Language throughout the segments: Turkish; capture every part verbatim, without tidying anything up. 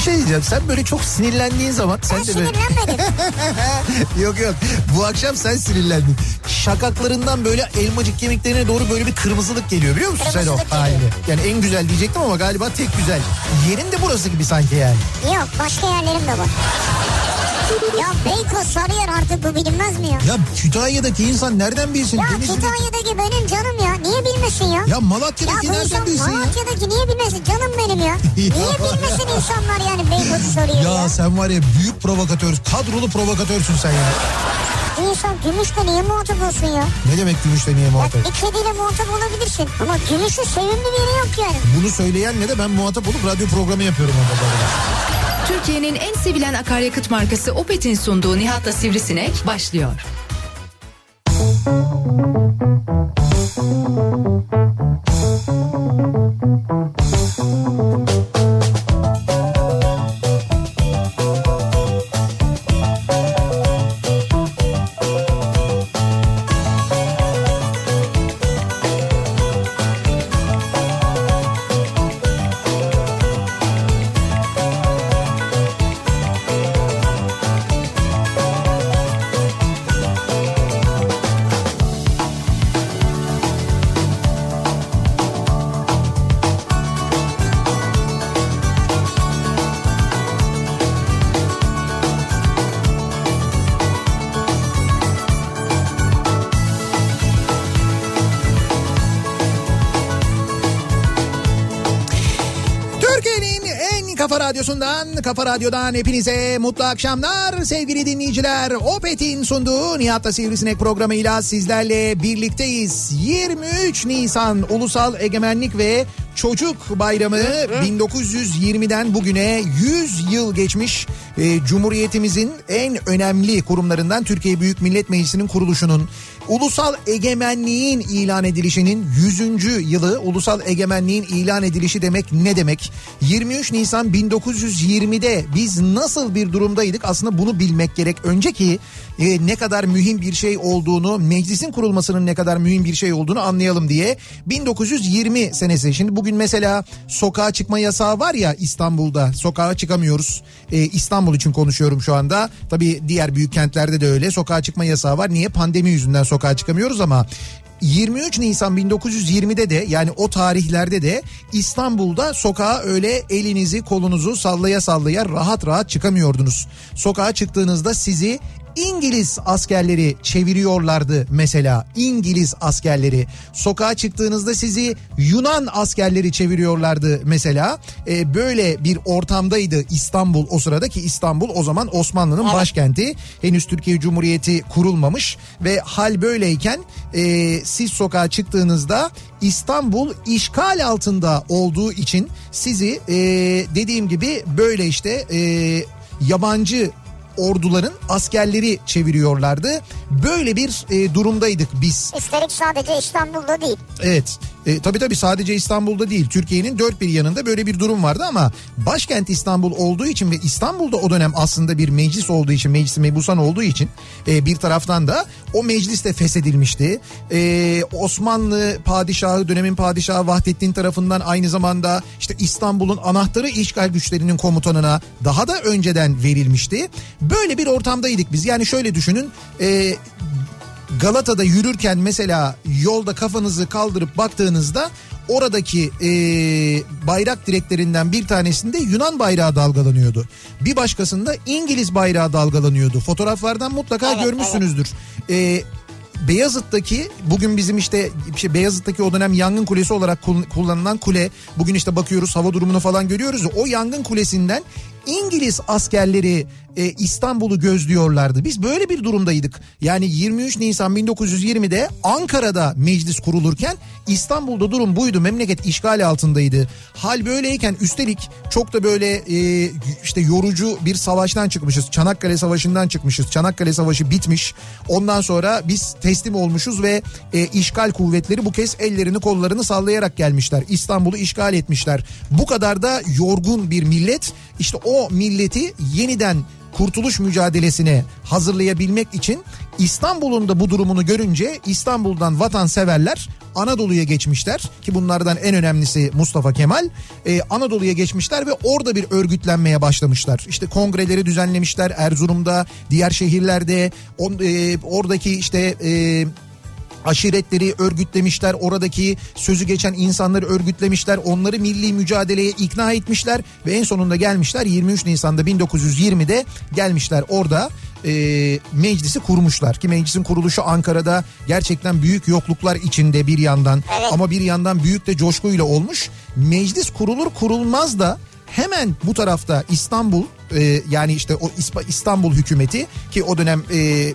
Bir şey diyeceğim, sen böyle çok sinirlendiğin zaman... Ben sen de böyle... sinirlenmedim. Yok yok, bu akşam sen sinirlendin. Şakaklarından böyle elmacık kemiklerine doğru böyle bir kırmızılık geliyor, biliyor musun Kırmızılık sen o halini? geliyor. Yani en güzel diyecektim ama galiba tek güzel. Yerin de burası gibi sanki yani. Yok, başka yerlerim de var. Ya Beykoz, Sarıyer, artık bu bilinmez mi ya? Ya Kütahya'daki insan nereden bilsin? Ya Denizli'deki... Kütahya'daki benim canım ya. Niye bilmesin ya? Ya Malatya'daki ya nereden bilsin ya? Malatya'daki niye bilmesin? Canım benim ya. Niye bilmesin insanlar yani Beykoz'u soruyor ya? Ya sen var ya, büyük provokatör, kadrolu provokatörsün sen ya. İnsan gümüşle niye muhatap olsun ya? Ne demek gümüşle niye muhatap? Ya bir kediyle muhatap olabilirsin ama gümüşün sevimli bir yeri yok yani. Bunu söyleyen ne de ben muhatap olup radyo programı yapıyorum orada böyle. Türkiye'nin en sevilen akaryakıt markası Opet'in sunduğu Nihat'la Sivrisinek başlıyor. Kafa Radyosu'ndan, Kafa Radyo'dan hepinize mutlu akşamlar sevgili dinleyiciler. Opet'in sunduğu Nihat'la Sivrisinek programıyla sizlerle birlikteyiz. yirmi üç Nisan Ulusal Egemenlik ve Çocuk Bayramı, bin dokuz yüz yirmiden bugüne yüz yıl geçmiş. E, Cumhuriyetimizin en önemli kurumlarından Türkiye Büyük Millet Meclisi'nin kuruluşunun, ulusal egemenliğin ilan edilişinin yüzüncü yılı. Ulusal egemenliğin ilan edilişi demek ne demek? yirmi üç Nisan bin dokuz yüz yirmide biz nasıl bir durumdaydık? Aslında bunu bilmek gerek. Önceki e, ne kadar mühim bir şey olduğunu, meclisin kurulmasının ne kadar mühim bir şey olduğunu anlayalım diye. bin dokuz yüz yirmi senesi. Şimdi bugün mesela sokağa çıkma yasağı var ya İstanbul'da. Sokağa çıkamıyoruz. E, İstanbul için konuşuyorum şu anda. Tabii diğer büyük kentlerde de öyle. Sokağa çıkma yasağı var. Niye? Pandemi yüzünden sokağa çıkamıyoruz ama yirmi üç Nisan bin dokuz yüz yirmide de, yani o tarihlerde de İstanbul'da sokağa öyle elinizi kolunuzu sallaya sallaya rahat rahat çıkamıyordunuz. Sokağa çıktığınızda sizi İngiliz askerleri çeviriyorlardı mesela. İngiliz askerleri. Sokağa çıktığınızda sizi Yunan askerleri çeviriyorlardı mesela. Ee, böyle bir ortamdaydı İstanbul o sırada, ki İstanbul o zaman Osmanlı'nın evet. başkenti. Henüz Türkiye Cumhuriyeti kurulmamış ve hal böyleyken e, siz sokağa çıktığınızda İstanbul işgal altında olduğu için sizi e, dediğim gibi böyle işte e, yabancı orduların askerleri çeviriyorlardı. Böyle bir e, durumdaydık biz. Üstelik sadece İstanbul'da değil. Evet. E, tabii tabii sadece İstanbul'da değil. Türkiye'nin dört bir yanında böyle bir durum vardı ama başkent İstanbul olduğu için ve İstanbul'da o dönem aslında bir meclis olduğu için, meclis-i mebusan olduğu için e, bir taraftan da o meclis de feshedilmişti. E, Osmanlı padişahı, dönemin padişahı Vahdettin tarafından aynı zamanda işte İstanbul'un anahtarı işgal güçlerinin komutanına daha da önceden verilmişti. Böyle bir ortamdaydık biz. Yani şöyle düşünün, e, Galata'da yürürken mesela yolda kafanızı kaldırıp baktığınızda oradaki e, bayrak direklerinden bir tanesinde Yunan bayrağı dalgalanıyordu. Bir başkasında İngiliz bayrağı dalgalanıyordu. Fotoğraflardan mutlaka evet, görmüşsünüzdür. Evet. E, Beyazıt'taki, bugün bizim işte şey Beyazıt'taki o dönem yangın kulesi olarak kullanılan kule, bugün işte bakıyoruz hava durumunu falan görüyoruz. O yangın kulesinden İngiliz askerleri e, İstanbul'u gözlüyorlardı. Biz böyle bir durumdaydık. Yani yirmi üç Nisan bin dokuz yüz yirmide Ankara'da meclis kurulurken İstanbul'da durum buydu. Memleket işgal altındaydı. Hal böyleyken üstelik çok da böyle e, işte yorucu bir savaştan çıkmışız. Çanakkale Savaşı'ndan çıkmışız. Çanakkale Savaşı bitmiş. Ondan sonra biz teslim olmuşuz ve e, işgal kuvvetleri bu kez ellerini kollarını sallayarak gelmişler. İstanbul'u işgal etmişler. Bu kadar da yorgun bir millet, işte o milleti yeniden kurtuluş mücadelesine hazırlayabilmek için İstanbul'un da bu durumunu görünce İstanbul'dan vatanseverler Anadolu'ya geçmişler ki bunlardan en önemlisi Mustafa Kemal. Ee, Anadolu'ya geçmişler ve orada bir örgütlenmeye başlamışlar. İşte kongreleri düzenlemişler Erzurum'da, diğer şehirlerde, on, e, oradaki işte... E, aşiretleri örgütlemişler, oradaki sözü geçen insanları örgütlemişler, onları milli mücadeleye ikna etmişler ve en sonunda gelmişler yirmi üç Nisan'da bin dokuz yüz yirmide gelmişler orada e, meclisi kurmuşlar ki meclisin kuruluşu Ankara'da gerçekten büyük yokluklar içinde bir yandan, evet. Ama bir yandan büyük de coşkuyla olmuş. Meclis kurulur kurulmaz da hemen bu tarafta İstanbul e, yani işte o İstanbul hükümeti ki o dönem e,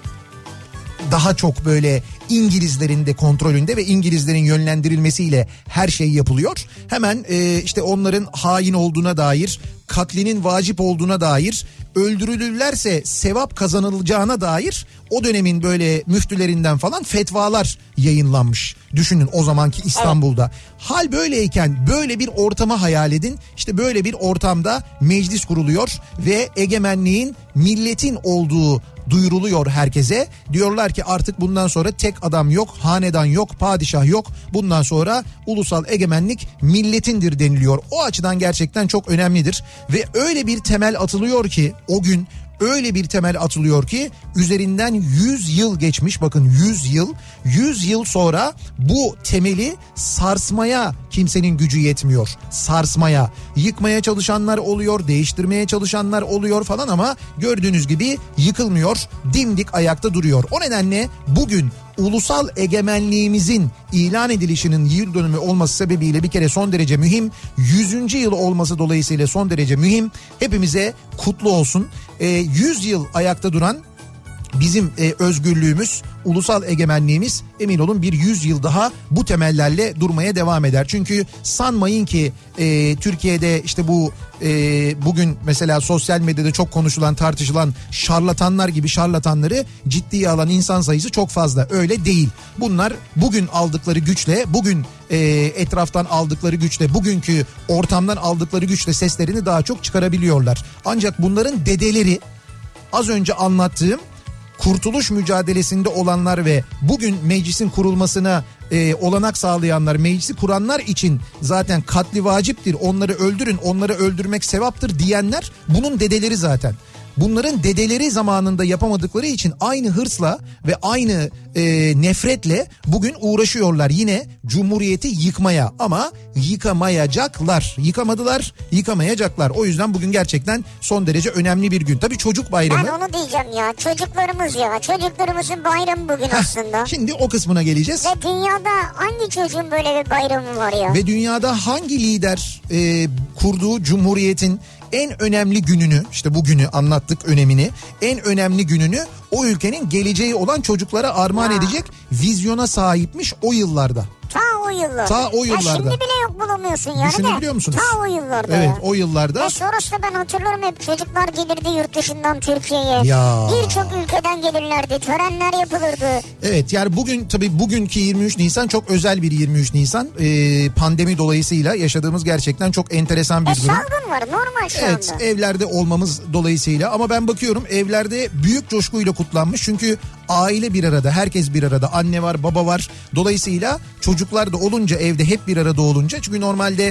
daha çok böyle İngilizlerin de kontrolünde ve İngilizlerin yönlendirilmesiyle her şey yapılıyor. Hemen e, işte onların hain olduğuna dair, katlinin vacip olduğuna dair, öldürülürlerse sevap kazanılacağına dair o dönemin böyle müftülerinden falan fetvalar yayınlanmış. Düşünün o zamanki İstanbul'da. Evet. Hal böyleyken böyle bir ortamı hayal edin. İşte böyle bir ortamda meclis kuruluyor ve egemenliğin milletin olduğu duyuruluyor herkese. Diyorlar ki artık bundan sonra tek adam yok, hanedan yok, padişah yok. Bundan sonra ulusal egemenlik milletindir deniliyor. O açıdan gerçekten çok önemlidir. Ve öyle bir temel atılıyor ki o gün öyle bir temel atılıyor ki üzerinden yüz yıl geçmiş, bakın yüz yıl, yüz yıl sonra bu temeli sarsmaya kimsenin gücü yetmiyor. Sarsmaya, yıkmaya çalışanlar oluyor, değiştirmeye çalışanlar oluyor falan ama gördüğünüz gibi yıkılmıyor, dimdik ayakta duruyor. O nedenle bugün ulusal egemenliğimizin ilan edilişinin yıl dönümü olması sebebiyle bir kere son derece mühim. yüzüncü yıl olması dolayısıyla son derece mühim. Hepimize kutlu olsun. E, yüz yıl ayakta duran bizim e, özgürlüğümüz, ulusal egemenliğimiz emin olun bir yüz yıl daha bu temellerle durmaya devam eder. Çünkü sanmayın ki e, Türkiye'de işte bu e, bugün mesela sosyal medyada çok konuşulan, tartışılan şarlatanlar gibi şarlatanları ciddiye alan insan sayısı çok fazla. Öyle değil. Bunlar bugün aldıkları güçle, bugün e, etraftan aldıkları güçle, bugünkü ortamdan aldıkları güçle seslerini daha çok çıkarabiliyorlar. Ancak bunların dedeleri, az önce anlattığım kurtuluş mücadelesinde olanlar ve bugün meclisin kurulmasına e, olanak sağlayanlar, meclisi kuranlar için zaten katli vaciptir, onları öldürün, onları öldürmek sevaptır diyenler bunun dedeleri zaten. Bunların dedeleri zamanında yapamadıkları için aynı hırsla ve aynı e, nefretle bugün uğraşıyorlar yine Cumhuriyeti yıkmaya, ama yıkamayacaklar. Yıkamadılar, yıkamayacaklar. O yüzden bugün gerçekten son derece önemli bir gün. Tabii çocuk bayramı. Ben onu diyeceğim ya, çocuklarımız ya, çocuklarımızın bayramı bugün Heh, aslında. Şimdi o kısmına geleceğiz. Ve dünyada hangi çocuğun böyle bir bayramı var ya? Ve dünyada hangi lider e, kurduğu Cumhuriyet'in en önemli gününü, işte bugünü anlattık önemini, en önemli gününü o ülkenin geleceği olan çocuklara armağan ya. edecek vizyona sahipmiş o yıllarda. Ta o yıllarda. Ta o yıllarda. Ya şimdi bile yok bulamıyorsun yani. Düşünebiliyor musunuz? Ta o yıllarda. Evet ya. o yıllarda. Ve sonrasında ben hatırlıyorum hep çocuklar gelirdi yurt dışından Türkiye'ye. Ya. Birçok ülkeden gelirlerdi. Törenler yapılırdı. Evet yani bugün tabii bugünkü yirmi üç Nisan çok özel bir yirmi üç Nisan. Ee, pandemi dolayısıyla yaşadığımız gerçekten çok enteresan bir e, durum. Salgın var normal şu evet, anda. Evet evlerde olmamız dolayısıyla, ama ben bakıyorum evlerde büyük coşkuyla kutlanmış. Çünkü aile bir arada, herkes bir arada, anne var, baba var. Dolayısıyla çocuklar da olunca, evde hep bir arada olunca, çünkü normalde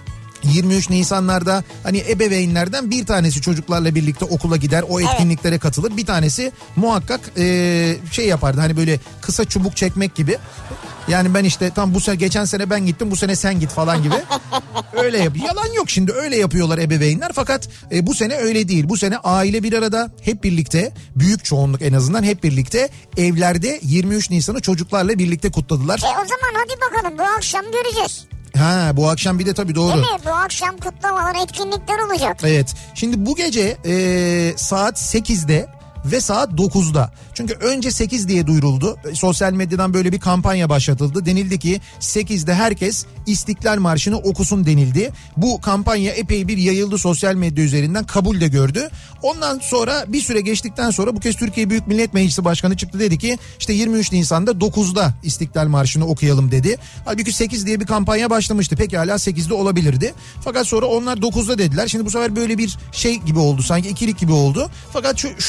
yirmi üç Nisanlarda hani ebeveynlerden bir tanesi çocuklarla birlikte okula gider, o etkinliklere katılır. Bir tanesi muhakkak e, şey yapardı, hani böyle kısa çubuk çekmek gibi. Yani ben işte tam bu sene, geçen sene ben gittim, bu sene sen git falan gibi. Öyle yap. Yalan yok, şimdi öyle yapıyorlar ebeveynler, fakat e, bu sene öyle değil. Bu sene aile bir arada, hep birlikte, büyük çoğunluk en azından hep birlikte evlerde yirmi üç Nisan'ı çocuklarla birlikte kutladılar. E o zaman hadi bakalım, bu akşam göreceğiz. Ha bu akşam bir de tabii doğru. Değil mi? Bu akşam kutlamalar, etkinlikler olacak. Evet. Şimdi bu gece e, saat sekizde ve saat dokuzda. Çünkü önce sekiz diye duyuruldu. Sosyal medyadan böyle bir kampanya başlatıldı. Denildi ki sekizde herkes İstiklal Marşı'nı okusun denildi. Bu kampanya epey bir yayıldı sosyal medya üzerinden, kabul de gördü. Ondan sonra bir süre geçtikten sonra bu kez Türkiye Büyük Millet Meclisi Başkanı çıktı, dedi ki işte yirmi üç Nisan'da dokuzda İstiklal Marşı'nı okuyalım dedi. Halbuki sekiz diye bir kampanya başlamıştı. Pekala sekizde olabilirdi. Fakat sonra onlar dokuzda dediler. Şimdi bu sefer böyle bir şey gibi oldu, sanki ikilik gibi oldu. Fakat şu, şöyle düşün.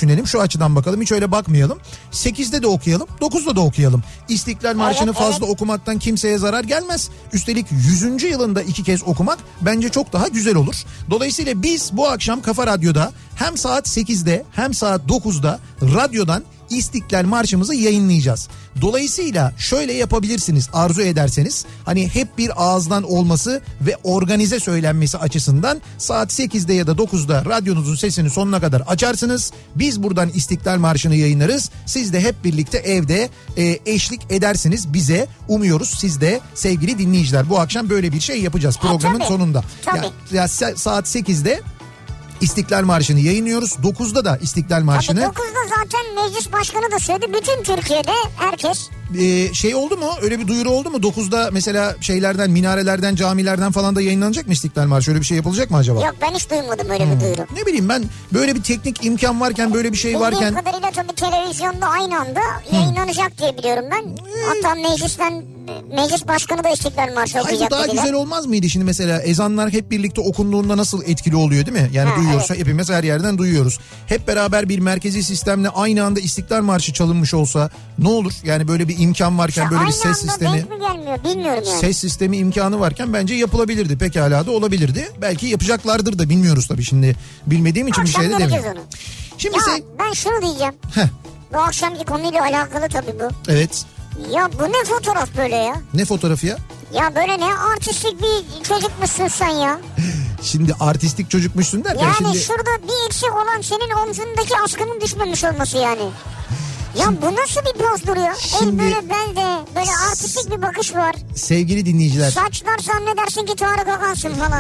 düşünelim, şu açıdan bakalım, hiç öyle bakmayalım. sekizde de okuyalım, dokuzda da okuyalım. İstiklal Marşı'nı evet, fazla evet. okumaktan kimseye zarar gelmez. Üstelik yüzüncü yılında iki kez okumak bence çok daha güzel olur. Dolayısıyla biz bu akşam Kafa Radyo'da hem saat sekizde hem saat dokuzda radyodan İstiklal Marşımızı yayınlayacağız. Dolayısıyla şöyle yapabilirsiniz arzu ederseniz, hani hep bir ağızdan olması ve organize söylenmesi açısından saat sekizde ya da dokuzda radyonuzun sesini sonuna kadar açarsınız. Biz buradan İstiklal Marşı'nı yayınlarız. Siz de hep birlikte evde e, eşlik edersiniz bize. Umuyoruz siz de sevgili dinleyiciler. Bu akşam böyle bir şey yapacağız programın tabii, sonunda. tabii. Ya, ya saat sekizde İstiklal Marşı'nı yayınlıyoruz. dokuzda da İstiklal Marşı'nı. Tabii dokuzda zaten meclis başkanı da söyledi. Bütün Türkiye'de herkes. Ee, şey oldu mu? Öyle bir duyuru oldu mu? dokuzda mesela şeylerden, minarelerden, camilerden falan da yayınlanacak mı İstiklal Marşı? Öyle bir şey yapılacak mı acaba? Yok, ben hiç duymadım öyle hmm. bir duyuru. Ne bileyim ben, böyle bir teknik imkan varken, böyle bir şey Bildiğim varken. Bildiğim kadarıyla tabii televizyonda aynı anda yayınlanacak hmm. diye biliyorum ben. Hmm. Hatta meclisten, meclis başkanı da İstiklal Marşı okuyacak. Hayır, bu daha dediler. Güzel olmaz mıydı şimdi mesela ezanlar hep birlikte okunduğunda nasıl etkili oluyor değil mi? Yani ha, duyuyorsa evet. Hepimiz her yerden duyuyoruz. Hep beraber bir merkezi sistemle aynı anda İstiklal Marşı çalınmış olsa ne olur? Yani böyle bir imkan varken, ya böyle bir ses sistemi. Aynı anda denk mi gelmiyor bilmiyorum yani. Ses sistemi imkanı varken bence yapılabilirdi. Pekala da olabilirdi. Belki yapacaklardır da bilmiyoruz tabii şimdi. Bilmediğim için akşam bir şey de demiyorum. Şimdi ya sen... ben şunu diyeceğim. Heh. Bu akşamki konuyla alakalı tabii bu. Evet. Ya bu ne fotoğraf böyle ya? Ne fotoğrafı ya? Ya böyle ne artistik bir çocukmuşsun sen ya. Şimdi artistik çocukmuşsun derken yani şimdi... Yani şurada bir eksik olan senin omzundaki askının düşmemiş olması yani. Ya şimdi, bu nasıl bir poz duruyor? Şimdi, el böyle belde, böyle artistik bir bakış var. Sevgili dinleyiciler. Saçlar zannedersin ki Tarık Akansın falan.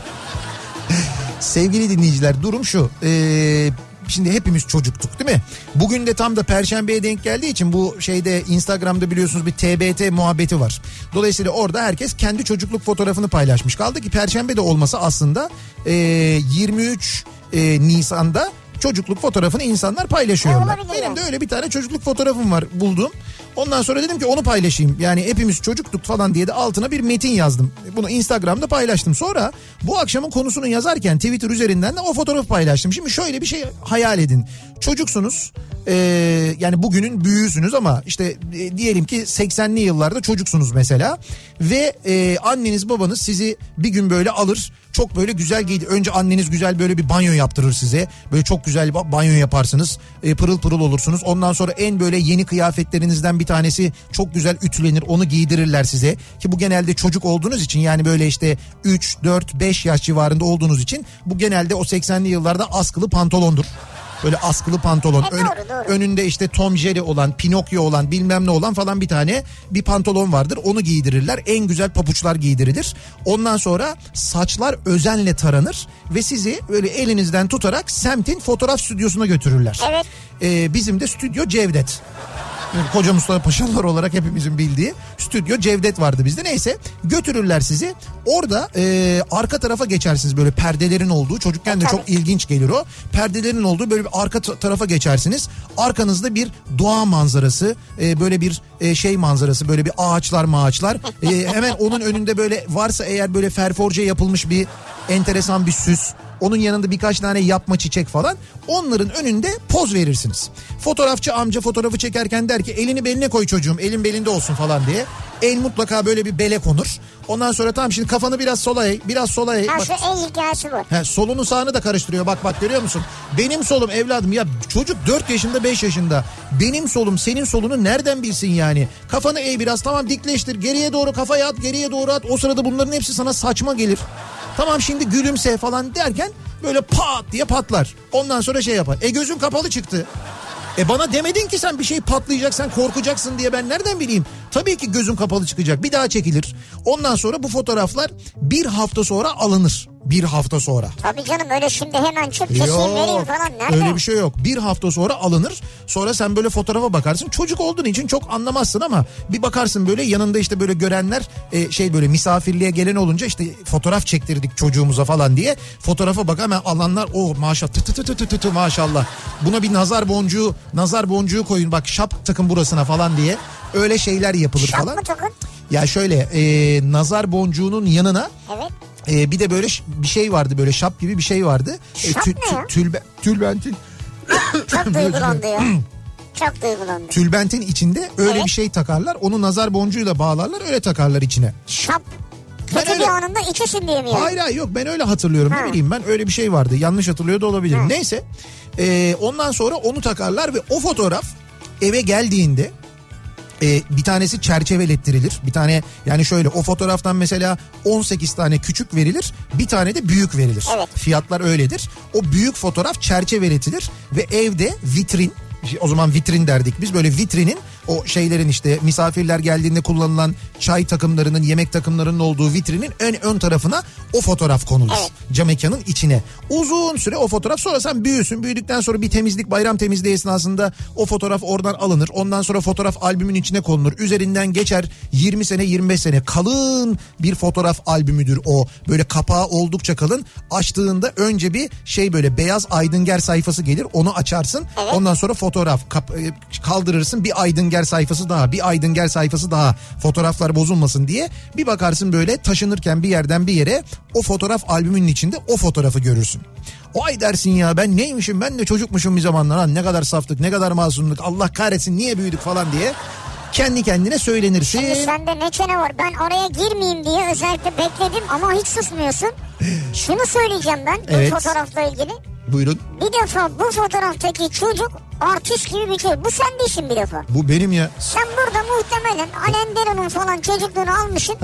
Sevgili dinleyiciler, durum şu. Eee... Şimdi hepimiz çocuktuk değil mi? Bugün de tam da Perşembe'ye denk geldiği için bu şeyde Instagram'da biliyorsunuz bir T B T muhabbeti var. Dolayısıyla orada herkes kendi çocukluk fotoğrafını paylaşmış. Kaldı ki Perşembe de olması aslında e, yirmi üç e, Nisan'da çocukluk fotoğrafını insanlar paylaşıyorlar. Benim yani. De öyle bir tane çocukluk fotoğrafım var, buldum. Ondan sonra dedim ki onu paylaşayım. Yani hepimiz çocuktuk falan diye de altına bir metin yazdım. Bunu Instagram'da paylaştım. Sonra bu akşamın konusunu yazarken Twitter üzerinden de o fotoğrafı paylaştım. Şimdi şöyle bir şey hayal edin. Çocuksunuz. Ee, yani bugünün büyüğüsünüz ama işte e, diyelim ki seksenli yıllarda çocuksunuz mesela. Ve e, anneniz babanız sizi bir gün böyle alır. Çok böyle güzel giydi. Önce anneniz güzel böyle bir banyo yaptırır size. Böyle çok güzel bir banyo yaparsınız. E, pırıl pırıl olursunuz. Ondan sonra en böyle yeni kıyafetlerinizden bir tanesi çok güzel ütülenir. Onu giydirirler size. Ki bu genelde çocuk olduğunuz için, yani böyle işte üç, dört, beş yaş civarında olduğunuz için bu genelde o seksenli yıllarda askılı pantolondur. Böyle askılı pantolon. E, doğru, doğru. Önünde işte Tom Jerry olan, Pinokyo olan, bilmem ne olan falan bir tane bir pantolon vardır. Onu giydirirler. En güzel papuçlar giydirilir. Ondan sonra saçlar özenle taranır ve sizi böyle elinizden tutarak semtin fotoğraf stüdyosuna götürürler. Evet. Ee, bizim de stüdyo Cevdet. Koca Mustafa Paşalılar olarak hepimizin bildiği stüdyo Cevdet vardı bizde. Neyse, götürürler sizi. Orada e, arka tarafa geçersiniz, böyle perdelerin olduğu. Çocukken de çok ilginç gelir o. Perdelerin olduğu böyle bir arka t- tarafa geçersiniz. Arkanızda bir doğa manzarası, e, böyle bir e, şey manzarası, böyle bir ağaçlar mağaçlar. E, hemen onun önünde böyle varsa eğer böyle ferforje yapılmış bir enteresan bir süs. Onun yanında birkaç tane yapma çiçek falan. Onların önünde poz verirsiniz. Fotoğrafçı amca fotoğrafı çekerken der ki elini beline koy çocuğum, elin belinde olsun falan diye. El mutlaka böyle bir bele konur. Ondan sonra tamam, şimdi kafanı biraz sola eğ, biraz sola eğ. Ha, bak, şu el hikayesi bu. He, solunu sağını da karıştırıyor, bak bak görüyor musun? Benim solum evladım, ya çocuk dört yaşında beş yaşında. Benim solum senin solunu nereden bilsin yani? Kafanı eğ biraz, tamam, dikleştir, geriye doğru kafayı at, geriye doğru at. O sırada bunların hepsi sana saçma gelir. Tamam, şimdi gülümse falan derken böyle pat diye patlar. Ondan sonra şey yapar. E gözün kapalı çıktı. E bana demedin ki sen bir şey patlayacak, sen korkacaksın diye, ben nereden bileyim? Tabii ki gözün kapalı çıkacak. Bir daha çekilir. Ondan sonra bu fotoğraflar bir hafta sonra alınır. Bir hafta sonra. Tabii canım, öyle şimdi hemen çık keseyim vereyim falan, nerede? Öyle bir şey yok. Bir hafta sonra alınır. Sonra sen böyle fotoğrafa bakarsın. Çocuk olduğun için çok anlamazsın ama bir bakarsın böyle yanında işte böyle görenler e, şey böyle misafirliğe gelen olunca işte fotoğraf çektirdik çocuğumuza falan diye. Fotoğrafa bak, hemen alanlar o maşallah tı tı tı tı tı tı maşallah. Buna bir nazar boncuğu nazar boncuğu koyun bak, şap takın burasına falan diye. Öyle şeyler yapılır şap falan. Şap mı takın? Ya şöyle e, nazar boncuğunun yanına. Evet. Ee, bir de böyle bir şey vardı, böyle şap gibi bir şey vardı. Şap ee, tü, ne ya? tü, tülbe, tülbentin Çok duygulandı ya. Çok duygulandı. Tülbentin içinde öyle evet. bir şey takarlar. Onu nazar boncuğuyla bağlarlar, öyle takarlar içine. Şap. Kötü öyle... bir anında içesin diye mi yani? Hayır hayır yok, ben öyle hatırlıyorum. Ha. Ne bileyim ben, öyle bir şey vardı. Yanlış hatırlıyor da olabilirim. Ha. Neyse. Ee, ondan sonra onu takarlar ve o fotoğraf eve geldiğinde e, bir tanesi çerçevelettirilir. Bir tane, yani şöyle, o fotoğraftan mesela on sekiz tane küçük verilir. Bir tane de büyük verilir. Evet. Fiyatlar öyledir. O büyük fotoğraf çerçeveletilir ve evde vitrin, o zaman vitrin derdik biz, böyle vitrinin, o şeylerin işte misafirler geldiğinde kullanılan çay takımlarının, yemek takımlarının olduğu vitrinin ön, ön tarafına o fotoğraf konulur. Evet. Cam mekanın içine. Uzun süre o fotoğraf, sonra sen büyüsün. Büyüdükten sonra bir temizlik, bayram temizliği esnasında o fotoğraf oradan alınır. Ondan sonra fotoğraf albümün içine konulur. Üzerinden geçer yirmi sene yirmi beş sene. Kalın bir fotoğraf albümüdür o. Böyle kapağı oldukça kalın. Açtığında önce bir şey, böyle beyaz Aydınger sayfası gelir. Onu açarsın. Evet. Ondan sonra fotoğraf kap- kaldırırsın. Bir Aydınger sayfası daha, bir Aydınger sayfası daha, fotoğraflar bozulmasın diye. Bir bakarsın böyle taşınırken bir yerden bir yere, o fotoğraf albümünün içinde o fotoğrafı görürsün. O ay dersin ya, ben neymişim, ben de çocukmuşum bir zamanlar, ha, ne kadar saftık, ne kadar masumluk, Allah kahretsin niye büyüdük falan diye kendi kendine söylenirsin. Şimdi sende ne çene var, ben araya girmeyeyim diye özellikle bekledim ama hiç susmuyorsun. Şunu söyleyeceğim ben evet. bu fotoğrafla ilgili. Buyurun. Bir defa bu fotoğraftaki çocuk artist gibi bir şey. Bu sen değilsin bir defa. Bu benim ya. Sen burada muhtemelen Alain Delon'un falan çocukluğunu almışsın.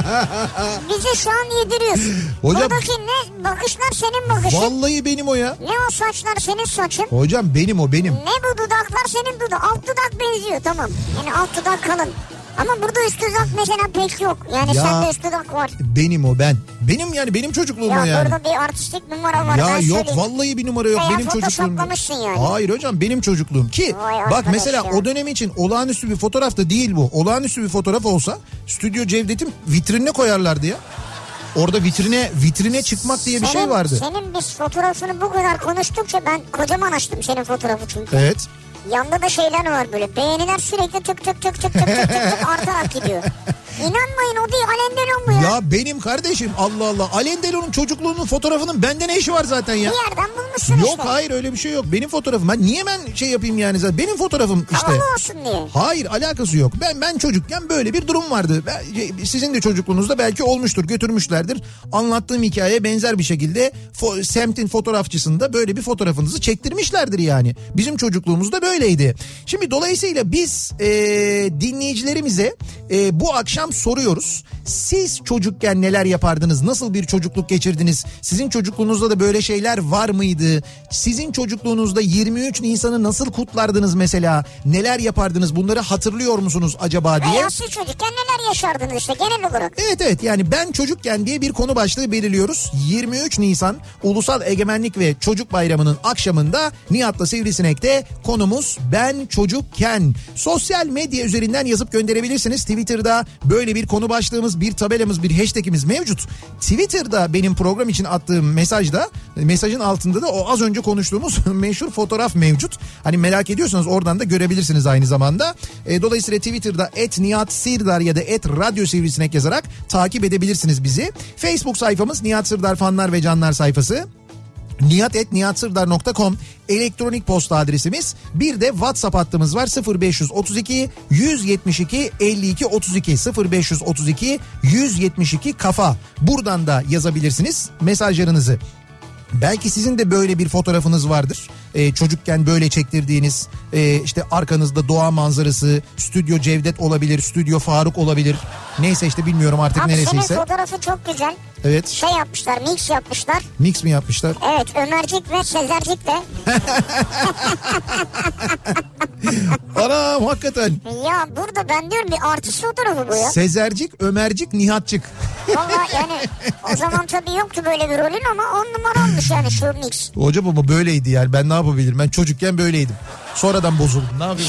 Bize şu an yediriyorsun. Hocam, buradaki ne bakışlar senin bakışın. Vallahi benim o ya. Ne o saçlar senin saçın. Hocam benim o, benim. Ne bu dudaklar senin dudak. Alt dudak benziyor, tamam. Yani alt dudak kalın. Ama burada üst dudak mesela pek yok. Yani ya, sende üst dudak var. Benim o, ben. Benim yani, benim çocukluğum ya o yani. Ya burada bir artistik numara var. Ya ben yok söyleyeyim. Vallahi bir numara yok. Veya benim çocukluğum. Yani. Hayır hocam, benim çocukluğum ki Vay bak mesela ya. o dönem için olağanüstü bir fotoğraf da değil bu. Olağanüstü bir fotoğraf olsa Stüdyo Cevdet'in vitrinine koyarlardı ya. Orada vitrine vitrine çıkmak diye bir senin, şey vardı. Senin biz fotoğrafını bu kadar konuştukça ben kocaman açtım senin fotoğrafı çünkü. Evet. Yanda da şeyler var böyle. Beğeniler sürekli tık tık tık tık tık tık tık tık artarak gidiyor. İnanmayın, o değil, Alain Delon bu ya. Ya benim kardeşim, Allah Allah. Alain Delon'un çocukluğunun fotoğrafının bende ne işi var zaten ya? Bir yerden bulmuşsun yok, işte. Yok hayır öyle bir şey yok. Benim fotoğrafım. Ben niye ben şey yapayım yani zaten? Benim fotoğrafım işte. Havalı olsun diye. Hayır, alakası yok. Ben ben çocukken böyle bir durum vardı. Sizin de çocukluğunuzda belki olmuştur, götürmüşlerdir. Anlattığım hikayeye benzer bir şekilde fo- semtin fotoğrafçısında böyle bir fotoğrafınızı çektirmişlerdir yani. Bizim çocukluğumuzda böyleydi. Şimdi dolayısıyla biz e, dinleyicilerimize e, bu akşam soruyoruz. Siz çocukken neler yapardınız? Nasıl bir çocukluk geçirdiniz? Sizin çocukluğunuzda da böyle şeyler var mıydı? Sizin çocukluğunuzda yirmi üç Nisan'ı nasıl kutlardınız mesela? Neler yapardınız? Bunları hatırlıyor musunuz acaba diye? Veya siz çocukken neler yaşardınız işte genel olarak? Evet evet, yani ben çocukken diye bir konu başlığı belirliyoruz. yirmi üç Nisan Ulusal Egemenlik ve Çocuk Bayramı'nın akşamında Nihat'la Sivrisinek'te konumuz ben çocukken. Sosyal medya üzerinden yazıp gönderebilirsiniz. Twitter'da böyle bir konu başlığımız, bir tabelamız, bir hashtagimiz mevcut. Twitter'da benim program için attığım mesajda, mesajın altında da o az önce konuştuğumuz meşhur fotoğraf mevcut. Hani merak ediyorsanız oradan da görebilirsiniz aynı zamanda. E, dolayısıyla Twitter'da et Nihat Sirdar ya da et Radyo Sivrisinek yazarak takip edebilirsiniz bizi. Facebook sayfamız Nihat Sirdar fanlar ve canlar sayfası. nihat et nihatsirdar nokta com elektronik posta adresimiz. Bir de WhatsApp hattımız var, sıfır beş otuz iki yüz yetmiş iki elli iki otuz iki sıfır beş otuz iki yüz yetmiş iki kafa. Buradan da yazabilirsiniz mesajlarınızı. Belki sizin de böyle bir fotoğrafınız vardır. Ee, çocukken böyle çektirdiğiniz, e, işte arkanızda doğa manzarası, Stüdyo Cevdet olabilir, Stüdyo Faruk olabilir. Neyse işte, bilmiyorum artık abi neresiyse. Senin fotoğrafı çok güzel. Evet. Şey yapmışlar, mix yapmışlar. Mix mi yapmışlar? Evet, Ömercik ve Sezercik de. Anam hakikaten. Ya burada ben diyorum bir artist fotoğrafı bu ya. Sezercik, Ömercik, Nihatçık. Valla yani o zaman tabii yoktu böyle bir rolün ama on numara olmuş yani şu mix. Hocam ama böyleydi yani, ben ne yapabilirim? Ben çocukken böyleydim. Sonradan bozuldum, ne yapayım?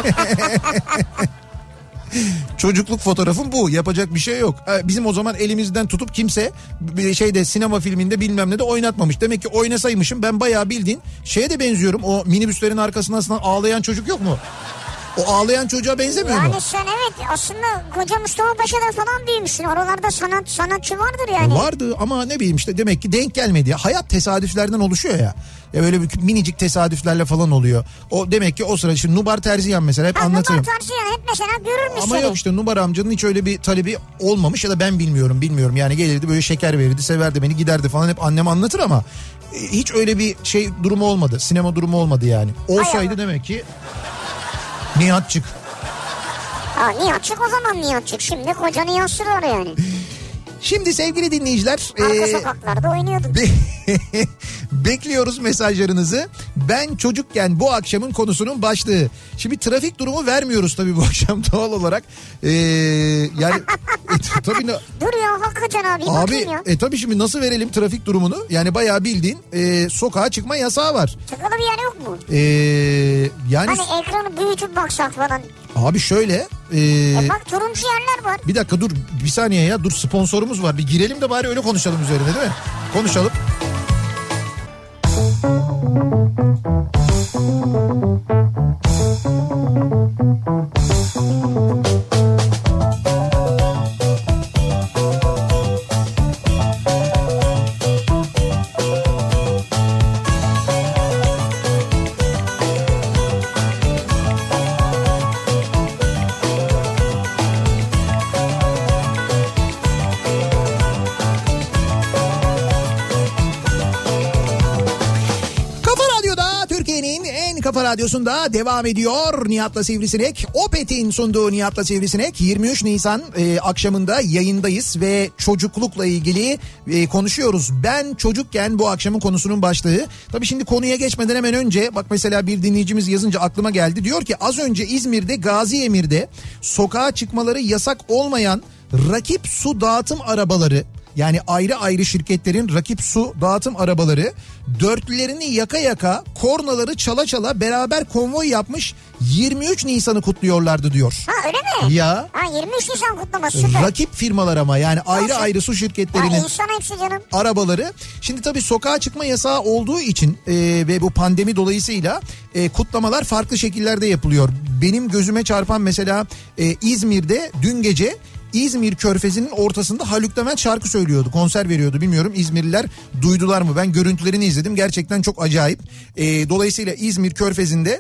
Çocukluk fotoğrafım bu, yapacak bir şey yok. Bizim o zaman elimizden tutup kimse bir şeyde, sinema filminde bilmem ne de oynatmamış. Demek ki oynasaymışım ben bayağı bildiğin şeye de benziyorum. O minibüslerin arkasından ağlayan çocuk yok mu? O ağlayan çocuğa benzemiyor yani mu? Yani sen evet aslında koca Mustafa Paşa'da falan büyümüşsün. Oralarda sanat sanatçı vardır yani. Vardı ama ne bileyim işte demek ki denk gelmedi. Hayat tesadüflerden oluşuyor ya. Ya böyle bir minicik tesadüflerle falan oluyor. O demek ki o sıra şimdi Nubar Terziyan mesela hep ha, anlatırım. Nubar Terziyan hep mesela görürmüş Ama seni. yok işte Nubar amcanın hiç öyle bir talebi olmamış ya da ben bilmiyorum bilmiyorum. Yani gelirdi böyle şeker verirdi, severdi beni, giderdi falan, hep annem anlatır ama hiç öyle bir şey durumu olmadı. Sinema durumu olmadı yani. Olsaydı demek ki Nihatçık. Ha Nihatçık o zaman Nihatçık. Şimdi koca Nihatçık var yani. Şimdi sevgili dinleyiciler. Arka ee, sokaklarda oynuyorduk. Be- bekliyoruz mesajlarınızı. Ben çocukken bu akşamın konusunun başlığı. Şimdi trafik durumu vermiyoruz tabii bu akşam doğal olarak. Ee, yani e, tabii. Dur ya hakikaten abi. Abi ya. e tabii şimdi nasıl verelim trafik durumunu? Yani bayağı bildiğin e, sokağa çıkma yasağı var. Tıkalı bir yer yok mu? Ee, yani. Hani ekranı büyütüp baksak falan. Abi şöyle. E, e bak turuncu yerler var. Bir dakika dur bir saniye ya, dur, sponsorumuz var, bir girelim de bari öyle konuşalım üzerine, değil mi? Konuşalım. Kafa Radyosu'nda devam ediyor Nihat'la Sivrisinek. Opet'in sunduğu Nihat'la Sivrisinek. yirmi üç Nisan e, akşamında yayındayız ve çocuklukla ilgili e, konuşuyoruz. Ben çocukken bu akşamın konusunun başlığı. Tabii şimdi konuya geçmeden hemen önce bak mesela bir dinleyicimiz yazınca aklıma geldi. Diyor ki az önce İzmir'de Gaziyemir'de sokağa çıkmaları yasak olmayan rakip su dağıtım arabaları, yani ayrı ayrı şirketlerin rakip su dağıtım arabaları dörtlülerini yaka yaka, kornaları çala çala beraber konvoy yapmış yirmi üç Nisan'ı kutluyorlardı diyor. Ha öyle mi? Ya. Ha yirmi üç Nisan kutlaması süper. Rakip firmalar ama yani ayrı Nasıl? ayrı su şirketlerinin ha, insan hepsi canım. arabaları. Şimdi tabii sokağa çıkma yasağı olduğu için e, ve bu pandemi dolayısıyla e, kutlamalar farklı şekillerde yapılıyor. Benim gözüme çarpan mesela e, İzmir'de dün gece İzmir Körfezi'nin ortasında Haluk Levent şarkı söylüyordu. Konser veriyordu. Bilmiyorum İzmirliler duydular mı? Ben görüntülerini izledim. Gerçekten çok acayip. E, dolayısıyla İzmir Körfezi'nde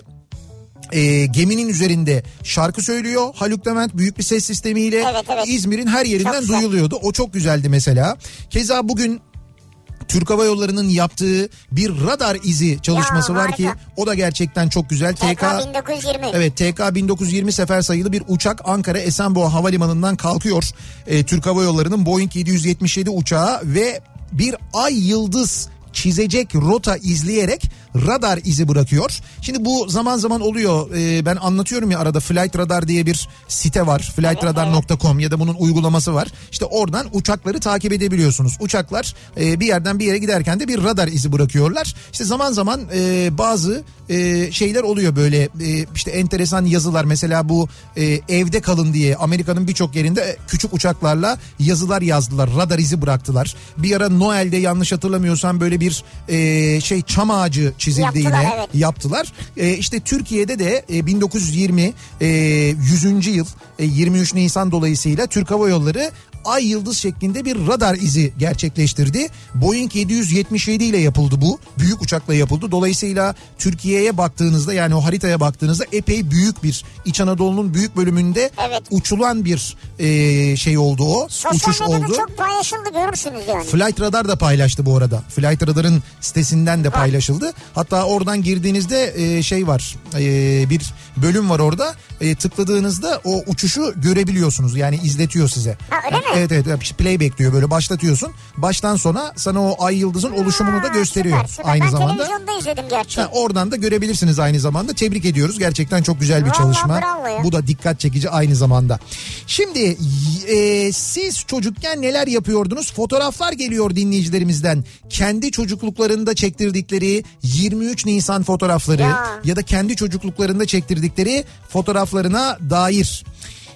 e, geminin üzerinde şarkı söylüyor Haluk Levent büyük bir ses sistemiyle. Evet, evet. İzmir'in her yerinden duyuluyordu. O çok güzeldi mesela. Keza bugün Türk Hava Yolları'nın yaptığı bir radar izi çalışması ya, var harika. ki o da gerçekten çok güzel. T K bin dokuz yüz yirmi. Evet, T K bin dokuz yüz yirmi sefer sayılı bir uçak Ankara Esenboğa Havalimanı'ndan kalkıyor. Ee, Türk Hava Yolları'nın Boeing yedi yüz yetmiş yedi uçağı ve bir ay yıldız çizecek rota izleyerek radar izi bırakıyor. Şimdi bu zaman zaman oluyor. Ee, ben anlatıyorum ya arada, Flight Radar diye bir site var. flight radar nokta com ya da bunun uygulaması var. İşte oradan uçakları takip edebiliyorsunuz. Uçaklar e, bir yerden bir yere giderken de bir radar izi bırakıyorlar. İşte zaman zaman e, bazı e, şeyler oluyor böyle e, işte enteresan yazılar. Mesela bu e, evde kalın diye Amerika'nın birçok yerinde küçük uçaklarla yazılar yazdılar. Radar izi bıraktılar. Bir ara Noel'de yanlış hatırlamıyorsam böyle bir e, şey çam ağacı çizildi yaptılar, yine evet. yaptılar. E, işte Türkiye'de de e, bin dokuz yüz yirmi e, yüzüncü yıl e, yirmi üç Nisan dolayısıyla Türk Hava Yolları ay yıldız şeklinde bir radar izi gerçekleştirdi. Boeing yedi yüz yetmiş yedi ile yapıldı bu. Büyük uçakla yapıldı. Dolayısıyla Türkiye'ye baktığınızda, yani o haritaya baktığınızda epey büyük bir, İç Anadolu'nun büyük bölümünde evet. uçulan bir e, şey oldu o. Sosyal uçuş medyada oldu. çok paylaşıldı, görürsünüz yani. Flight Radar da paylaştı bu arada. Flight Radar'ın sitesinden de paylaşıldı. Hatta oradan girdiğinizde e, şey var. E, bir bölüm var orada. E, tıkladığınızda o uçuşu görebiliyorsunuz. Yani izletiyor size. Ha öyle mi? Evet evet. Playback diyor, böyle başlatıyorsun. Baştan sona sana o ay yıldızın ha, oluşumunu da gösteriyor. Süper, süper. Aynı ben zamanda. Ben televizyonda izledim gerçi. Ha, oradan da görebilirsiniz aynı zamanda. Tebrik ediyoruz. Gerçekten çok güzel bir Vallahi çalışma. bravo ya. Bu da dikkat çekici aynı zamanda. Şimdi e, siz çocukken neler yapıyordunuz? Fotoğraflar geliyor dinleyicilerimizden. Kendi çocukluklarında çektirdikleri yirmi üç Nisan fotoğrafları ya, ya da kendi çocukluklarında çektirdikleri fotoğraflarına dair.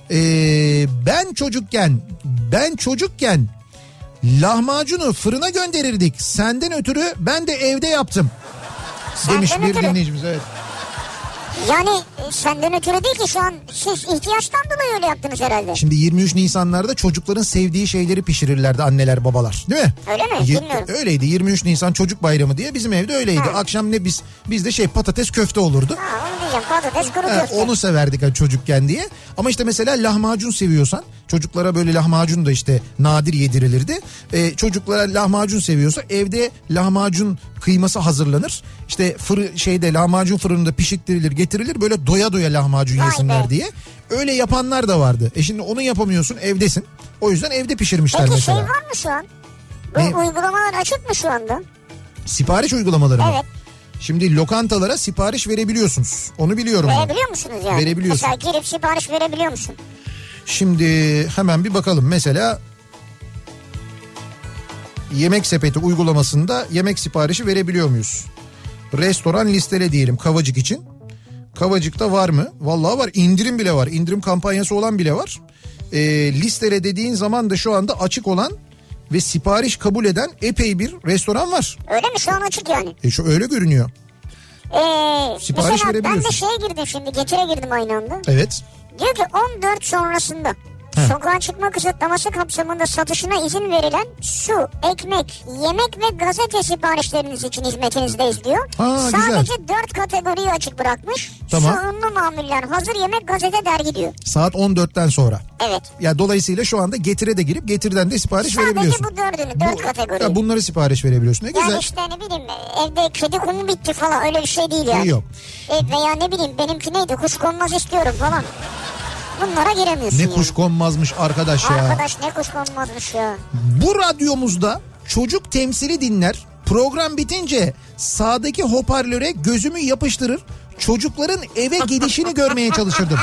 Ee, ben çocukken ben çocukken lahmacunu fırına gönderirdik. Senden ötürü ben de evde yaptım. Senden demiş bir ötürü. Dinleyicimiz, evet. Yani senden ötürü değil ki, şu an siz ihtiyaçtan dolayı öyle yaptınız herhalde. Şimdi yirmi üç Nisanlarda çocukların sevdiği şeyleri pişirirlerdi anneler babalar, değil mi? Öyle mi? Y- Bilmiyorum. Öyleydi, yirmi üç Nisan çocuk bayramı diye bizim evde öyleydi. Ha. Akşam ne biz bizde şey patates köfte olurdu. Ha, onu diyeceğim, patates kuru Ha, köfte. onu severdik hani çocukken diye. Ama işte mesela lahmacun seviyorsan, çocuklara böyle lahmacun da işte nadir yedirilirdi. Ee, çocuklara lahmacun seviyorsa evde lahmacun kıyması hazırlanır. İşte fırı şeyde lahmacun fırınında pişittirilir, getirilir, böyle doya doya lahmacun Vay yesinler be. diye. Öyle yapanlar da vardı. E şimdi onu yapamıyorsun, evdesin. O yüzden evde pişirmişler Peki mesela. şey var mı şu an? Bu Ne? uygulamalar açık mı şu anda? Sipariş uygulamaları mı? Evet. Şimdi lokantalara sipariş verebiliyorsunuz. Onu biliyorum ben. Verebiliyor musunuz yani? Verebiliyorsun. Mesela girip sipariş verebiliyor musun? Şimdi hemen bir bakalım. Mesela Yemek Sepeti uygulamasında yemek siparişi verebiliyor muyuz? Restoran listele diyelim Kavacık için. Kavacık'ta var mı? Vallahi var. İndirim bile var. İndirim kampanyası olan bile var. E, listele dediğin zaman da şu anda açık olan ve sipariş kabul eden epey bir restoran var. Öyle mi? Şu an açık yani. E şu öyle görünüyor. Ee, Sipariş mesela ben de verebiliyorsun. şeye girdim şimdi. Getire girdim aynı anda. Evet. Diyor ki on dört sonrasında Heh. sokağa çıkma kısıtlaması kapsamında satışına izin verilen su, ekmek, yemek ve gazete siparişleriniz için hizmetinizdeyiz diyor. Aa, Sadece güzel. dört kategoriyi açık bırakmış. Tamam. Su, unlu mamuller, hazır yemek, gazete, dergi diyor. Saat on dörtten sonra. Evet. Ya dolayısıyla şu anda Getire de girip Getir'den de sipariş Sadece verebiliyorsun. bu dördünü, dört Bu- kategori. Ya bunları sipariş verebiliyorsun. Ne Yani güzel. işte ne bileyim evde kedi kumu bitti falan, öyle bir şey değil yani. Yok. E, veya ne bileyim benimki neydi, kuşkonmaz istiyorum falan. Bunlara giremiyorsun Ne yani. kuşkonmazmış arkadaş ya. Arkadaş ne kuşkonmazmış ya. Bu radyomuzda çocuk temsili dinler. Program bitince sağdaki hoparlöre gözümü yapıştırır. Çocukların eve gidişini görmeye çalışırdım.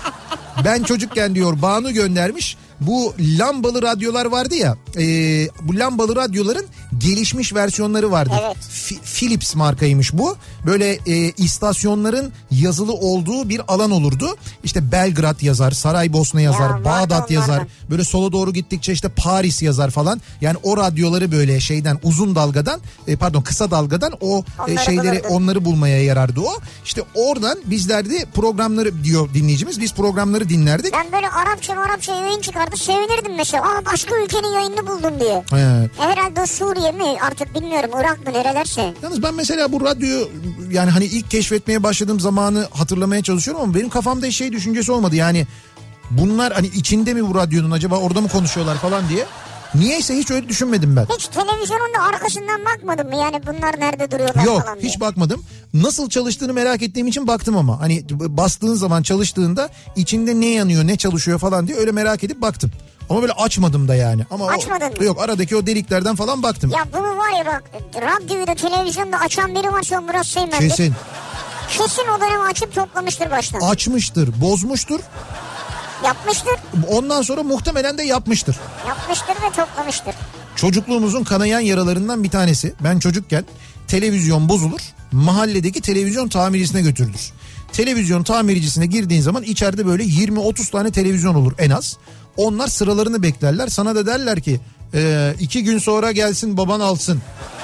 Ben çocukken diyor Banu göndermiş. Bu lambalı radyolar vardı ya. E, bu lambalı radyoların gelişmiş versiyonları vardı. Evet. F- Philips markaymış bu. Böyle e, istasyonların yazılı olduğu bir alan olurdu. İşte Belgrad yazar, Saraybosna yazar, Ya, vardı Bağdat onlardan. yazar. Böyle sola doğru gittikçe işte Paris yazar falan. Yani o radyoları böyle şeyden uzun dalgadan e, pardon kısa dalgadan o e, Onları şeyleri bulurdu. onları bulmaya yarardı o. İşte oradan bizler de programları diyor dinleyicimiz. Biz programları dinlerdik. Ben böyle Arapça Arapça yayın çıkardı, sevinirdim mesela. Aa, başka ülkenin yayınını buldum diye. Evet. E, herhalde o Suriye mi artık bilmiyorum, Irak mı, nerelerse. Yalnız ben mesela bu radyoyu yani hani ilk keşfetmeye başladığım zamanı hatırlamaya çalışıyorum ama benim kafamda şey düşüncesi olmadı. Yani bunlar hani içinde mi bu radyonun, acaba orada mı konuşuyorlar falan diye. Niyeyse hiç öyle düşünmedim ben. Hiç televizyonun da arkasından bakmadın mı? Yani bunlar nerede duruyorlar Yok falan diye. hiç bakmadım. Nasıl çalıştığını merak ettiğim için baktım ama. Hani bastığın zaman çalıştığında içinde ne yanıyor ne çalışıyor falan diye öyle merak edip baktım. Ama böyle açmadım da yani. Ama Açmadın o, mı? Yok aradaki o deliklerden falan baktım. Ya bunu var ya bak, radyoyu da televizyonu da açan biri varsa o Murat Seymen'dir. Kesin. Kesin o dönemi açıp toplamıştır baştan. Açmıştır, bozmuştur. Yapmıştır, Ondan sonra muhtemelen de yapmıştır. yapmıştır ve toplamıştır. Çocukluğumuzun kanayan yaralarından bir tanesi. Ben çocukken televizyon bozulur, mahalledeki televizyon tamircisine götürülür. Televizyon tamircisine girdiğin zaman içeride böyle yirmi otuz tane televizyon olur en az. Onlar sıralarını beklerler. Sana da derler ki e, iki gün sonra gelsin baban alsın.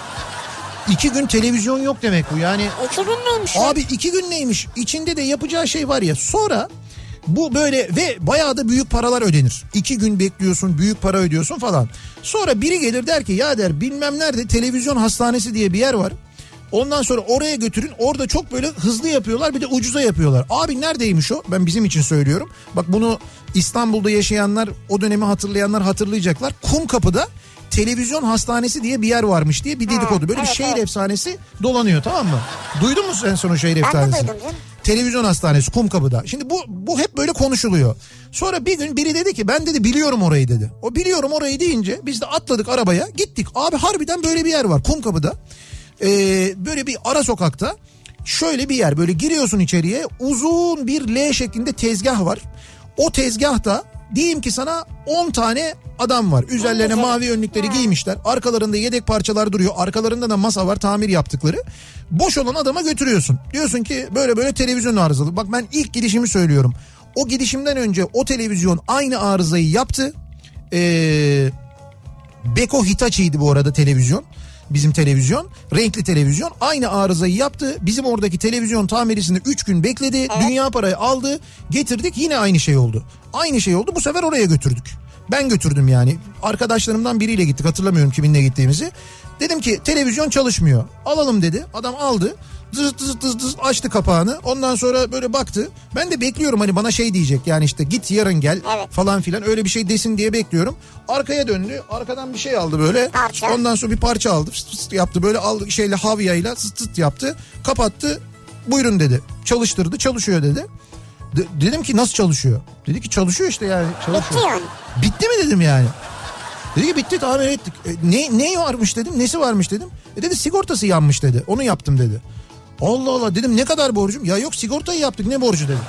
İki gün televizyon yok demek bu yani. İki gün neymiş ya? Abi iki gün neymiş? İçinde de yapacağı şey var ya. Sonra bu böyle ve bayağı da büyük paralar ödenir. İki gün bekliyorsun, büyük para ödüyorsun falan. Sonra biri gelir der ki ya der bilmem nerede televizyon hastanesi diye bir yer var. Ondan sonra oraya götürün, orada çok böyle hızlı yapıyorlar, bir de ucuza yapıyorlar. Abi neredeymiş o? Ben bizim için söylüyorum. Bak bunu İstanbul'da yaşayanlar, o dönemi hatırlayanlar hatırlayacaklar. Kumkapı'da televizyon hastanesi diye bir yer varmış diye bir dedikodu. Böyle evet, bir şehir evet. efsanesi dolanıyor, tamam mı? Duydun mu sen son o şehir Ben de efsanesini? duydum canım. Televizyon hastanesi Kumkapı'da. Şimdi bu bu hep böyle konuşuluyor. Sonra bir gün biri dedi ki ben dedi biliyorum orayı dedi. O biliyorum orayı deyince biz de atladık arabaya gittik. Abi harbiden böyle bir yer var Kumkapı'da. Ee, böyle bir ara sokakta şöyle bir yer, böyle giriyorsun içeriye, uzun bir L şeklinde tezgah var. O tezgahta diyeyim ki sana on tane adam var. Üzerlerine mavi önlükleri giymişler. Arkalarında yedek parçalar duruyor. Arkalarında da masa var, tamir yaptıkları. Boş olan adama götürüyorsun. Diyorsun ki böyle böyle televizyon arızalı. Bak ben ilk gidişimi söylüyorum. O gidişimden önce o televizyon aynı arızayı yaptı. Ee, Beko Hitachi'ydi bu arada televizyon. bizim televizyon. Renkli televizyon. Aynı arızayı yaptı. Bizim oradaki televizyon tamircisinde üç gün bekledi. Evet. Dünya parayı aldı. Getirdik, yine aynı şey oldu. Aynı şey oldu. Bu sefer oraya götürdük. Ben götürdüm yani. Arkadaşlarımdan biriyle gittik. Hatırlamıyorum kiminle gittiğimizi. Dedim ki televizyon çalışmıyor. Alalım dedi. Adam aldı. Zıt zıt zıt zıt açtı kapağını. Ondan sonra böyle baktı. Ben de bekliyorum hani bana şey diyecek. Yani işte git yarın gel evet. falan filan. Öyle bir şey desin diye bekliyorum. Arkaya döndü. Arkadan bir şey aldı böyle. Parça. Ondan sonra bir parça aldı. Fıst fıst yaptı. Böyle aldı şeyle, havyayla zıt zıt yaptı. Kapattı. Buyurun dedi. Çalıştırdı. Çalışıyor dedi. De- dedim ki nasıl çalışıyor? Dedi ki çalışıyor işte yani. Çalışıyor. Bitti yani. Bitti mi dedim yani. Dedi ki bitti, tamir ettik. E, ne, ne varmış dedim. Nesi varmış dedim. E dedi sigortası yanmış dedi. Onu yaptım dedi. Allah Allah dedim, ne kadar borcum? Ya yok sigortayı yaptık, ne borcu dedim.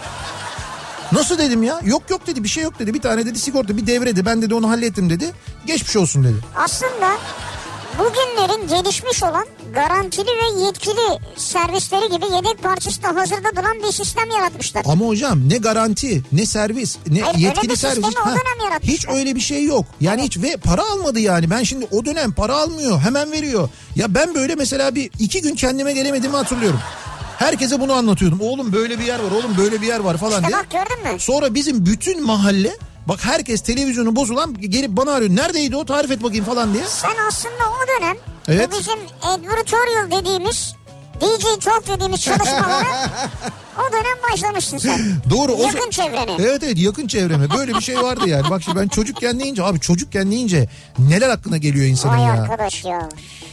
Nasıl dedim ya? Yok yok dedi, bir şey yok dedi. Bir tane dedi sigorta, bir devredi. Ben dedi onu hallettim dedi. Geçmiş olsun dedi. Aslında bugünlerin gelişmiş olan garantili ve yetkili servisleri gibi yedek parçası da hazırda duran bir sistem yaratmışlar. Ama hocam ne garanti, ne servis, ne Hayır, yetkili servis. Ha, hiç öyle bir şey yok. Yani evet. hiç ve para almadı yani. Ben şimdi o dönem para almıyor, hemen veriyor. Ya ben böyle mesela bir iki gün kendime gelemediğimi hatırlıyorum. Herkese bunu anlatıyordum. Oğlum böyle bir yer var, oğlum böyle bir yer var falan işte diye. Bak gördün mü? Sonra bizim bütün mahalle, bak herkes televizyonu bozulan gelip bana arıyor. Neredeydi o, tarif et bakayım falan diye. Sen aslında o dönem evet. bu bizim advertorial dediğimiz, D J Talk dediğimiz çalışmalara o dönem başlamışsın sen. Doğru. Yakın o... çevrene. Evet evet yakın çevreme. Böyle bir şey vardı yani. Bak şimdi ben çocukken deyince, abi çocukken deyince neler aklına geliyor insanın Vay ya. Vay arkadaş ya.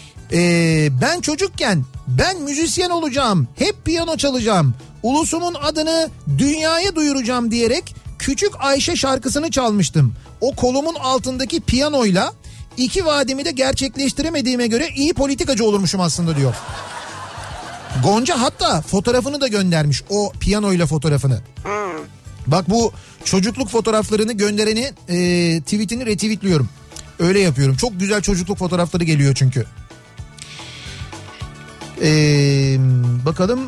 Ee, ben çocukken ben müzisyen olacağım, hep piyano çalacağım, ulusumun adını dünyaya duyuracağım diyerek Küçük Ayşe şarkısını çalmıştım. O kolumun altındaki piyanoyla iki vaadimi de gerçekleştiremediğime göre iyi politikacı olurmuşum aslında diyor. Gonca hatta fotoğrafını da göndermiş, o piyanoyla fotoğrafını. Hmm. Bak bu çocukluk fotoğraflarını göndereni e, tweetini retweetliyorum. Öyle yapıyorum. Çok güzel çocukluk fotoğrafları geliyor çünkü. Ee, bakalım.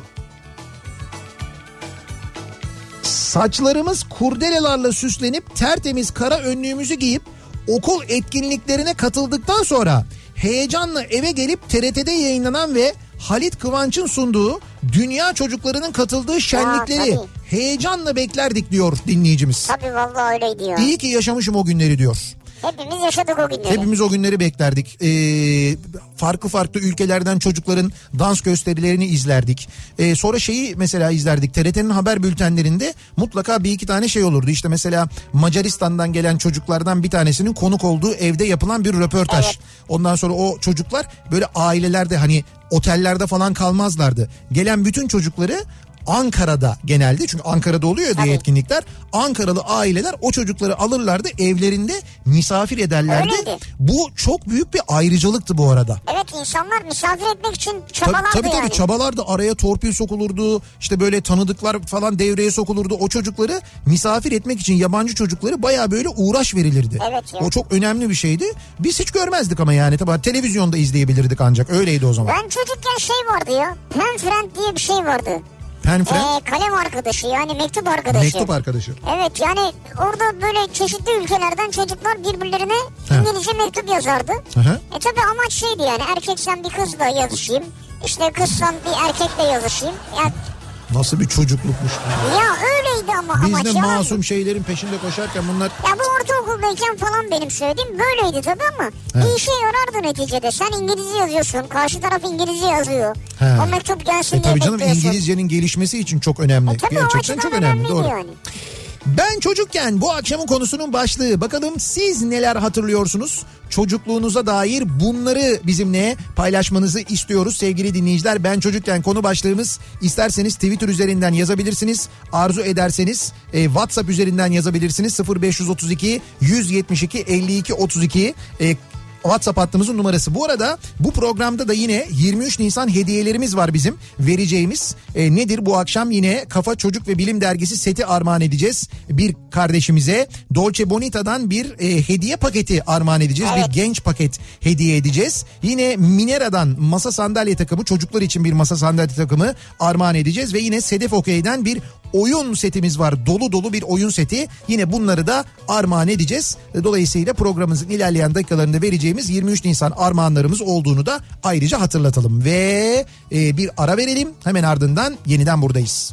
Saçlarımız kurdelelerle süslenip tertemiz kara önlüğümüzü giyip okul etkinliklerine katıldıktan sonra heyecanla eve gelip T R T'de yayınlanan ve Halit Kıvanç'ın sunduğu dünya çocuklarının katıldığı şenlikleri Aa, heyecanla beklerdik diyor dinleyicimiz. Tabii vallahi öyleydi ya. İyi ki yaşamışım o günleri diyor. Hepimiz yaşadık o günleri. Hepimiz o günleri beklerdik. Ee, farklı farklı ülkelerden çocukların dans gösterilerini izlerdik. Ee, sonra şeyi mesela izlerdik. T R T'nin haber bültenlerinde mutlaka bir iki tane şey olurdu. İşte mesela Macaristan'dan gelen çocuklardan bir tanesinin konuk olduğu evde yapılan bir röportaj. Evet. Ondan sonra o çocuklar böyle ailelerde, hani otellerde falan kalmazlardı. Gelen bütün çocukları Ankara'da genelde, çünkü Ankara'da oluyor diye etkinlikler. Ankaralı aileler o çocukları alırlardı, evlerinde misafir ederlerdi. Öyleydi. Bu çok büyük bir ayrıcalıktı bu arada. Evet, insanlar misafir etmek için çabalardı tabii, tabii, yani. Tabii çabalardı, araya torpil sokulurdu, işte böyle tanıdıklar falan devreye sokulurdu. O çocukları misafir etmek için, yabancı çocukları baya böyle uğraş verilirdi. Evet ya. O çok önemli bir şeydi. Biz hiç görmezdik ama yani tabii televizyonda izleyebilirdik ancak, öyleydi o zaman. Ben çocukken şey vardı ya, pen friend diye bir şey vardı. Pen friend? Ee, kalem arkadaşı, yani mektup arkadaşı. Mektup arkadaşı. Evet, yani orada böyle çeşitli ülkelerden çocuklar birbirlerine He. İngilizce mektup yazardı. Hı hı. E tabi amaç şeydi yani, erkeksen bir kızla yazışayım, işte kızsan bir erkekle yazışayım. Yani nasıl bir çocuklukmuş. Ya öyleydi ama biz amaç. Biz de masum ya. şeylerin peşinde koşarken bunlar... Ya bu ortaokuldayken falan benim söylediğim böyleydi tabii ama He. bir işe yarardı neticede. Sen İngilizce yazıyorsun, karşı taraf İngilizce yazıyor. He. O mektup gelsin e, diye tabii canım, bekliyorsun. İngilizcenin gelişmesi için çok önemli. E, tabii gerçekten çok önemli, doğru. Yani. Ben çocukken bu akşamın konusunun başlığı. Bakalım siz neler hatırlıyorsunuz? Çocukluğunuza dair bunları bizimle paylaşmanızı istiyoruz sevgili dinleyiciler. Ben çocukken konu başlığımız. İsterseniz Twitter üzerinden yazabilirsiniz. Arzu ederseniz e, WhatsApp üzerinden yazabilirsiniz. sıfır beş otuz iki yüz yetmiş iki elli iki otuz iki e, WhatsApp hattımızın numarası. Bu arada bu programda da yine yirmi üç Nisan hediyelerimiz var bizim vereceğimiz. E, nedir bu akşam? Yine Kafa Çocuk ve Bilim Dergisi seti armağan edeceğiz bir kardeşimize. Dolce Bonita'dan bir e, hediye paketi armağan edeceğiz. Evet. Bir genç paket hediye edeceğiz. Yine Minera'dan masa sandalye takımı, çocuklar için bir masa sandalye takımı armağan edeceğiz. Ve yine Sedef Okey'den bir oyun setimiz var. Dolu dolu bir oyun seti. Yine bunları da armağan edeceğiz. Dolayısıyla programımızın ilerleyen dakikalarında vereceğimiz yirmi üç Nisan armağanlarımız olduğunu da ayrıca hatırlatalım. Ve e, bir ara verelim. Hemen ardından yeniden buradayız.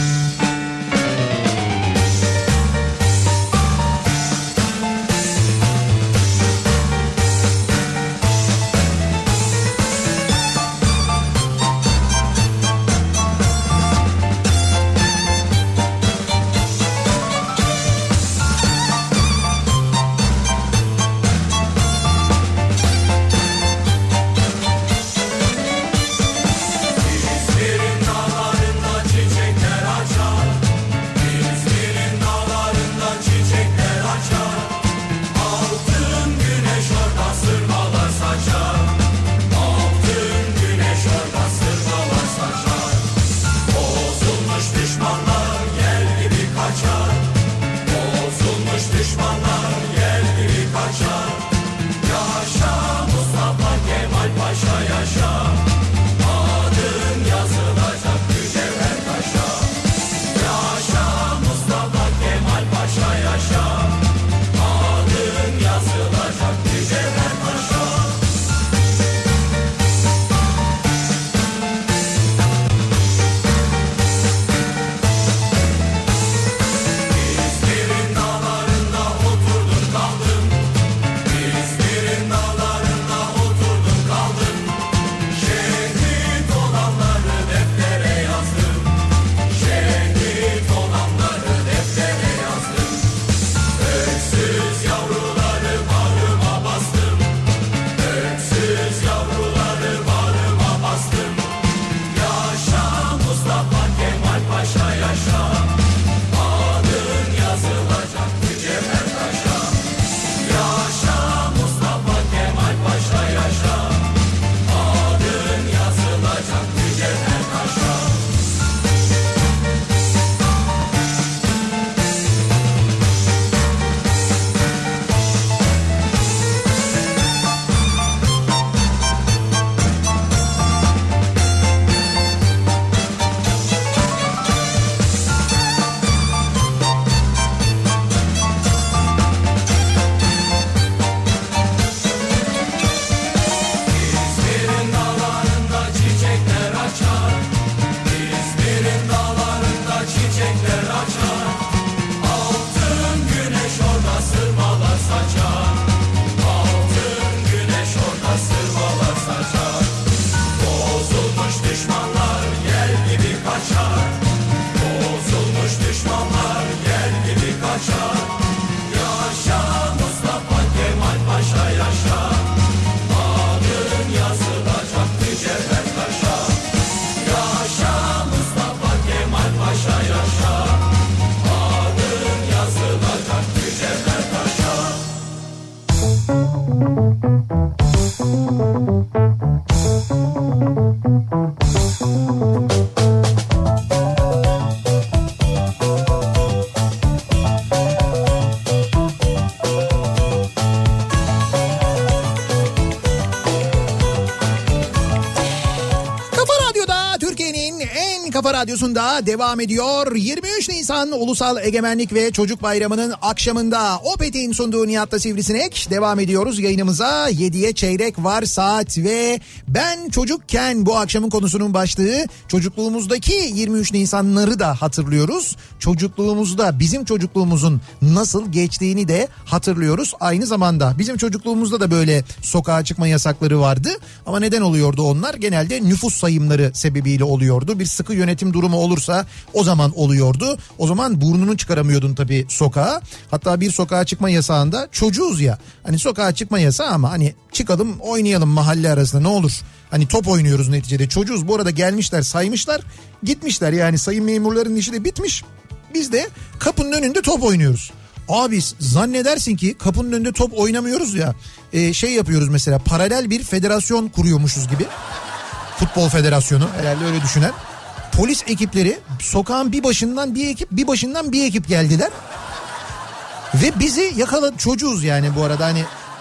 Kafa Radyosu'nda devam ediyor. yirmi üç Nisan Ulusal Egemenlik ve Çocuk Bayramı'nın akşamında Opet'in sunduğu Nihat'la Sivrisinek devam ediyoruz yayınımıza. yediye çeyrek var saat ve ben çocukken bu akşamın konusunun başlığı çocukluğumuzdaki yirmi üç Nisanları da hatırlıyoruz. Çocukluğumuzda bizim çocukluğumuzun nasıl geçtiğini de hatırlıyoruz. Aynı zamanda bizim çocukluğumuzda da böyle sokağa çıkma yasakları vardı. Ama neden oluyordu onlar? Genelde nüfus sayımları sebebiyle oluyordu. Bir sıkı yönetim durumu olursa o zaman oluyordu. O zaman burnunu çıkaramıyordun tabii sokağa. Hatta bir sokağa çıkma yasağında çocuğuz ya. Hani sokağa çıkma yasağı ama hani çıkalım oynayalım mahalle arasında ne olur. Hani top oynuyoruz neticede. Çocuğuz, bu arada gelmişler saymışlar gitmişler, yani sayım memurlarının işi de bitmiş. Biz de kapının önünde top oynuyoruz. Abi zannedersin ki kapının önünde top oynamıyoruz ya, e, şey yapıyoruz mesela, paralel bir federasyon kuruyormuşuz gibi. Futbol federasyonu herhalde, öyle düşünen. Polis ekipleri sokağın bir başından bir ekip bir başından bir ekip geldiler. Ve bizi yakaladı, çocuğuz yani bu arada, hani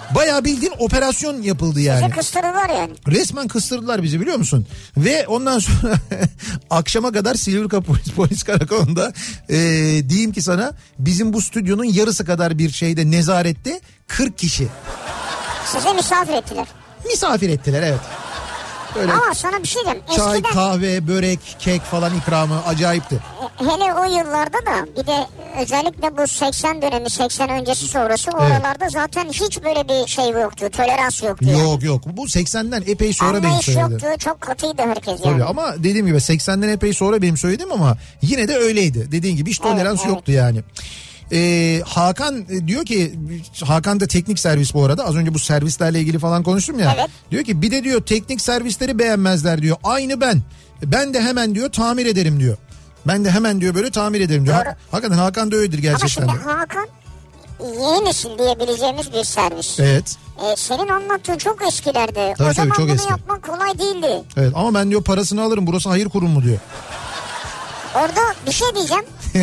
Bayağı bildiğin operasyon yapıldı yani. Bizi kıstırdılar yani. Resmen kıstırdılar bizi, biliyor musun? Ve ondan sonra akşama kadar Silivri Polis, Polis Karakolu'nda e, diyeyim ki sana, bizim bu stüdyonun yarısı kadar bir şeyde, nezarette kırk kişi. Size misafir ettiler. Misafir ettiler, evet. Böyle ama sana bir şey diyeyim. Çay, Eskiden, kahve, börek, kek falan ikramı acayipti. Hele o yıllarda da bir de özellikle bu seksen dönemi, seksen öncesi sonrası, evet. Oralarda zaten hiç böyle bir şey yoktu. Tolerans yoktu. Yok yani. yok. Bu seksenden epey sonra Anlayış benim söylediğim. yoktu. Çok katıydı herkes yani. yani. Ama dediğim gibi seksenden epey sonra benim söylediğim, ama yine de öyleydi. Dediğin gibi hiç tolerans evet, yoktu evet. yani. Ee, Hakan diyor ki, Hakan da teknik servis bu arada, az önce bu servislerle ilgili falan konuştum ya. Evet. Diyor ki bir de diyor teknik servisleri beğenmezler diyor. Aynı ben. Ben de hemen diyor tamir ederim diyor. Ben de hemen diyor böyle tamir ederim diyor. Ha, hakikaten Hakan da öyledir gerçekten. Ama şimdi Hakan yeni nesil diyebileceğimiz bir servis. Evet. Ee, senin anlattığın çok eskilerde. Tabii, o zaman tabii, bunu eski. yapmak kolay değildi. Evet, ama ben diyor parasını alırım, burası hayır kurumu diyor. Orada bir şey diyeceğim.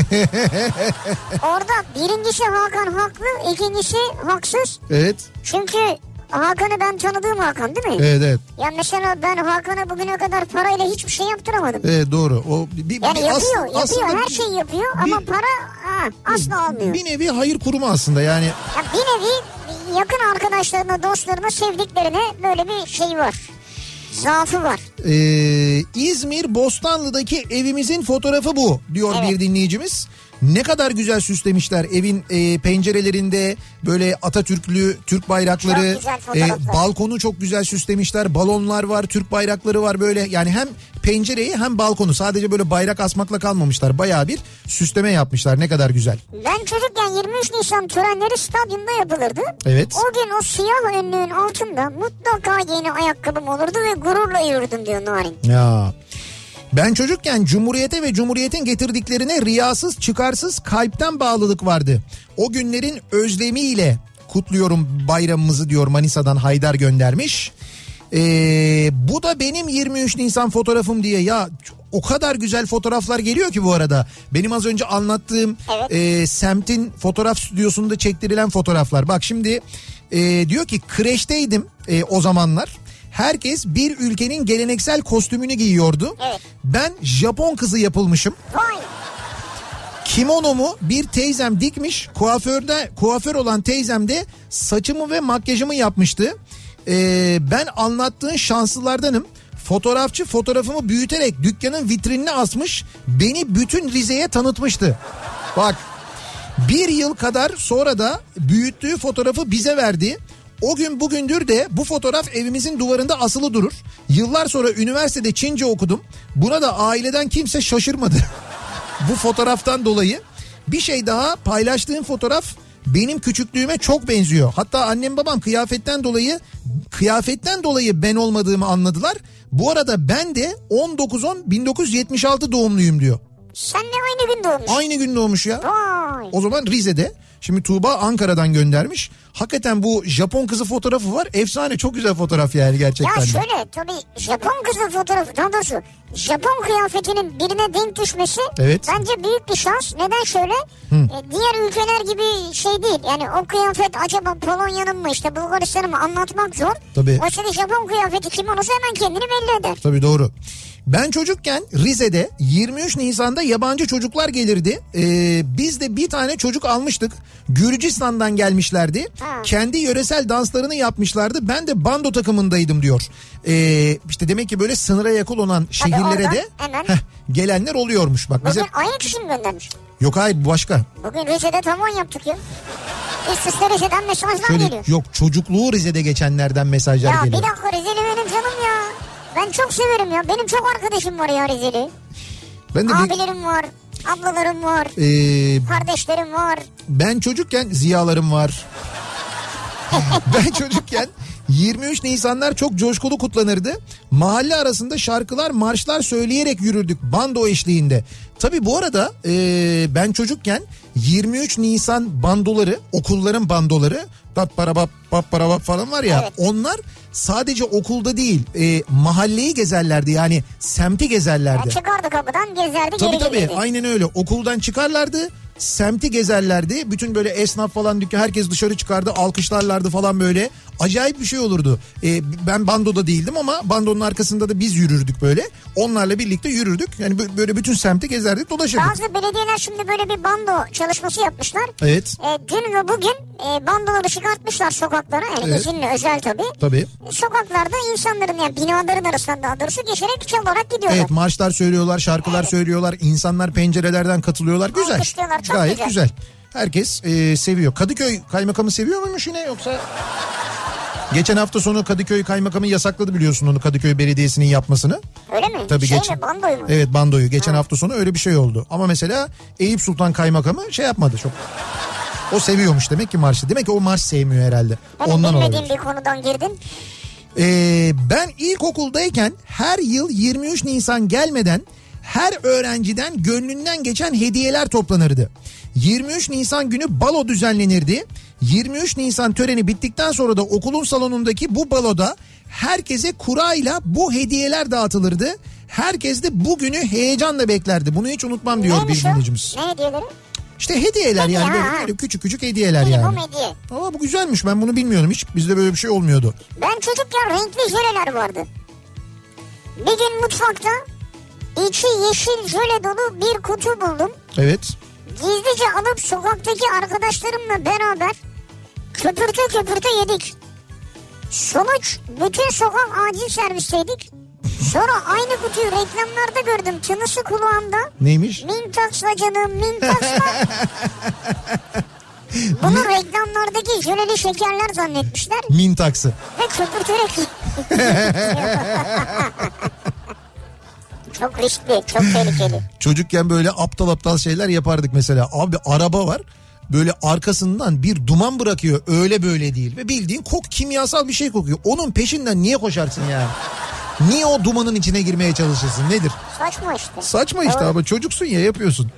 Orada birincisi Hakan haklı, ikincisi haksız. Evet. Çünkü Hakan'ı ben tanıdığım Hakan değil mi? Evet evet. Ya mesela ben Hakan'a bugüne kadar parayla hiçbir şey yaptıramadım. Evet doğru. O bir, yani bir, yapıyor, as, yapıyor her şeyi yapıyor bir, ama para ha, asla almıyor. Bir nevi hayır kurumu aslında yani. Ya bir nevi yakın arkadaşlarına, dostlarına, sevdiklerine böyle bir şey var. Zaafı var. Ee, İzmir Bostanlı'daki evimizin fotoğrafı bu diyor evet. bir dinleyicimiz. Ne kadar güzel süslemişler evin e, pencerelerinde böyle Atatürklü Türk bayrakları, e, balkonu çok güzel süslemişler, balonlar var, Türk bayrakları var böyle, yani hem pencereyi hem balkonu, sadece böyle bayrak asmakla kalmamışlar, bayağı bir süsleme yapmışlar, ne kadar güzel. Ben çocukken yirmi üç Nisan törenleri stadyumda yapılırdı. Evet. O gün o siyah önlüğün altında mutlaka yeni ayakkabım olurdu ve gururla yürürdüm diyor Narin. Ya. Ben çocukken Cumhuriyete ve Cumhuriyet'in getirdiklerine riyasız, çıkarsız, kalpten bağlılık vardı. O günlerin özlemiyle kutluyorum bayramımızı diyor, Manisa'dan Haydar göndermiş. Ee, bu da benim yirmi üç Nisan fotoğrafım diye. Ya o kadar güzel fotoğraflar geliyor ki bu arada. Benim az önce anlattığım evet. e, semtin fotoğraf stüdyosunda çektirilen fotoğraflar. Bak şimdi e, diyor ki kreşteydim e, o zamanlar. Herkes bir ülkenin geleneksel kostümünü giyiyordu. Evet. Ben Japon kızı yapılmışım. Vay. Kimonomu bir teyzem dikmiş. Kuaförde kuaför olan teyzem de saçımı ve makyajımı yapmıştı. Ee, ben anlattığın şanslılardanım. Fotoğrafçı fotoğrafımı büyüterek dükkanın vitrinine asmış. Beni bütün Rize'ye tanıtmıştı. Bak, bir yıl kadar sonra da büyüttüğü fotoğrafı bize verdi. O gün bugündür de bu fotoğraf evimizin duvarında asılı durur. Yıllar sonra üniversitede Çince okudum. Buna da aileden kimse şaşırmadı. Bu fotoğraftan dolayı. Bir şey daha, paylaştığım fotoğraf benim küçüklüğüme çok benziyor. Hatta annem babam kıyafetten dolayı kıyafetten dolayı ben olmadığımı anladılar. Bu arada ben de on dokuz on bin dokuz yüz yetmiş altı doğumluyum diyor. Sen de aynı gün doğmuş. Aynı gün doğmuş ya. Vay. O zaman Rize'de. Şimdi Tuğba Ankara'dan göndermiş. Hakikaten bu Japon kızı fotoğrafı var. Efsane, çok güzel fotoğraf yani gerçekten. Ya şöyle tabii Japon kızı fotoğrafı, daha doğrusu Japon kıyafetinin birine denk düşmesi evet. bence büyük bir şans. Neden şöyle? E, diğer ülkeler gibi şey değil. Yani o kıyafet acaba Polonya'nın mı işte Bulgaristan'ın mı anlatmak zor. Tabii. Oysa Japon kıyafeti kimonosu hemen kendini belli eder. Tabii doğru. Ben çocukken Rize'de yirmi üç Nisan'da yabancı çocuklar gelirdi. Ee, biz de bir tane çocuk almıştık. Gürcistan'dan gelmişlerdi. Ha. Kendi yöresel danslarını yapmışlardı. Ben de bando takımındaydım diyor. Ee, işte demek ki böyle sınıra yakın olan şehirlere de heh, gelenler oluyormuş. Bak bugün bize... aynı kişi mi göndermiş? Yok hayır, bu başka. Bugün Rize'de tamam yaptık ya. Üst üste Rize'den mesajlar Şöyle, geliyor. yok, çocukluğu Rize'de geçenlerden mesajlar ya geliyor. Ya bir dakika, Rizeli benim canım ya. Ben çok severim ya. Benim çok arkadaşım var ya Rizeli. Ben de abilerim bir... var. Ablalarım var. Ee, kardeşlerim var. Ben çocukken ziyalarım var. Ben çocukken yirmi üç Nisanlar çok coşkulu kutlanırdı. Mahalle arasında şarkılar, marşlar söyleyerek yürürdük bando eşliğinde. Tabii bu arada e, ben çocukken yirmi üç Nisan bandoları, okulların bandoları, papparabap papparabap falan var ya, evet. Onlar sadece okulda değil e, mahalleyi gezerlerdi, yani semti gezerlerdi. Ya çıkardı kapıdan gezerdi, tabii, geri tabii, gelirdi. aynen öyle, okuldan çıkarlardı. semti gezerlerdi. Bütün böyle esnaf falan dükkan, herkes dışarı çıkardı, alkışlarlardı falan böyle. Acayip bir şey olurdu. Ee, ben bandoda değildim ama bandonun arkasında da biz yürürdük böyle. Onlarla birlikte yürürdük. Yani böyle bütün semti gezerdik, dolaşırdık. Bazı belediyeler şimdi böyle bir bando çalışması yapmışlar. Evet. Ee, dün ve bugün e, bandoları çıkartmışlar sokaklara. Yani evet. İzinle özel tabii. Tabii. E, sokaklarda insanların, yani binaların arasında daha doğrusu geçerek çalarak gidiyorlar. Evet, marşlar söylüyorlar, şarkılar evet. söylüyorlar. İnsanlar pencerelerden katılıyorlar. Güzel. Çok gayet güzel. güzel. Herkes e, seviyor. Kadıköy kaymakamı seviyor muymuş yine, yoksa? Geçen hafta sonu Kadıköy kaymakamı yasakladı biliyorsun onu, Kadıköy Belediyesi'nin yapmasını. Öyle mi? Tabii şey geç... mi, bandoyu mu? Evet, bandoyu. Geçen ha. hafta sonu öyle bir şey oldu. Ama mesela Eyüp Sultan kaymakamı şey yapmadı çok. O seviyormuş demek ki marşı. Demek ki o marş sevmiyor herhalde. Hani ondan bilmediğim olabilir. bir konudan girdin. Ee, ben ilkokuldayken her yıl yirmi üç Nisan gelmeden her öğrenciden gönlünden geçen hediyeler toplanırdı. yirmi üç Nisan günü balo düzenlenirdi. yirmi üç Nisan töreni bittikten sonra da okulun salonundaki bu baloda herkese kurayla bu hediyeler dağıtılırdı. Herkes de bu günü heyecanla beklerdi. Bunu hiç unutmam diyor Neymiş bir o? dinleyicimiz. Ne hediyeleri? İşte hediyeler Hediye, yani ha, böyle, ha. böyle küçük küçük hediyeler İyi, yani. bu hediye. Ama bu güzelmiş, ben bunu bilmiyordum hiç. Bizde böyle bir şey olmuyordu. Ben çocukken renkli jöleler vardı. Bir gün mutfakta içi yeşil jöle dolu bir kutu buldum. Evet. Gizlice alıp sokaktaki arkadaşlarımla beraber köpürte köpürte yedik. Sonuç bütün sokak acil servisteydik. Sonra aynı kutuyu reklamlarda gördüm. Tınısı kulağımda. Neymiş? Mintax'la canım, Mintax'la. Bunu reklamlardaki jöleli şekerler zannetmişler. Mintax'ı. Ve köpürterek. Çok riskli, çok tehlikeli. Çocukken böyle aptal aptal şeyler yapardık mesela. Abi araba var. Böyle arkasından bir duman bırakıyor. Öyle böyle değil. Ve bildiğin kok, kimyasal bir şey kokuyor. Onun peşinden niye koşarsın yani? Niye o dumanın içine girmeye çalışırsın? Nedir? Saçma işte. Saçma işte evet. Ama çocuksun ya, yapıyorsun.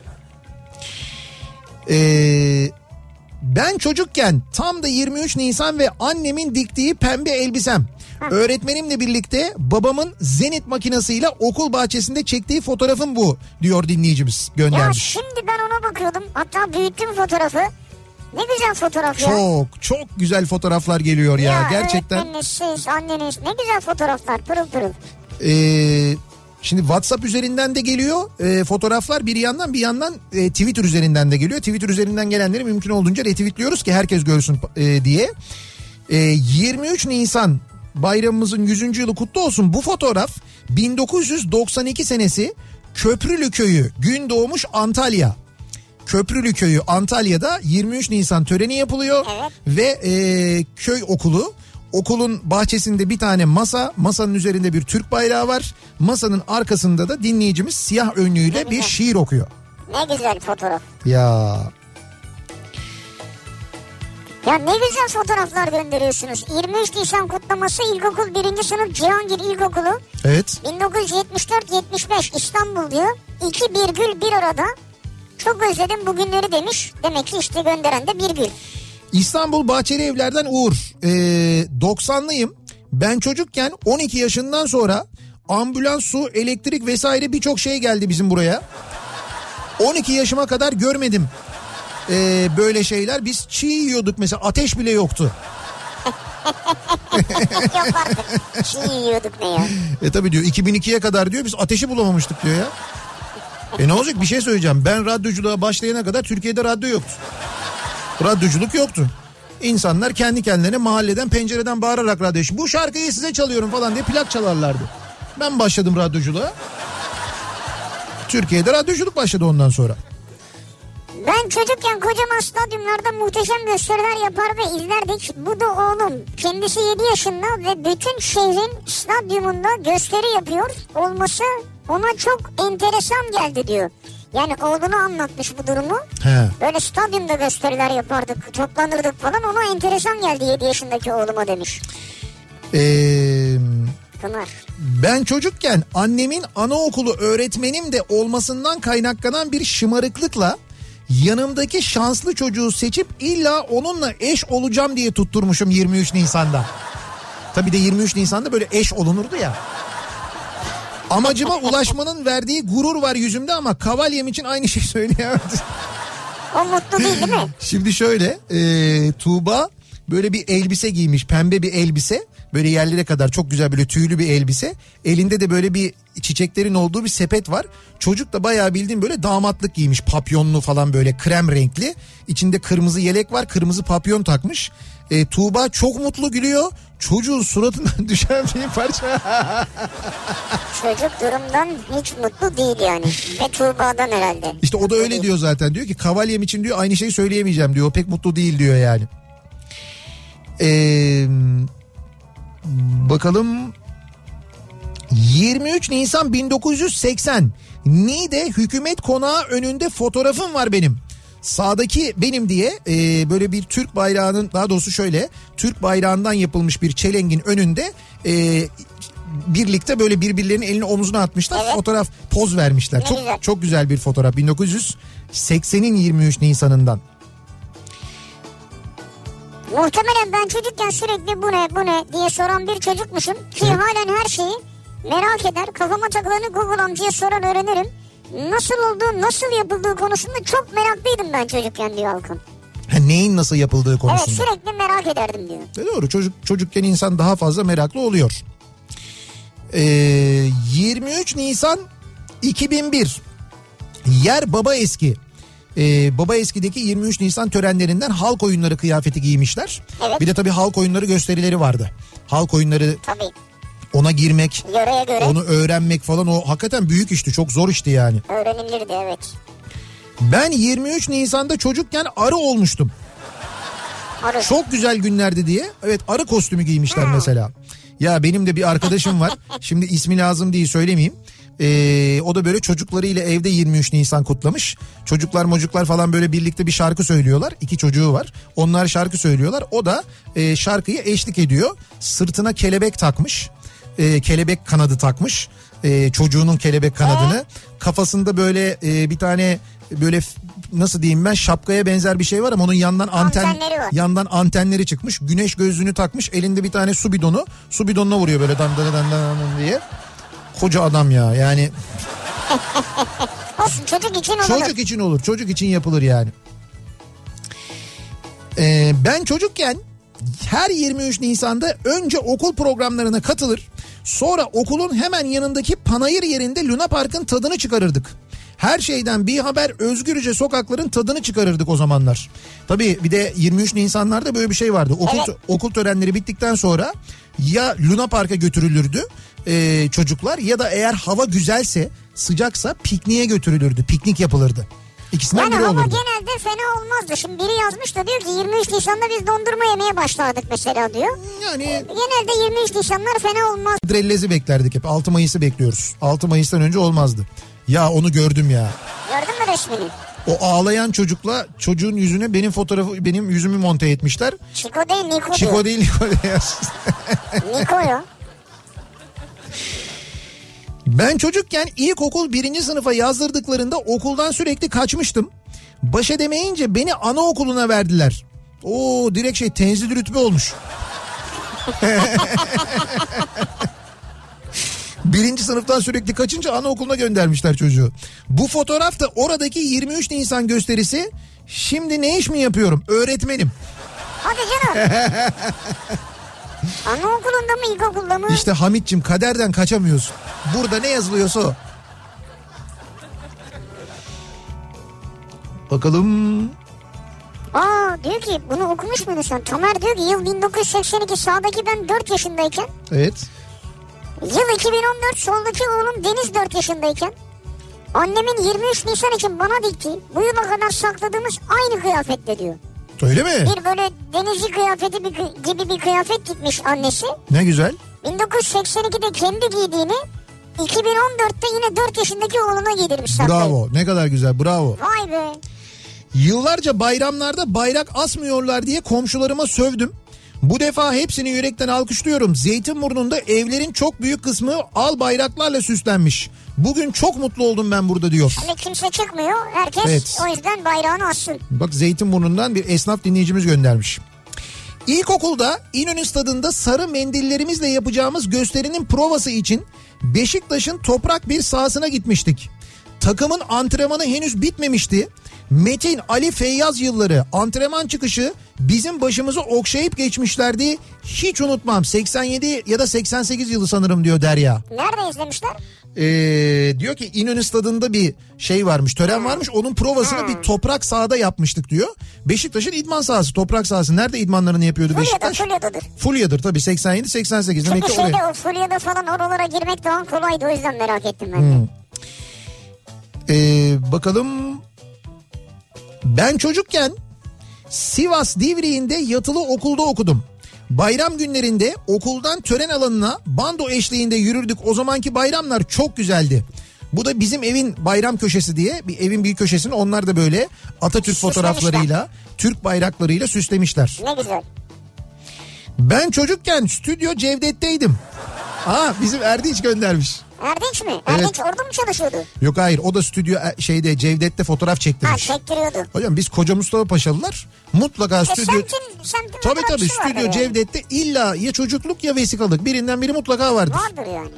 Ee, ben çocukken tam da yirmi üç Nisan ve annemin diktiği pembe elbisem. Hı. Öğretmenimle birlikte babamın Zenit makinesiyle okul bahçesinde çektiği fotoğrafım bu diyor dinleyicimiz, göndermiş. Ya şimdi ben ona bakıyordum, hatta büyüttüm fotoğrafı. Ne güzel fotoğraf ya. Çok çok güzel fotoğraflar geliyor ya, ya gerçekten. Öğretmeniniz, siz, anneniz, ne güzel fotoğraflar, pırıl pırıl. Ee, şimdi WhatsApp üzerinden de geliyor e, fotoğraflar, bir yandan bir yandan e, Twitter üzerinden de geliyor. Twitter üzerinden gelenleri mümkün olduğunca retweetliyoruz ki herkes görsün e, diye. E, yirmi üç Nisan bayramımızın yüzüncü yılı kutlu olsun. Bu fotoğraf bin dokuz yüz doksan iki senesi Köprülü Köyü, gün doğmuş Antalya. Köprülü Köyü Antalya'da yirmi üç Nisan töreni yapılıyor. Evet. Ve e, köy okulu, okulun bahçesinde bir tane masa, masanın üzerinde bir Türk bayrağı var. Masanın arkasında da dinleyicimiz siyah önlüğüyle bir şiir okuyor. Ne güzel fotoğraf. Ya. Ya ne güzel fotoğraflar gönderiyorsunuz. yirmi üç Nisan kutlaması ilkokul birinci sınıf Cihangir İlkokulu. Evet. bin dokuz yüz yetmiş dört yetmiş beş İstanbul diyor. İki virgül bir arada. Çok özledim bugünleri demiş. Demek ki işte gönderen de virgül. İstanbul Bahçeli Evler'den Uğur. Ee, doksanlıyım. Ben çocukken on iki yaşından sonra ambulans, su, elektrik vesaire birçok şey geldi bizim buraya. on iki yaşıma kadar görmedim ee, böyle şeyler. Biz çiğ yiyorduk mesela, ateş bile yoktu. Yok artık. Çiğ yiyorduk ne ya? E tabii diyor, iki bin ikiye kadar diyor biz ateşi bulamamıştık diyor ya. E ne olacak, bir şey söyleyeceğim. Ben radyoculuğa başlayana kadar Türkiye'de radyo yoktu. Radyoculuk yoktu. İnsanlar kendi kendilerine mahalleden, pencereden bağırarak radyo, bu şarkıyı size çalıyorum falan diye plak çalarlardı. Ben başladım radyoculuğa. Türkiye'de radyoculuk başladı ondan sonra. Ben çocukken kocaman stadyumlarda muhteşem gösteriler yapar ve izlerdik. Bu da oğlum. Kendisi yedi yaşında ve bütün şehrin stadyumunda gösteri yapıyor olması ona çok enteresan geldi diyor. Yani oğlunu anlatmış bu durumu. He. Böyle stadyumda gösteriler yapardık, toplanırdık falan. Ona enteresan geldi yedi yaşındaki oğluma demiş. Eee... Pınar. Ben çocukken annemin anaokulu öğretmenim de olmasından kaynaklanan bir şımarıklıkla yanımdaki şanslı çocuğu seçip illa onunla eş olacağım diye tutturmuşum yirmi üç Nisan'da. Tabii de yirmi üç Nisan'da böyle eş olunurdu ya. Amacıma ulaşmanın verdiği gurur var yüzümde ama kavalyem için aynı şey söyleyemez. O mutlu değil değil mi? Şimdi şöyle e, Tuğba böyle bir elbise giymiş, pembe bir elbise. Böyle yerlere kadar çok güzel böyle tüylü bir elbise. Elinde de böyle bir çiçeklerin olduğu bir sepet var. Çocuk da bayağı bildiğin böyle damatlık giymiş, papyonlu falan, böyle krem renkli. İçinde kırmızı yelek var, kırmızı papyon takmış. E, Tuğba çok mutlu gülüyor. Çocuğun suratından düşen bir parça. Çocuk durumdan hiç mutlu değil yani. Ve Tuğba'dan herhalde. İşte o da öyle diyor zaten. Diyor ki kavalyem için diyor aynı şeyi söyleyemeyeceğim diyor. O pek mutlu değil diyor yani. Eee... Bakalım, yirmi üç Nisan bin dokuz yüz seksen Niğde Hükümet Konağı önünde fotoğrafım var benim. Sağdaki benim diye e, böyle bir Türk bayrağının, daha doğrusu şöyle Türk bayrağından yapılmış bir çelengin önünde e, birlikte böyle birbirlerinin elini omzuna atmışlar. Evet. Fotoğraf, poz vermişler. Ne çok güzel. Çok güzel bir fotoğraf. bin dokuz yüz seksenin yirmi üç Nisan'ından. Muhtemelen ben çocukken sürekli bu ne bu ne diye soran bir çocukmuşum ki evet. Halen her şeyi merak eder, kafama takılanı Google amcaya sorar öğrenirim. Nasıl olduğu, nasıl yapıldığı konusunda çok meraklıydım ben çocukken diyor Halkın. Ha, neyin nasıl yapıldığı konusunda? Evet, sürekli merak ederdim diyor. E doğru, çocuk çocukken insan daha fazla meraklı oluyor. Ee, yirmi üç Nisan iki bin bir Yer Baba Eski. Ee, Baba Eski'deki yirmi üç Nisan törenlerinden halk oyunları kıyafeti giymişler. Evet. Bir de tabii halk oyunları gösterileri vardı. Halk oyunları, tabii. Ona girmek, Yöreye göre. Onu öğrenmek falan, o hakikaten büyük işti, çok zor işti yani. Öğrenilirdi, evet. Ben yirmi üç Nisan'da çocukken arı olmuştum. Arı. Çok güzel günlerdi diye. Evet, arı kostümü giymişler ha. Mesela. Ya benim de bir arkadaşım var. Şimdi ismi lazım değil, söylemeyeyim. Ee, o da böyle çocuklarıyla evde yirmi üç Nisan kutlamış. Çocuklar mocuklar falan böyle birlikte bir şarkı söylüyorlar. İki çocuğu var. Onlar şarkı söylüyorlar. O da e, şarkıyı eşlik ediyor. Sırtına kelebek takmış. E, kelebek kanadı takmış. E, çocuğunun kelebek kanadını. Kafasında böyle e, bir tane böyle, nasıl diyeyim ben, şapkaya benzer bir şey var ama onun yandan anten yandan antenleri çıkmış. Güneş gözlüğünü takmış. Elinde bir tane su bidonu. Su bidonuna vuruyor böyle dan dan dan dan diye. Koca adam ya yani. Olsun, çocuk için olur. Çocuk için olur. Çocuk için yapılır yani. Ee, ben çocukken her yirmi üç Nisan'da önce okul programlarına katılır. Sonra okulun hemen yanındaki panayır yerinde Luna Park'ın tadını çıkarırdık. Her şeyden bir haber, özgürce sokakların tadını çıkarırdık o zamanlar. Tabii bir de yirmi üç Nisanlarda böyle bir şey vardı. Okul, evet. Okul törenleri bittikten sonra ya Luna Park'a götürülürdü e, çocuklar, ya da eğer hava güzelse, sıcaksa pikniğe götürülürdü. Piknik yapılırdı. İkisinden yani biri olurdu. Yani hava genelde fena olmazdı. Şimdi biri yazmış da diyor ki yirmi üç Nisan'da biz dondurma yemeye başlardık mesela diyor. Yani genelde yirmi üç Nisanlar fena olmaz. Drellezi beklerdik hep. altı Mayıs'ı bekliyoruz. altı Mayıs'tan önce olmazdı. Ya onu gördüm ya. Gördün mü resmini? O ağlayan çocukla çocuğun yüzüne benim fotoğrafı, benim yüzümü monte etmişler. Çiko değil, Niko. Çiko değil, Niko değil. Niko ya. Ben çocukken ilkokul birinci sınıfa yazdırdıklarında okuldan sürekli kaçmıştım. Baş edemeyince beni anaokuluna verdiler. Oo, direkt şey, tenzil rütbe olmuş. Birinci sınıftan sürekli kaçınca anaokuluna göndermişler çocuğu. Bu fotoğraf da oradaki yirmi üç Nisan gösterisi. Şimdi ne iş mi yapıyorum? Öğretmenim. Hadi canım. Anaokulunda mı, ilkokulda mı? İşte Hamit'cim, kaderden kaçamıyorsun. Burada ne yazılıyorsa o. Bakalım. Aa, diyor ki bunu okumuş muydun sen? Tamer diyor ki yıl bin dokuz yüz seksen iki, sağdaki ben dört yaşındayken. Evet. Yıl iki bin on dört, soldaki oğlum Deniz dört yaşındayken. Annemin yirmi üç Nisan için bana diktiği, bu yıla kadar sakladığımız aynı kıyafetle diyor. Öyle mi? Bir böyle denizci kıyafeti bir, gibi bir kıyafet gitmiş annesi. Ne güzel. bin dokuz yüz seksen ikide kendi giydiğini iki bin on dörtte yine dört yaşındaki oğluna giydirmiş. Bravo, saklayıp. Ne kadar güzel, bravo. Vay be. Yıllarca bayramlarda bayrak asmıyorlar diye komşularıma sövdüm. Bu defa hepsini yürekten alkışlıyorum. Zeytinburnu'nda evlerin çok büyük kısmı al bayraklarla süslenmiş. Bugün çok mutlu oldum ben burada diyor. Hani kimse çıkmıyor. Herkes evet. O yüzden bayrağını assın. Bak, Zeytinburnu'ndan bir esnaf dinleyicimiz göndermiş. İlkokulda İnönü Stadı'nda sarı mendillerimizle yapacağımız gösterinin provası için Beşiktaş'ın toprak bir sahasına gitmiştik. Takımın antrenmanı henüz bitmemişti. Metin, Ali, Feyyaz yılları antrenman çıkışı bizim başımızı okşayıp geçmişlerdi. Hiç unutmam. seksen yedi ya da seksen sekiz yılı sanırım diyor Derya. Nerede izlemişler? Ee, diyor ki İnönü Stadı'nda bir şey varmış, tören varmış. Onun provasını hmm. bir toprak sahada yapmıştık diyor. Beşiktaş'ın idman sahası, toprak sahası. Nerede idmanlarını yapıyordu Fulya'da, Beşiktaş? Fulya'dadır. Fulya'dır tabii, seksen yedi seksen sekiz. Çünkü Demek şeyde oraya... o Fulya'da falan oralara girmek daha kolaydı, o yüzden merak ettim ben de. Hmm. Ee, bakalım. Ben çocukken Sivas Divriği'nde yatılı okulda okudum. Bayram günlerinde okuldan tören alanına bando eşliğinde yürürdük. O zamanki bayramlar çok güzeldi. Bu da bizim evin bayram köşesi diye, bir evin bir köşesini onlar da böyle Atatürk fotoğraflarıyla, Türk bayraklarıyla süslemişler. Ne güzel. Ben çocukken Stüdyo Cevdet'teydim. Aa, bizim Erdinç göndermiş. Erdinç mi? Evet. Erdinç orada mı çalışıyordu? Yok hayır, o da stüdyo şeyde Cevdet'te fotoğraf çektirmiş. Ha, çektiriyordu. Hocam biz Koca Mustafa Paşalılar mutlaka E, stüdyo... Semtin, semtin tabii tabii stüdyo yani. Cevdet'te illa ya çocukluk ya vesikalık birinden biri mutlaka vardır. Vardır yani.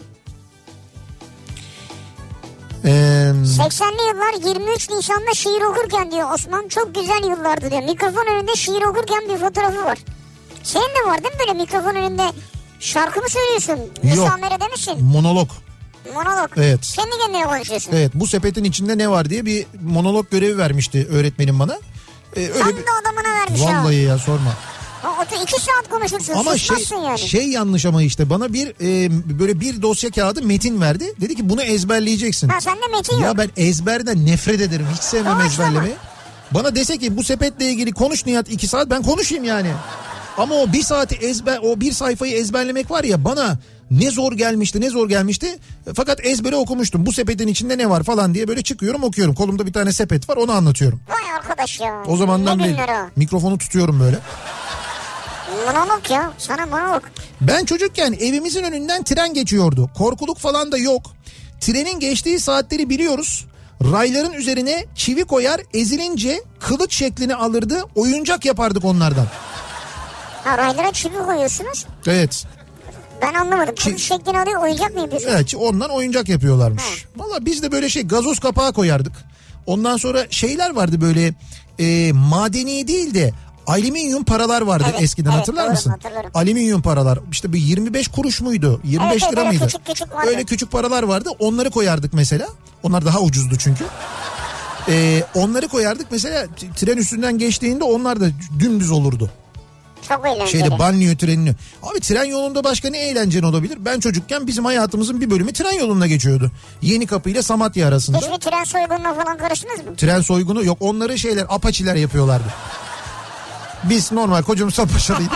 Ee... seksenli yıllar yirmi üç Nisan'da şiir okurken diyor Osman, çok güzel yıllardı diyor. Mikrofon önünde şiir okurken bir fotoğrafı var. Senin de var değil mi böyle mikrofon önünde şarkı mı söylüyorsun? Müsamere'de misin? Monolog. Monolog. Evet. Kendi kendine konuşuyorsun. Evet, bu sepetin içinde ne var diye bir monolog görevi vermişti öğretmenim bana. Ee, öyle Tam bir... da adamına vermiş Vallahi ya. Vallahi ya sorma. O iki saat konuşursun, ama şey, yani. şey yanlış ama işte bana bir e, böyle bir dosya kağıdı metin verdi. Dedi ki bunu ezberleyeceksin. Ha, sende metin yok. Ya ben ezberden nefret ederim. Hiç sevmem Doğru ezberlemeyi. Ama. Bana dese ki bu sepetle ilgili konuş Nihat iki saat, ben konuşayım yani. Ama o bir saati ezber, o bir sayfayı ezberlemek var ya, bana ne zor gelmişti ne zor gelmişti. Fakat ezbere okumuştum. Bu sepetin içinde ne var falan diye böyle çıkıyorum okuyorum. Kolumda bir tane sepet var, onu anlatıyorum. Vay arkadaş ya. O zamandan beri mikrofonu tutuyorum böyle. Monolog ya, sana monolog. Ben çocukken evimizin önünden tren geçiyordu. Korkuluk falan da yok. Trenin geçtiği saatleri biliyoruz. Rayların üzerine çivi koyar, ezilince kılıç şeklini alırdı. Oyuncak yapardık onlardan. Ha, raylara çivi koyuyorsunuz. Evet. Ben anlamadım. Kılıç Ç- şeklini alıyor, oyuncak mı yapıyorsunuz? Evet, ondan oyuncak yapıyorlarmış. Valla biz de böyle şey gazoz kapağı koyardık. Ondan sonra şeyler vardı böyle e, madeni değil de alüminyum paralar vardı evet, eskiden, evet, hatırlar doğru, mısın? Hatırlarım. Alüminyum paralar. İşte bir yirmi beş kuruş muydu? yirmi beş evet, lira mıydı? Küçük, küçük öyle küçük paralar vardı. Onları koyardık mesela. Onlar daha ucuzdu çünkü. Ee, onları koyardık mesela, tren üstünden geçtiğinde onlar da dümdüz olurdu. Çok eğlenceli. Şeyde banliyö trenini. Abi tren yolunda başka ne eğlenceli olabilir? Ben çocukken bizim hayatımızın bir bölümü tren yolunda geçiyordu. Yenikapı ile Samatya arasında. Hiç mi tren soygununa falan karıştınız mı? Tren soygunu yok. Onları şeyler, apaçiler yapıyorlardı. Biz normal Koca Mustafa Paşalıydık.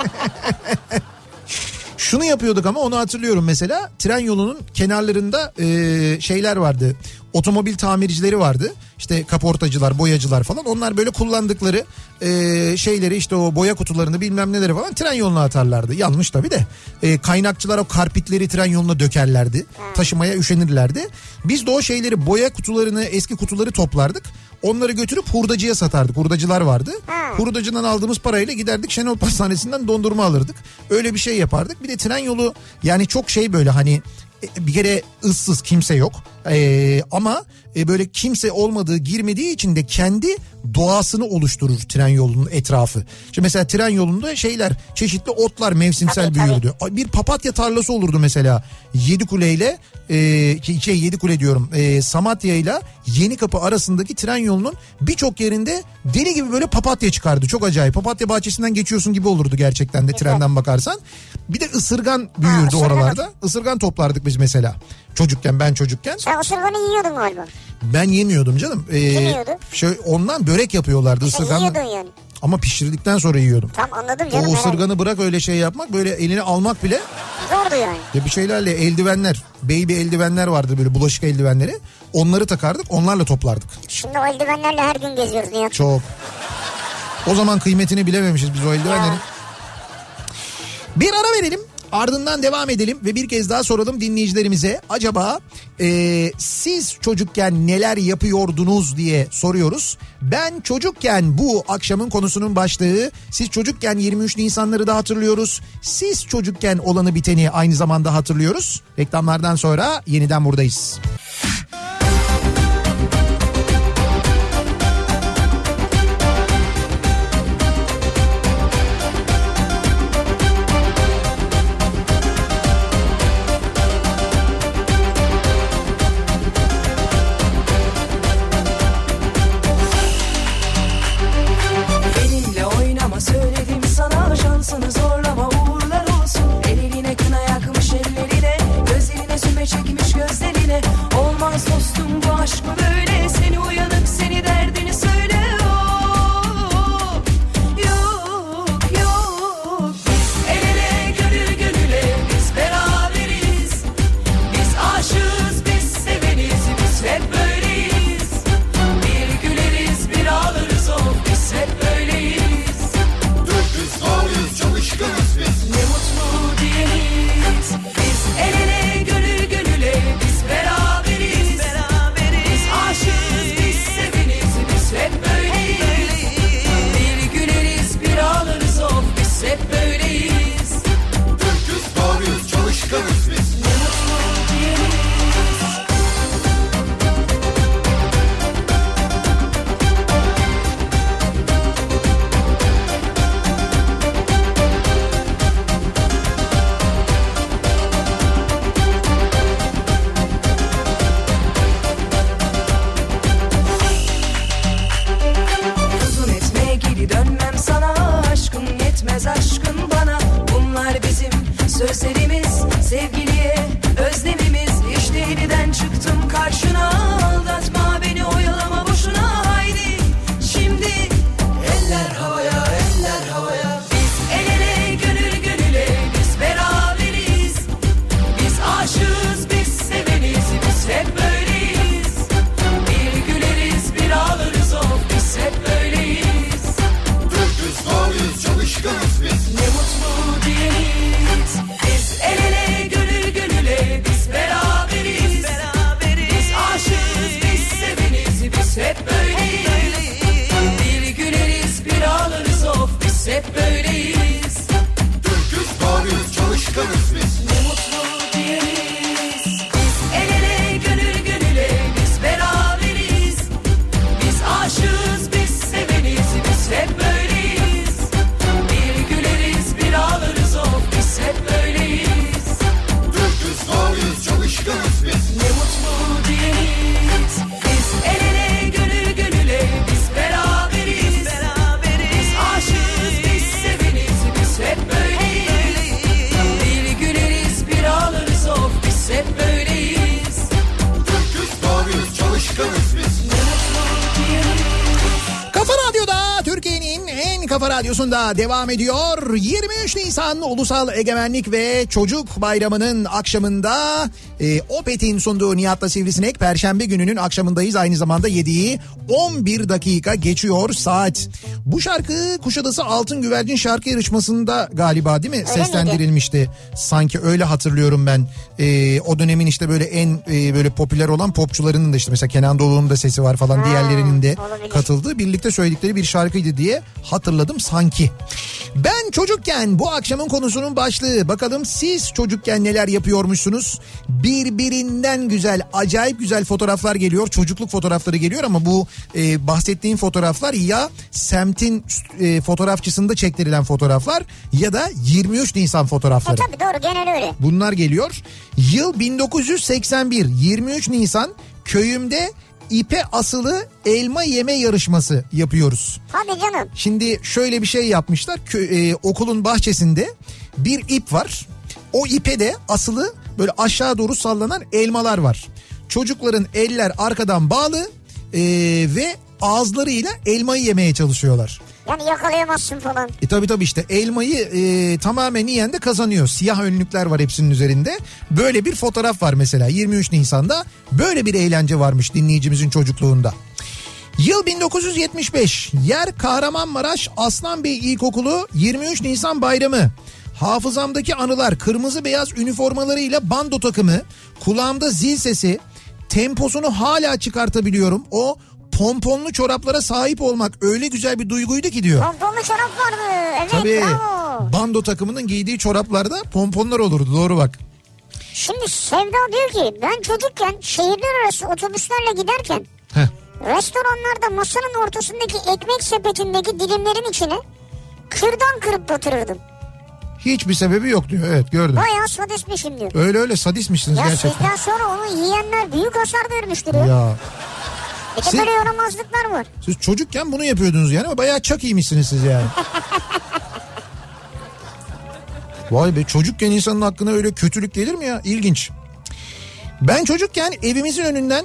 Şunu yapıyorduk ama onu hatırlıyorum mesela. Tren yolunun kenarlarında e, şeyler vardı. Otomobil tamircileri vardı. İşte kaportacılar, boyacılar falan. Onlar böyle kullandıkları e, şeyleri, işte o boya kutularını bilmem neleri falan tren yoluna atarlardı. Yanlış tabii de. E, kaynakçılar o karpitleri tren yoluna dökerlerdi. Taşımaya üşenirlerdi. Biz de o şeyleri, boya kutularını, eski kutuları toplardık. Onları götürüp hurdacıya satardık. Hurdacılar vardı. Ha. Hurdacıdan aldığımız parayla giderdik Şenol Pastanesi'nden dondurma alırdık. Öyle bir şey yapardık. Bir de tren yolu yani çok şey böyle hani bir kere ıssız, kimse yok. Ee, ama e, böyle kimse olmadığı, girmediği için de kendi doğasını oluşturur tren yolunun etrafı. Şimdi mesela tren yolunda şeyler, çeşitli otlar mevsimsel tabii, büyürdü. Tabii. Bir papatya tarlası olurdu mesela. Yedikule ile e, şey Yedikule diyorum. E, Samatya ile Yenikapı arasındaki tren yolunun birçok yerinde deli gibi böyle papatya çıkardı. Çok acayip. Papatya bahçesinden geçiyorsun gibi olurdu gerçekten de trenden bakarsan. Bir de ısırgan büyürdü ha, oralarda. Isırgan toplardık biz mesela. Çocukken, ben çocukken. Sen ısırganı yiyordun galiba. Ben yemiyordum canım. Ee, Kim yiyordu? Şöyle, ondan börek yapıyorlardı Sen ısırgan. yiyordun yani. Ama pişirdikten sonra yiyordum. Tam anladım canım. O ısırganı bırak öyle şey yapmak, böyle elini almak bile. Zordu yani. Ya bir şeylerle, eldivenler, baby eldivenler vardı böyle, bulaşık eldivenleri. Onları takardık, onlarla toplardık. Şimdi o eldivenlerle her gün geziyoruz Nihat. Çok. O zaman kıymetini bilememişiz biz o eldivenlerin. Ya. Bir ara verelim. Ardından devam edelim ve bir kez daha soralım dinleyicilerimize. Acaba e, siz çocukken neler yapıyordunuz diye soruyoruz. Ben çocukken, bu akşamın konusunun başlığı. Siz çocukken yirmi üç Nisanları da hatırlıyoruz. Siz çocukken olanı biteni aynı zamanda hatırlıyoruz. Reklamlardan sonra yeniden buradayız. söyle. Olmaz dostum bu aşk mı böyle? Seni uyanık, seni derdini söyle. Oh, yok yok. Biz el ele, gönül gönüle, biz beraberiz. Biz aşığız, biz seveniz, biz hep böyleyiz. Bir güleriz, bir ağlarız, oh biz hep böyleyiz. Dürtüz, doğruyuz, çalışkanız biz. Ne mutlu diyelim. Biz el ele, gönül gönüle, biz beraberiz. Biz, beraberiz. Biz aşığız, biz seveniz, biz hep böyleyiz. Bir güleriz, bir ağlarız, oh biz hep böyleyiz. Dürtüz, doğruyuz, çalışkanız biz. Ne mutlu diyelim. Uzun etme geri dönmem sana. Aşkım yetmez aşkın bana. Bunlar bizim sözlerimiz. Sevgiliye özlemimiz. İşte yeniden çıktım karşına. Aldatma beni, oyalama boşuna. Haydi şimdi eller havaya, eller havaya. Biz el ele, gönül gönüle, biz beraberiz. Biz aşığız, biz seveniz, biz hep böyleyiz. Bir güleriz, bir ağlarız, oh biz hep böyleyiz. Dürtüz, doğruyuz, çalışkanız biz. Ne mutlu diyelim. Biz el ele, gönül gönüle, biz beraberiz. Biz, beraberiz. Biz aşığız, biz seveniz, biz hep böyleyiz. Bir güleriz, bir ağlarız, of biz hep böyleyiz. Dürtüz, doğruyuz, çalışkanız biz. Ne mutlu diyelim. Biz el ele, gönül gönüle, biz beraberiz. Biz aşığız, biz seveniz, biz hep böyleyiz. Bir güleriz, bir ağlarız, of biz hep böyleyiz. Dürtüz, doğruyuz, çalışkanız biz. Ne mutlu diyelim. Biz el ele, gönül gönüle, biz beraberiz. Biz, beraberiz. Biz aşığız, biz seveniz, biz hep böyleyiz. Bir güleriz, bir ağlarız, of biz hep böyleyiz. Dürtüz, doğruyuz, çalışkanız biz. Ne mutlu diyelim. Kafa Radyo'da, Türkiye'nin en kafa radyosunda devam ediyor. yirmi üç Nisan Ulusal Egemenlik ve Çocuk Bayramı'nın akşamında e, Opet'in sunduğu Nihat'la Sivrisinek, Perşembe gününün akşamındayız. Aynı zamanda yediği on bir dakika geçiyor saat. Bu şarkı Kuşadası Altın Güvercin şarkı yarışmasında galiba değil mi? Öyle Seslendirilmişti. Miydi? Sanki öyle hatırlıyorum ben. E, o dönemin işte böyle en e, böyle popüler olan popçularının da işte mesela Kenan Doğulu'nun da sesi var falan, Ha, diğerlerinin de olabilir. katıldığı, birlikte söyledikleri bir şarkıydı diye hatırladım sanki. Ben çocukken bu akşamın konusunun başlığı. Bakalım siz çocukken neler yapıyormuşsunuz? Birbirinden güzel, acayip güzel fotoğraflar geliyor. Çocukluk fotoğrafları geliyor ama bu e, bahsettiğim fotoğraflar ya semtin e, fotoğrafçısında çektirilen fotoğraflar ya da yirmi üç Nisan E fotoğrafları. tabii doğru, genel öyle. Bunlar geliyor. Yıl bin dokuz yüz seksen bir, yirmi üç Nisan, köyümde ipe asılı elma yeme yarışması yapıyoruz. Hadi canım. Şimdi şöyle bir şey yapmışlar. Kö- e, okulun bahçesinde bir ip var. O ipe de asılı böyle aşağı doğru sallanan elmalar var. Çocukların eller arkadan bağlı e, ve ağızlarıyla elmayı yemeye çalışıyorlar. Yani yakalayamazsın falan. E tabi tabi işte elmayı e, tamamen yiyen de kazanıyor. Siyah önlükler var hepsinin üzerinde. Böyle bir fotoğraf var mesela yirmi üç Nisan'da. Böyle bir eğlence varmış dinleyicimizin çocukluğunda. Yıl bin dokuz yüz yetmiş beş. Yer Kahramanmaraş Aslanbey İlkokulu, yirmi üç Nisan bayramı. Hafızamdaki anılar: kırmızı beyaz üniformalarıyla bando takımı, kulağımda zil sesi, temposunu hala çıkartabiliyorum. O pomponlu çoraplara sahip olmak öyle güzel bir duyguydu ki diyor. Pomponlu çorap vardı. Evet, Tabii bravo. bando takımının giydiği çoraplarda pomponlar olurdu, doğru bak. Şimdi Sevda diyor ki ben çocukken şehirler arası otobüslerle giderken Heh. restoranlarda masanın ortasındaki ekmek sepetindeki dilimlerin içine kürdan kırıp batırırdım. Hiçbir sebebi yok diyor, evet gördüm. Bayağı sadistmişim diyor. Öyle öyle sadistmişsiniz Ya gerçekten. sizden sonra onu yiyenler büyük hasar görmüştür ya. Ya Bir de Siz- böyle yaramazlıklar var. siz çocukken bunu yapıyordunuz yani ama bayağı çok iyiymişsiniz siz yani. Vay be, çocukken insanın aklına öyle kötülük gelir mi ya? İlginç. Ben çocukken evimizin önünden,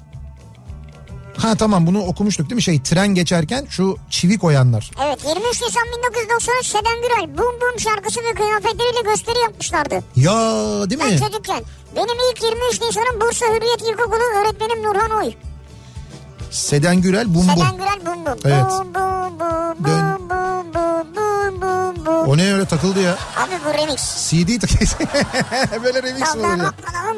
ha tamam bunu okumuştuk değil mi, şey tren geçerken şu çivi koyanlar. Evet, yirmi üç Nisan bin dokuz yüz doksan üç Seden Gürel Bum Bum şarkısı ve kıyafetleriyle gösteri yapmışlardı. Ya değil mi? Ben çocukken. Benim ilk yirmi üç Nisan'ım Bursa Hürriyet İlkokulu öğretmenim Nurhan Oy. Seden Gürel Bum Bum. Seden Gürel Bum Bum. Evet. Bum bum bum Dön. bum bum bum bum bum bum. O ne öyle takıldı ya? Abi bu remix. C D takıldı. Böyle remix mi oluyor?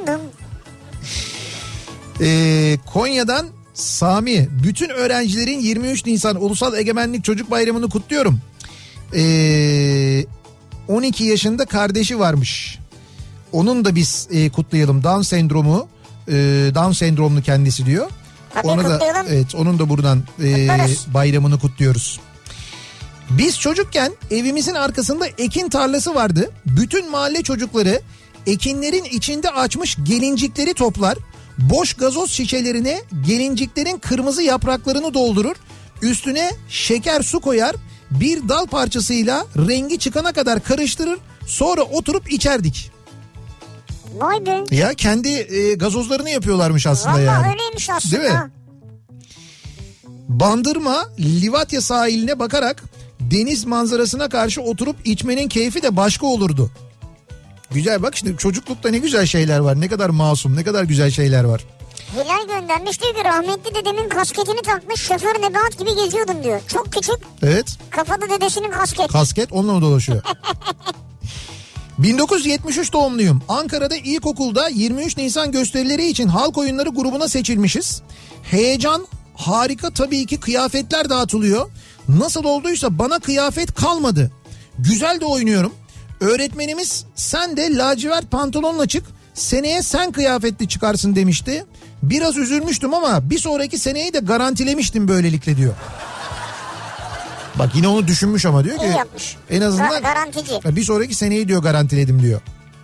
Ee, Konya'dan Sami, bütün öğrencilerin yirmi üç Nisan Ulusal Egemenlik Çocuk Bayramı'nı kutluyorum. Ee, on iki yaşında kardeşi varmış. Onun da biz e, kutlayalım. Down sendromu, e, Down sendromlu kendisi diyor. Tabii Ona da, kutlayalım. evet, onun da buradan e, bayramını kutluyoruz. Biz çocukken evimizin arkasında ekin tarlası vardı. Bütün mahalle çocukları ekinlerin içinde açmış gelincikleri toplar. Boş gazoz şişelerine gelinciklerin kırmızı yapraklarını doldurur. Üstüne şeker su koyar. Bir dal parçasıyla rengi çıkana kadar karıştırır. Sonra oturup içerdik. Vay be. Ya kendi e, gazozlarını yapıyorlarmış aslında. Vallahi yani. öyleymiş aslında. Değil mi? Bandırma, Livatya sahiline bakarak deniz manzarasına karşı oturup içmenin keyfi de başka olurdu. Güzel, bak şimdi çocuklukta ne güzel şeyler var. Ne kadar masum, ne kadar güzel şeyler var. Hilal göndermiş, diyor ki rahmetli dedemin kasketini takmış, şoför Nebahat gibi geziyordum diyor. Çok küçük. Evet. Kafada dedesinin kasket. Kasket onunla mı dolaşıyor? bin dokuz yüz yetmiş üç doğumluyum. Ankara'da ilkokulda yirmi üç Nisan gösterileri için halk oyunları grubuna seçilmişiz. Heyecan harika, tabii ki kıyafetler dağıtılıyor. Nasıl olduysa bana kıyafet kalmadı. Güzel de oynuyorum. Öğretmenimiz sen de lacivert pantolonla çık, seneye sen kıyafetli çıkarsın demişti. Biraz üzülmüştüm ama bir sonraki seneyi de garantilemiştim böylelikle diyor. Bak yine onu düşünmüş ama diyor ki İyi yapmış. en azından Ga- garantici. bir sonraki seneyi diyor garantiledim diyor.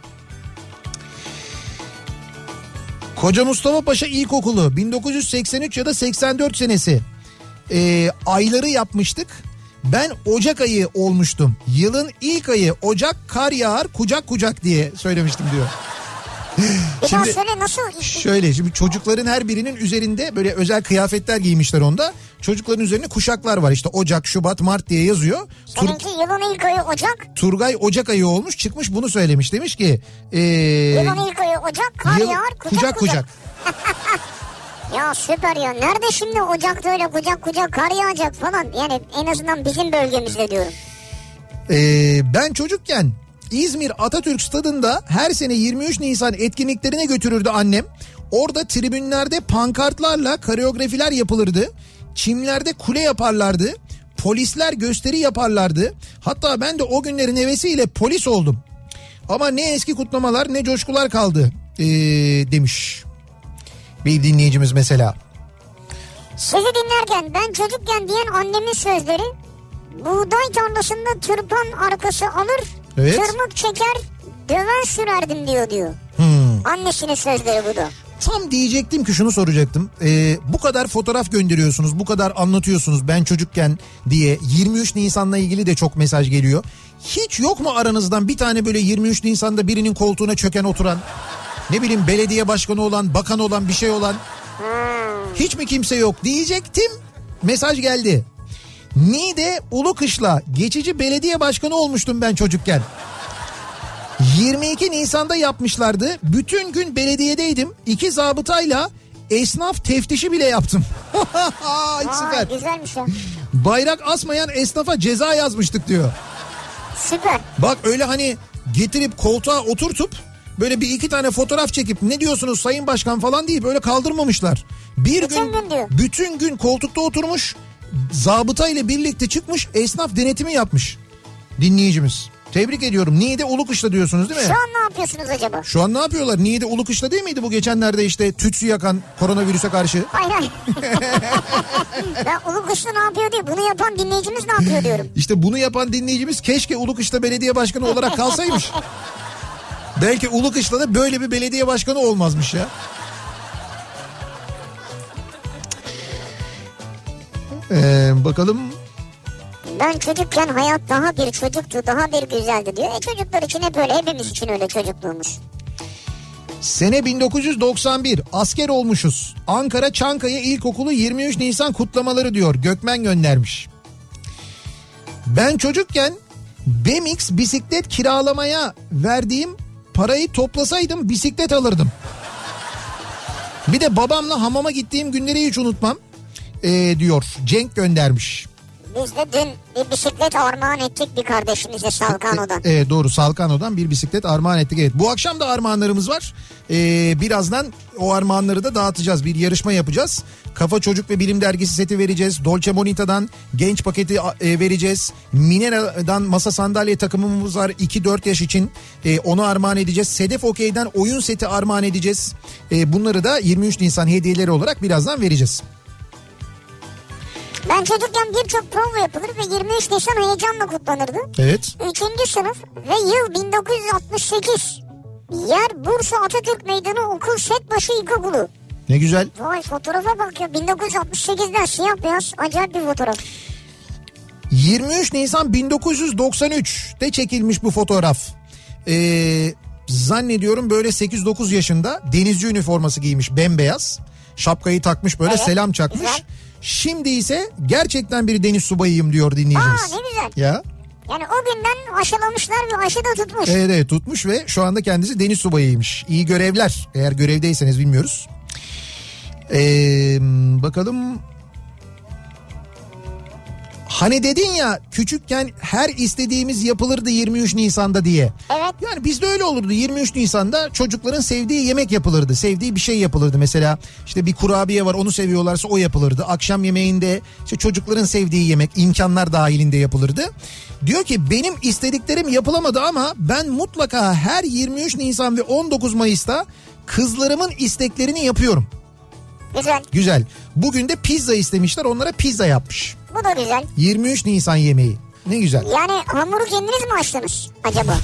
Koca Mustafa Paşa İlkokulu bin dokuz yüz seksen üç ya da seksen dört senesi ee, ayları yapmıştık. Ben Ocak ayı olmuştum. Yılın ilk ayı Ocak, kar yağar kucak kucak diye söylemiştim diyor. Bir Şimdi, daha söyle nasıl? Şöyle, şimdi çocukların her birinin üzerinde böyle özel kıyafetler giymişler onda. Çocukların üzerine kuşaklar var, işte Ocak, Şubat, Mart diye yazıyor. Tur, Seninki yılın ilk ayı Ocak. Turgay Ocak ayı olmuş, çıkmış bunu söylemiş, demiş ki. Ee, Yılın ilk ayı Ocak, kar yıl, yağar kucak kucak. kucak. Ya süper ya, nerede şimdi Ocak'ta öyle kucak kucak kar yağacak falan, yani en azından bizim bölgemizde diyorum. Ee, ben çocukken İzmir Atatürk Stadı'nda her sene yirmi üç Nisan etkinliklerine götürürdü annem. Orada tribünlerde pankartlarla koreografiler yapılırdı. Çimlerde kule yaparlardı. Polisler gösteri yaparlardı. Hatta ben de o günlerin hevesiyle polis oldum. Ama ne eski kutlamalar ne coşkular kaldı ee, demiş bir dinleyicimiz mesela. Sizi dinlerken ben çocukken diyen annemin sözleri, buğday tarlasında tırpan arkası alır, evet, tırmık çeker, döven sürerdim diyor diyor. Hmm. Annesinin sözleri bu da. Tam diyecektim ki şunu soracaktım. Ee, bu kadar fotoğraf gönderiyorsunuz, bu kadar anlatıyorsunuz ben çocukken diye. yirmi üç Nisan'la ilgili de çok mesaj geliyor. Hiç yok mu aranızdan bir tane böyle yirmi üç Nisan'da birinin koltuğuna çöken oturan, ne bileyim belediye başkanı olan, bakan olan, bir şey olan? Hmm. Hiç mi kimse yok diyecektim. Mesaj geldi. Niğde Ulukışla geçici belediye başkanı olmuştum ben çocukken. yirmi iki Nisan'da yapmışlardı. Bütün gün belediyedeydim. İki zabıtayla esnaf teftişi bile yaptım. Süper. Güzelmiş ya. Bayrak asmayan esnafa ceza yazmıştık diyor. Süper. Bak öyle hani getirip koltuğa oturtup böyle bir iki tane fotoğraf çekip ne diyorsunuz sayın başkan falan deyip öyle kaldırmamışlar. Bir bütün gün, gün diyor. bütün gün koltukta oturmuş, zabıta ile birlikte çıkmış, esnaf denetimi yapmış dinleyicimiz. Tebrik ediyorum. Niğde Ulukışla diyorsunuz değil mi? Şu an ne yapıyorsunuz acaba? Şu an ne yapıyorlar? Niğde Ulukışla değil miydi bu geçenlerde işte tütsü yakan koronavirüse karşı? Hayır hayır. Ben Ulukışla ne yapıyor diye, bunu yapan dinleyicimiz ne yapıyor diyorum. İşte bunu yapan dinleyicimiz keşke Ulukışla belediye başkanı olarak kalsaymış. Belki Ulukışla'da böyle bir belediye başkanı olmazmış ya. Ee, bakalım. Ben çocukken hayat daha bir çocuktu, daha bir güzeldi diyor. E çocuklar için hep öyle, hepimiz için öyle çocukluğumuz. Sene bin dokuz yüz doksan bir, asker olmuşuz. Ankara Çankaya İlkokulu yirmi üç Nisan kutlamaları diyor. Gökmen göndermiş. Ben çocukken B M X bisiklet kiralamaya verdiğim parayı toplasaydım bisiklet alırdım. Bir de babamla hamama gittiğim günleri hiç unutmam ee, diyor. Cenk göndermiş. Biz de dün bir bisiklet armağan ettik bir kardeşimize Salkano'dan. Evet doğru, Salkano'dan bir bisiklet armağan ettik. Evet, bu akşam da armağanlarımız var. Ee, birazdan o armağanları da dağıtacağız. Bir yarışma yapacağız. Kafa Çocuk ve Bilim Dergisi seti vereceğiz. Dolce Bonita'dan genç paketi e, vereceğiz. Minera'dan masa sandalye takımımız var iki dört yaş için. E, onu armağan edeceğiz. Sedef Okey'den oyun seti armağan edeceğiz. E, bunları da yirmi üç Nisan hediyeleri olarak birazdan vereceğiz. Ben çocukken birçok prova yapılır ve yirmi üç Nisan heyecanla kutlanırdı. Evet. Üçüncü sınıf ve yıl bin dokuz yüz altmış sekiz. Yer Bursa Atatürk Meydanı Okul Setbaşı İlkokulu. Ne güzel. Vay fotoğrafa bak ya, bin dokuz yüz altmış sekizden siyah beyaz acayip bir fotoğraf. yirmi üç Nisan bin dokuz yüz doksan üçte çekilmiş bu fotoğraf. Ee, zannediyorum böyle sekiz dokuz yaşında, denizci üniforması giymiş, bembeyaz. Şapkayı takmış böyle, evet, selam çakmış. Güzel. Şimdi ise gerçekten bir deniz subayıyım diyor dinleyicimiz. Aa, ne güzel. Ya. Yani o günden aşılamışlar ve aşı da tutmuş. Evet, evet tutmuş ve şu anda kendisi deniz subayıymış. İyi görevler. Eğer görevdeyseniz bilmiyoruz. Ee, bakalım. Hani dedin ya küçükken her istediğimiz yapılırdı yirmi üç Nisan'da diye. Evet. Yani bizde öyle olurdu. yirmi üç Nisan'da çocukların sevdiği yemek yapılırdı. Sevdiği bir şey yapılırdı. Mesela işte bir kurabiye var, onu seviyorlarsa o yapılırdı. Akşam yemeğinde işte çocukların sevdiği yemek imkanlar dahilinde yapılırdı. Diyor ki benim istediklerim yapılamadı ama ben mutlaka her yirmi üç Nisan ve on dokuz Mayıs'ta kızlarımın isteklerini yapıyorum. Güzel. Güzel. Bugün de pizza istemişler, onlara pizza yapmış. Bu da güzel. yirmi üç Nisan yemeği. Ne güzel. Yani hamuru kendiniz mi açtınız acaba?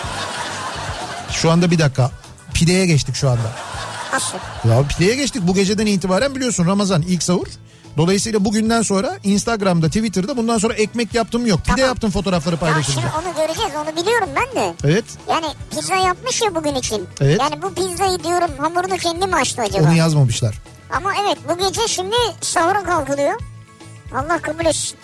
Şu anda bir dakika. Pideye geçtik şu anda. Nasıl? Ya pideye geçtik. Bu geceden itibaren biliyorsun Ramazan ilk sahur. Dolayısıyla bugünden sonra Instagram'da, Twitter'da bundan sonra ekmek yaptım yok. Pide tamam. Yaptım, fotoğrafları paylaşacağım. Ya şimdi onu göreceğiz, onu biliyorum ben de. Evet. Yani pizza yapmış ya bugün için. Evet. Yani bu pizzayı diyorum hamurunu kendi mi açtı acaba? Onu yazmamışlar. Ama evet, bu gece şimdi sahura kalkılıyor. Allah kabul etsin.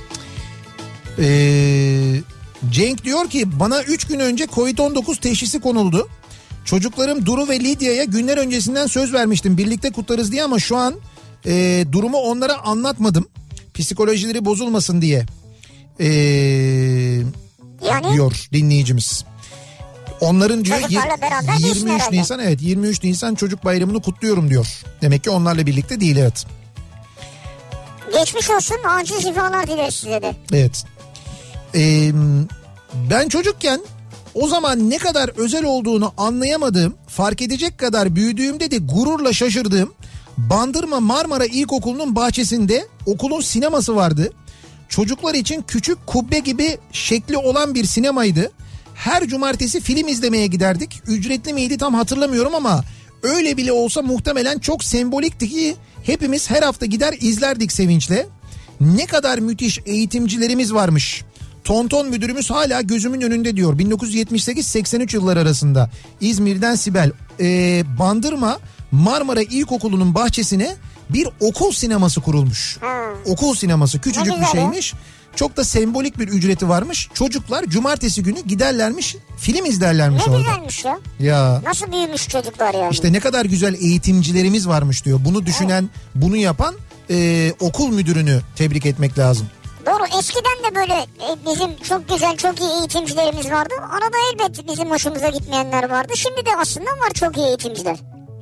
Ee, Cenk diyor ki bana üç gün önce kovid on dokuz teşhisi konuldu. Çocuklarım Duru ve Lidya'ya günler öncesinden söz vermiştim birlikte kutlarız diye ama şu an e, durumu onlara anlatmadım. Psikolojileri bozulmasın diye ee, yani? diyor dinleyicimiz. Onların diyor yirmi üç Nisan, evet yirmi üç Nisan çocuk bayramını kutluyorum diyor. Demek ki onlarla birlikte değil, evet. Geçmiş olsun, acil şifalar dileriz size de. Evet. Ee, ben çocukken o zaman ne kadar özel olduğunu anlayamadığım, fark edecek kadar büyüdüğümde de gururla şaşırdığım Bandırma Marmara İlkokulu'nun bahçesinde okulun sineması vardı. Çocuklar için küçük kubbe gibi şekli olan bir sinemaydı. Her cumartesi film izlemeye giderdik. Ücretli miydi tam hatırlamıyorum ama öyle bile olsa muhtemelen çok sembolikti ki hepimiz her hafta gider izlerdik sevinçle. Ne kadar müthiş eğitimcilerimiz varmış. Tonton müdürümüz hala gözümün önünde diyor. bin dokuz yüz yetmiş sekiz seksen üç yılları arasında İzmir'den Sibel. Ee, Bandırma Marmara İlkokulu'nun bahçesine bir okul sineması kurulmuş. Hmm. Okul sineması küçücük bir şeymiş. Çok da sembolik bir ücreti varmış. Çocuklar cumartesi günü giderlermiş, film izlerlermiş ne orada. Ne güzelmiş ya. Ya. Nasıl büyümüş çocuklar yani. İşte ne kadar güzel eğitimcilerimiz varmış diyor. Bunu düşünen, evet. bunu yapan e, okul müdürünü tebrik etmek lazım. Doğru, eskiden de böyle e, bizim çok güzel, çok iyi eğitimcilerimiz vardı. Arada elbet bizim hoşumuza gitmeyenler vardı. Şimdi de aslında var çok iyi eğitimciler.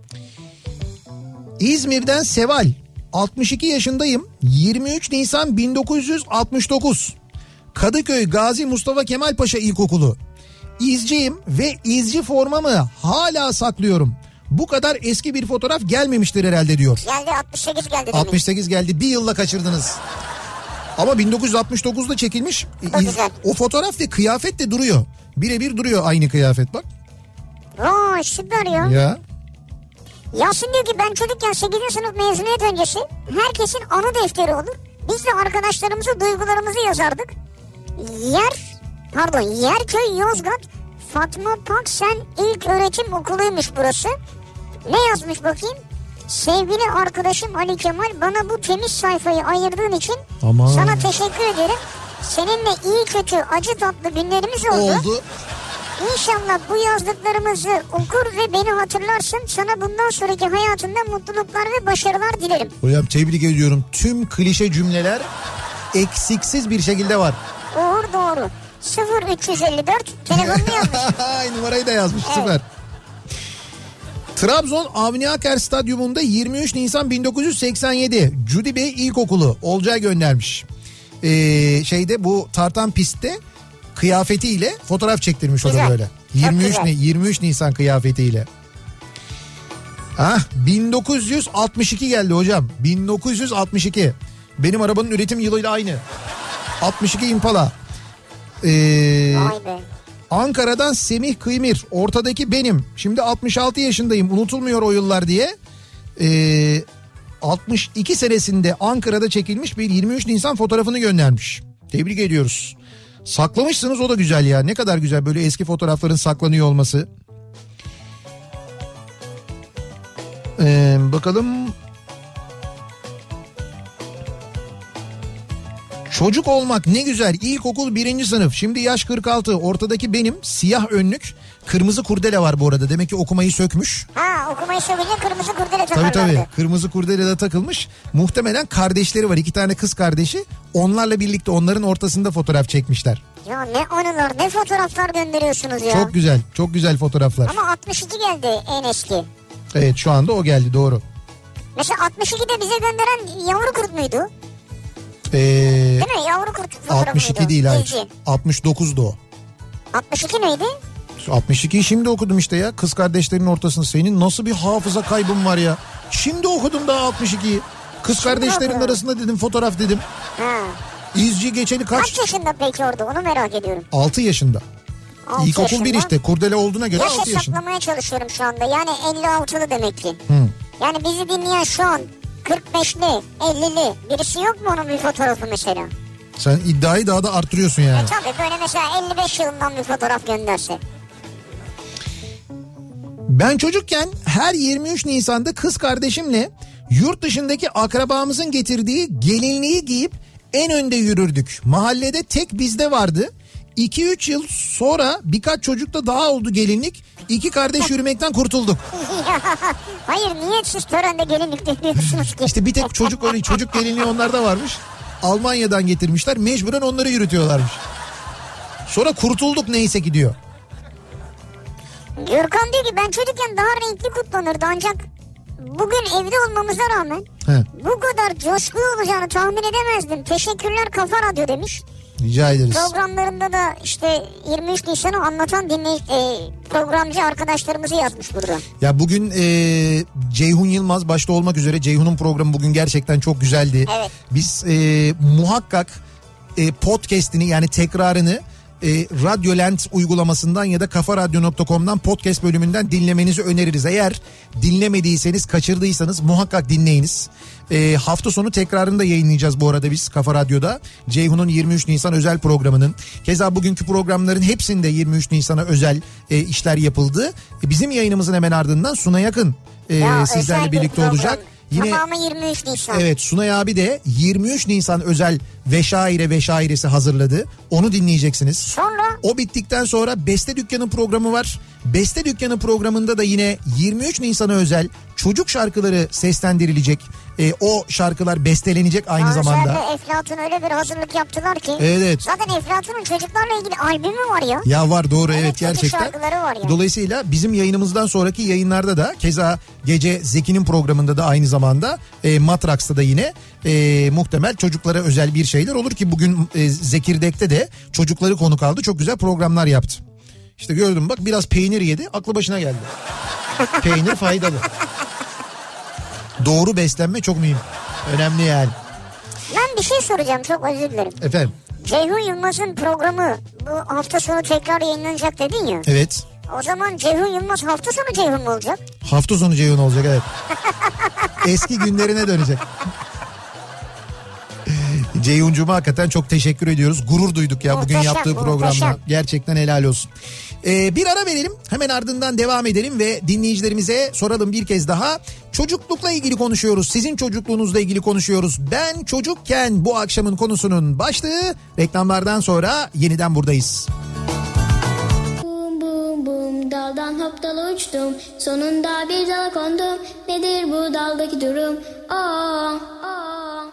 İzmir'den Seval. altmış iki yaşındayım. yirmi üç Nisan bin dokuz yüz altmış dokuz. Kadıköy Gazi Mustafa Kemal Paşa İlkokulu. İzciyim ve izci formamı hala saklıyorum. Bu kadar eski bir fotoğraf gelmemiştir herhalde diyor. Geldi, altmış sekiz geldi. altmış sekiz geldi. Bir yılla kaçırdınız. Ama bin dokuz yüz altmış dokuzda çekilmiş. İz, o fotoğraf ve kıyafet de duruyor. Birebir duruyor aynı kıyafet bak. Vay süper ya. Ya. Yasin diyor ki ben çocukken sekizinci sınıf mezuniyet öncesi herkesin anı defteri olur. Biz de arkadaşlarımıza duygularımızı yazardık. Yer, pardon Yerköy, Yozgat Fatma Paksen İlk Öğretim Okulu'ymuş burası. Ne yazmış bakayım? Sevgili arkadaşım Ali Kemal, bana bu temiz sayfayı ayırdığın için Aman. sana teşekkür ederim. Seninle iyi kötü acı tatlı günlerimiz oldu. Oldu. İnşallah bu yazdıklarımızı okur ve beni hatırlarsın. Sana bundan sonraki hayatında mutluluklar ve başarılar dilerim. Hocam tebrik ediyorum. Tüm klişe cümleler eksiksiz bir şekilde var. Uğur doğru. sıfır üç yüz elli dört telefonunu yazmış. Ay, numarayı da yazmış, evet. Süper. Trabzon Avni Aker Stadyumunda yirmi üç Nisan bin dokuz yüz seksen yedi Cudi Bey İlkokulu Olcay göndermiş. Ee, şeyde bu tartan pistte kıyafetiyle fotoğraf çektirmiş o da böyle. yirmi üç, yirmi üç Nisan kıyafetiyle. Ah, bin dokuz yüz altmış iki geldi hocam. bin dokuz yüz altmış iki. Benim arabanın üretim yılıyla aynı. altmış iki Impala. Ee, Vay be. Ankara'dan Semih Kıymir, ortadaki benim. Şimdi altmış altı yaşındayım, unutulmuyor o yıllar diye. Ee, altmış iki senesinde Ankara'da çekilmiş bir yirmi üç Nisan fotoğrafını göndermiş. Tebrik ediyoruz. Saklamışsınız, o da güzel ya. Ne kadar güzel böyle eski fotoğrafların saklanıyor olması. Ee, bakalım. Çocuk olmak ne güzel. İlkokul birinci sınıf. Şimdi yaş kırk altı. Ortadaki benim. Siyah önlük. Kırmızı kurdele var bu arada. Demek ki okumayı sökmüş. Ha, okumayı sökünce kırmızı kurdele takarlardı. Tabii tabii. Kırmızı kurdele de takılmış. Muhtemelen kardeşleri var. İki tane kız kardeşi. Onlarla birlikte onların ortasında fotoğraf çekmişler. Ya ne anılar, ne fotoğraflar gönderiyorsunuz ya. Çok güzel. Çok güzel fotoğraflar. Ama altmış iki geldi en eski. Evet, şu anda o geldi, doğru. Mesela altmış ikide bize gönderen yavru kurt muydu? Ee, Değil mi? Yavru kurt fotoğrafıydı. altmış iki değil hayır. altmış dokuzdu o. altmış iki neydi? altmış ikiyi şimdi okudum işte ya. Kız kardeşlerin ortasında. Senin nasıl bir hafıza kaybın var ya. Şimdi okudum daha altmış ikiyi. Kız şimdi kardeşlerin okudum. Arasında dedim fotoğraf dedim. Ha. İzci geçeli kaç? Kaç yaşında peki orada, onu merak ediyorum. altı yaşında. İlkokul bir işte, kurdele olduğuna göre yaş altı yaşında. Yaş hesaplamaya çalışıyorum şu anda, yani elli altılı demek ki. Hı. Yani bizi dinleyen şu an kırk beşli, ellili birisi yok mu onun bir fotoğrafı mesela? Sen iddiayı daha da arttırıyorsun yani. E tabii, böyle mesela elli beş yılından bir fotoğraf gönderse. Ben çocukken her yirmi üç Nisan'da kız kardeşimle yurt dışındaki akrabamızın getirdiği gelinliği giyip en önde yürürdük. Mahallede tek bizde vardı. iki üç yıl sonra birkaç çocukta daha oldu gelinlik. İki kardeş yürümekten kurtulduk. Hayır, niye siz törende gelinlik deniyorsunuz ki? İşte bir tek çocuk çocuk gelinliği onlarda varmış. Almanya'dan getirmişler, mecburen onları yürütüyorlarmış. Sonra kurtulduk neyse ki diyor. Gürkan diyor ki ben çocukken daha renkli kutlanırdı, ancak bugün evde olmamıza rağmen He. bu kadar coşkulu olacağını tahmin edemezdim. Teşekkürler Kafa Radyo demiş. Rica ederiz. Programlarında da işte yirmi üç Nisan'ı anlatan dinleyici, e, programcı arkadaşlarımızı yazmış burada. Ya bugün e, Ceyhun Yılmaz başta olmak üzere Ceyhun'un programı bugün gerçekten çok güzeldi. Evet. Biz e, muhakkak e, podcast'ini, yani tekrarını E, Radyolent uygulamasından ya da kafa radyo nokta com'dan podcast bölümünden dinlemenizi öneririz. Eğer dinlemediyseniz, kaçırdıysanız muhakkak dinleyiniz. E, hafta sonu tekrarını da yayınlayacağız bu arada biz Kafa Radyo'da. Ceyhun'un yirmi üç Nisan özel programının. Keza bugünkü programların hepsinde yirmi üç Nisan'a özel e, işler yapıldı. E, bizim yayınımızın hemen ardından Suna Yakın e, ya, sizlerle birlikte program olacak. Yine, tamamı yirmi üç Nisan. Evet, Sunay abi de yirmi üç Nisan özel Veşaire Veşairesi hazırladı. Onu dinleyeceksiniz. Sonra? O bittikten sonra Beste Dükkanı programı var. Beste Dükkanı programında da yine yirmi üç Nisan'a özel çocuk şarkıları seslendirilecek. E, o şarkılar bestelenecek aynı ya zamanda. Özellikle Eflatun öyle bir hazırlık yaptılar ki. Evet. Zaten Eflatun'un çocuklarla ilgili albümü var ya. Ya var, doğru, evet, evet gerçekten. Şarkıları var ya. Dolayısıyla bizim yayınımızdan sonraki yayınlarda da, keza gece Zeki'nin programında da aynı zamanda e, Matraks'ta da yine e, muhtemel çocuklara özel bir şeyler olur ki bugün e, Zekirdek'te de çocukları konuk aldı. Çok güzel programlar yaptı. İşte gördüm bak, biraz peynir yedi, aklı başına geldi. Peynir faydalı. Doğru beslenme çok mühim. Önemli yani. Ben bir şey soracağım, çok özür dilerim. Efendim? Ceyhun Yılmaz'ın programı bu hafta sonu tekrar yayınlanacak dedin ya. Evet. O zaman Ceyhun Yılmaz hafta sonu Ceyhun mu olacak? Hafta sonu Ceyhun olacak, evet. Eski günlerine dönecek. Ceyhun'cuma hakikaten çok teşekkür ediyoruz. Gurur duyduk ya muhteşem, bugün yaptığı programla. Muhteşem. Gerçekten helal olsun. Ee, bir ara verelim, hemen ardından devam edelim ve dinleyicilerimize soralım bir kez daha. Çocuklukla ilgili konuşuyoruz, sizin çocukluğunuzla ilgili konuşuyoruz. Ben çocukken bu akşamın konusunun başlığı. Reklamlardan sonra yeniden buradayız. Bum bum bum daldan hop dala uçtum, sonunda bir dala kondum. Nedir bu daldaki durum? Aa, aa, aa.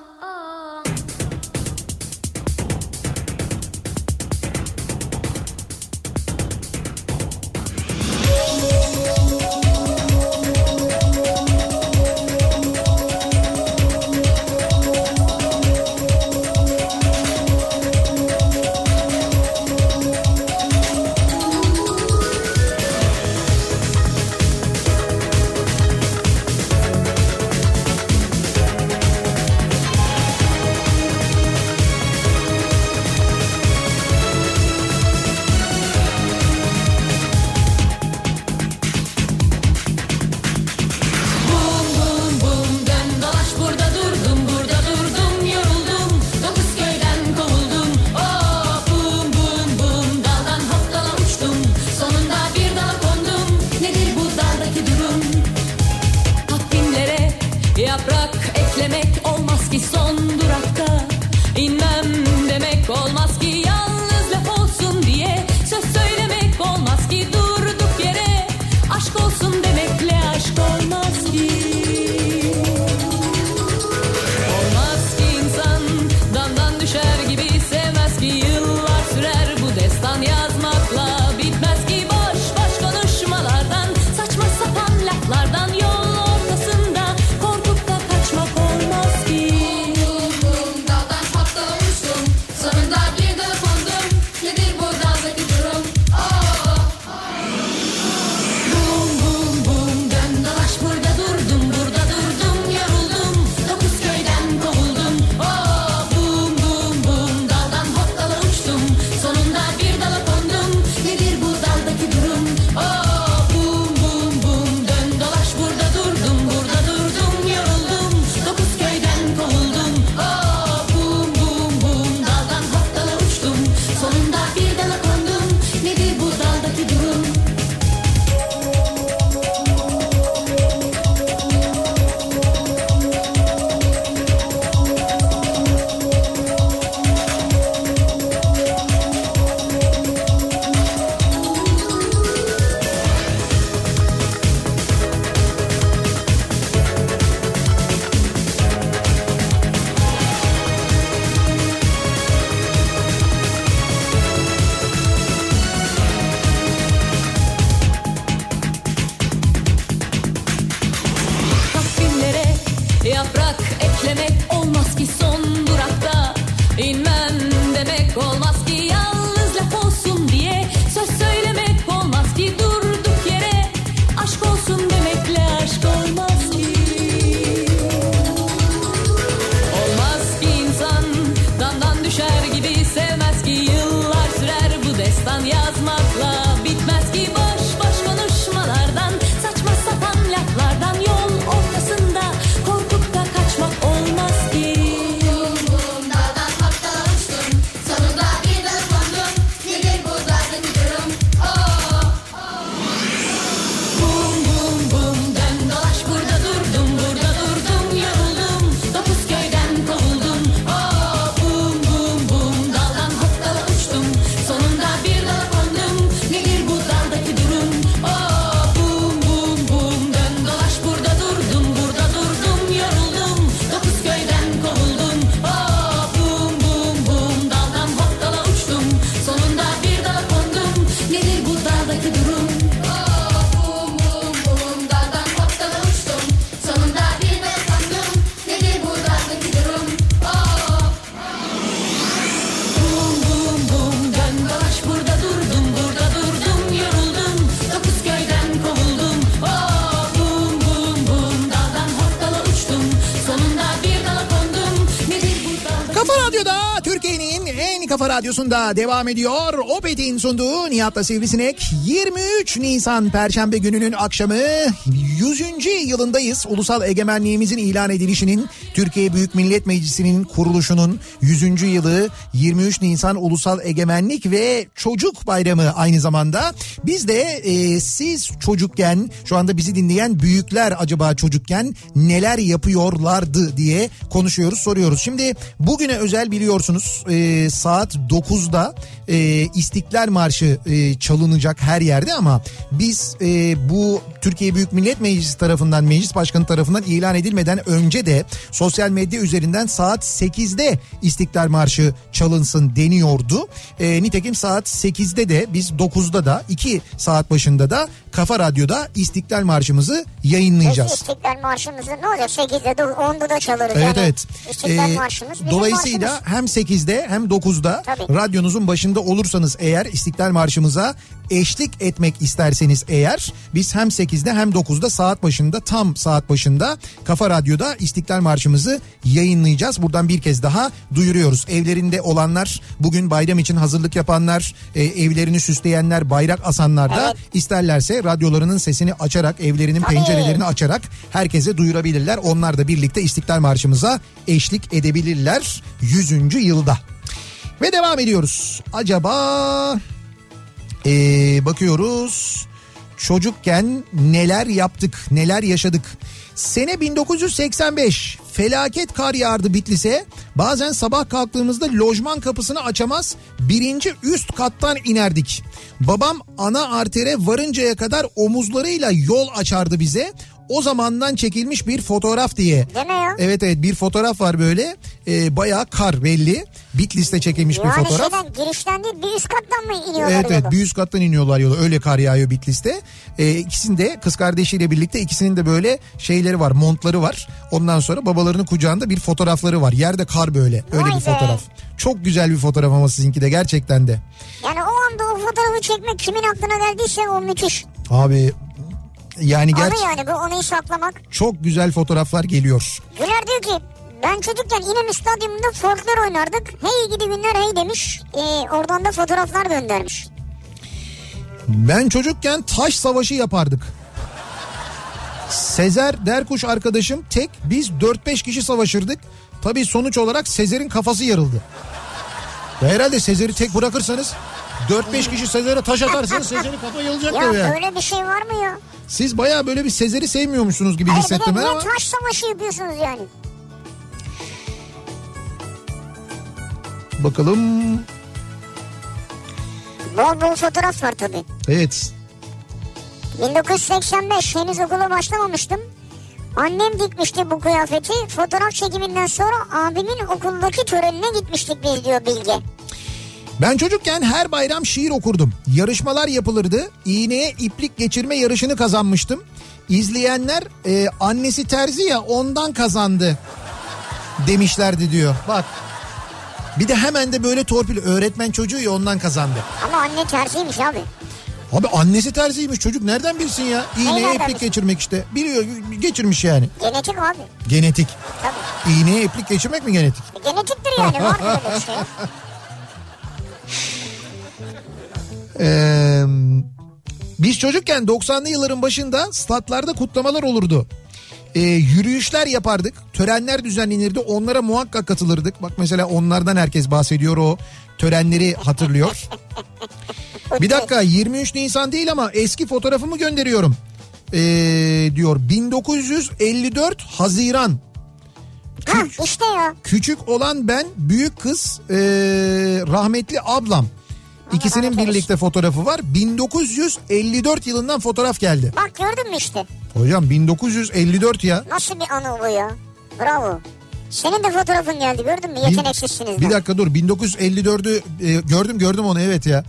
Kafa Radyosu'nda devam ediyor. Opet'in sunduğu Nihat'la Sivrisinek. yirmi üç Nisan Perşembe gününün akşamı, yüzüncü yılındayız. Ulusal egemenliğimizin ilan edilişinin, Türkiye Büyük Millet Meclisi'nin kuruluşunun yüzüncü yılı, yirmi üç Nisan Ulusal Egemenlik ve Çocuk Bayramı aynı zamanda. Biz de e, siz çocukken, şu anda bizi dinleyen büyükler acaba çocukken neler yapıyorlardı diye konuşuyoruz, soruyoruz. Şimdi bugüne özel biliyorsunuz e, saat dokuzda e, İstiklal Marşı e, çalınacak her yerde ama biz e, bu Türkiye Büyük Millet Meclisi tarafından, Meclis Başkanı tarafından ilan edilmeden önce de sosyal medya üzerinden saat sekizde İstiklal Marşı çalınsın deniyordu. E, nitekim saat sekizde de biz dokuzda da iki saat başında da Kafa Radyo'da İstiklal Marşımızı yayınlayacağız. Peki İstiklal Marşımızı ne olacak? sekizde onda da çalarız. Evet yani. evet. İstiklal Ee, Marşımız bizim dolayısıyla marşımız. hem sekizde hem dokuzda Tabii. radyonuzun başında olursanız eğer, İstiklal Marşımıza eşlik etmek isterseniz eğer, biz hem sekizde hem dokuzda saat başında, tam saat başında Kafa Radyo'da İstiklal Marşımızı yayınlayacağız. Buradan bir kez daha duyuruyoruz. Evlerinde olanlar, bugün bayram için hazırlık yapanlar, e, evlerini süsleyenler, bayrak asanlar da Evet. isterlerse radyolarının sesini açarak, evlerinin Tabii. pencerelerini açarak herkese duyurabilirler. Onlar da birlikte İstiklal Marşımıza eşlik edebilirler yüzüncü yılda. Ve devam ediyoruz. Acaba ee, bakıyoruz çocukken neler yaptık, neler yaşadık. Sene bin dokuz yüz seksen beş, felaket kar yağardı Bitlis'e. Bazen sabah kalktığımızda lojman kapısını açamaz, birinci üst kattan inerdik. Babam ana artere varıncaya kadar omuzlarıyla yol açardı bize. O zamandan çekilmiş bir fotoğraf diye. Deme ya. Evet evet, bir fotoğraf var böyle. Ee, bayağı kar belli. Bitlis'te çekilmiş Yani bir fotoğraf. şeyden, girişten değil, bir üst kattan mı iniyorlar Evet evet, yolu? bir üst kattan iniyorlar yola. Öyle kar yağıyor Bitlis'te. Ee, ikisinin de, kız kardeşiyle birlikte ikisinin de böyle şeyleri var, montları var. Ondan sonra babalarının kucağında bir fotoğrafları var. Yerde kar böyle. Öyle Vay bir be. fotoğraf. Çok güzel bir fotoğraf ama sizinki de gerçekten de. Yani o anda o fotoğrafı çekmek kimin aklına geldiyse o müthiş. Abi yani Anı gerçekten yani bu, onu saklamak. çok güzel fotoğraflar geliyor. Güler diyor ki ben çocukken İnönü Stadyumunda folklor oynardık. Hey gidi günler hey demiş. Ee, oradan da fotoğraflar göndermiş. Ben çocukken taş savaşı yapardık. Sezer Derkuş arkadaşım tek, biz dört beş kişi savaşırdık. Tabii sonuç olarak Sezer'in kafası yarıldı. Ya herhalde Sezer'i tek bırakırsanız, dört beş kişi Sezer'e taş atarsanız Sezer'in kafa yarılacak Ya tabii yani. böyle bir şey var mı ya? Siz bayağı böyle bir Sezer'i sevmiyormuşsunuz gibi Hayır, hissettim bir de ben niye ama. taş savaşı yapıyorsunuz yani? Bakalım. Bol bol fotoğraf var tabii. Evet. bin dokuz yüz seksen beş henüz okula başlamamıştım. Annem dikmişti bu kıyafeti. Fotoğraf çekiminden sonra abimin okuldaki törenine gitmiştik biz diyor Bilge. Ben çocukken her bayram şiir okurdum. Yarışmalar yapılırdı. İğneye iplik geçirme yarışını kazanmıştım. İzleyenler e, annesi terzi ya ondan kazandı demişlerdi diyor. Bak. Bir de hemen de böyle torpil, öğretmen çocuğu ya ondan kazandı. Ama anne terziymiş abi. Abi annesi terziymiş, çocuk nereden bilsin ya? İğneye nereden iplik bilsin? geçirmek işte. Biliyor, geçirmiş yani. Genetik abi. Genetik. Tabii. İğneye iplik geçirmek mi genetik? Genetiktir yani, var böyle bir şey. Ee, biz çocukken doksanlı yılların başında statlarda kutlamalar olurdu. Ee, yürüyüşler yapardık. Törenler düzenlenirdi. Onlara muhakkak katılırdık. Bak mesela onlardan herkes bahsediyor, o törenleri hatırlıyor. Bir dakika, yirmi üç Nisan değil ama eski fotoğrafımı gönderiyorum. Ee, diyor bin dokuz yüz elli dört Haziran. Ha işte ya. Küçük olan ben, büyük kız ee, rahmetli ablam. İkisinin rahmet birlikte fotoğrafı var. bin dokuz yüz elli dört yılından fotoğraf geldi. Bak gördün mü işte. Hocam bin dokuz yüz elli dört ya. Nasıl bir anı bu ya. Bravo. Senin de fotoğrafın geldi, gördün mü? Yeteneksizsiniz. Bir dakika dur, bin dokuz yüz elli dördü e, gördüm gördüm onu, evet ya.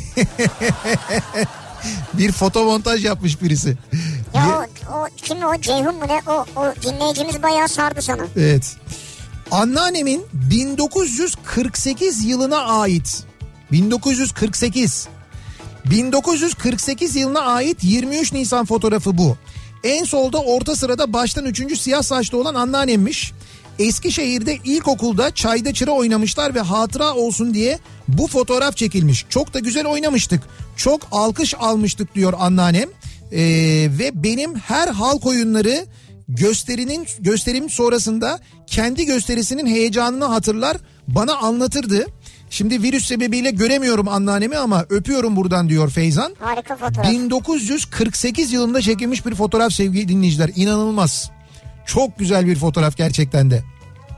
Bir fotomontaj yapmış birisi. Ya Ye- o, o kim o, Ceyhun mu ne? O, o dinleyicimiz bayağı sardı sana. Evet. Anneannemin bin dokuz yüz kırk sekiz yılına ait. bin dokuz yüz kırk sekiz. bin dokuz yüz kırk sekiz yılına ait yirmi üç Nisan fotoğrafı bu. En solda orta sırada baştan üçüncü siyah saçlı olan anneannemmiş. Eskişehir'de ilkokulda çayda çıra oynamışlar ve hatıra olsun diye bu fotoğraf çekilmiş. Çok da güzel oynamıştık. Çok alkış almıştık diyor anneannem. Ee, ve benim her halk oyunları gösterinin gösterim sonrasında kendi gösterisinin heyecanını hatırlar, bana anlatırdı. Şimdi virüs sebebiyle göremiyorum anneannemi ama öpüyorum buradan diyor Feyzan. Harika fotoğraf. bin dokuz yüz kırk sekiz yılında çekilmiş bir fotoğraf sevgili dinleyiciler. İnanılmaz. Çok güzel bir fotoğraf gerçekten de.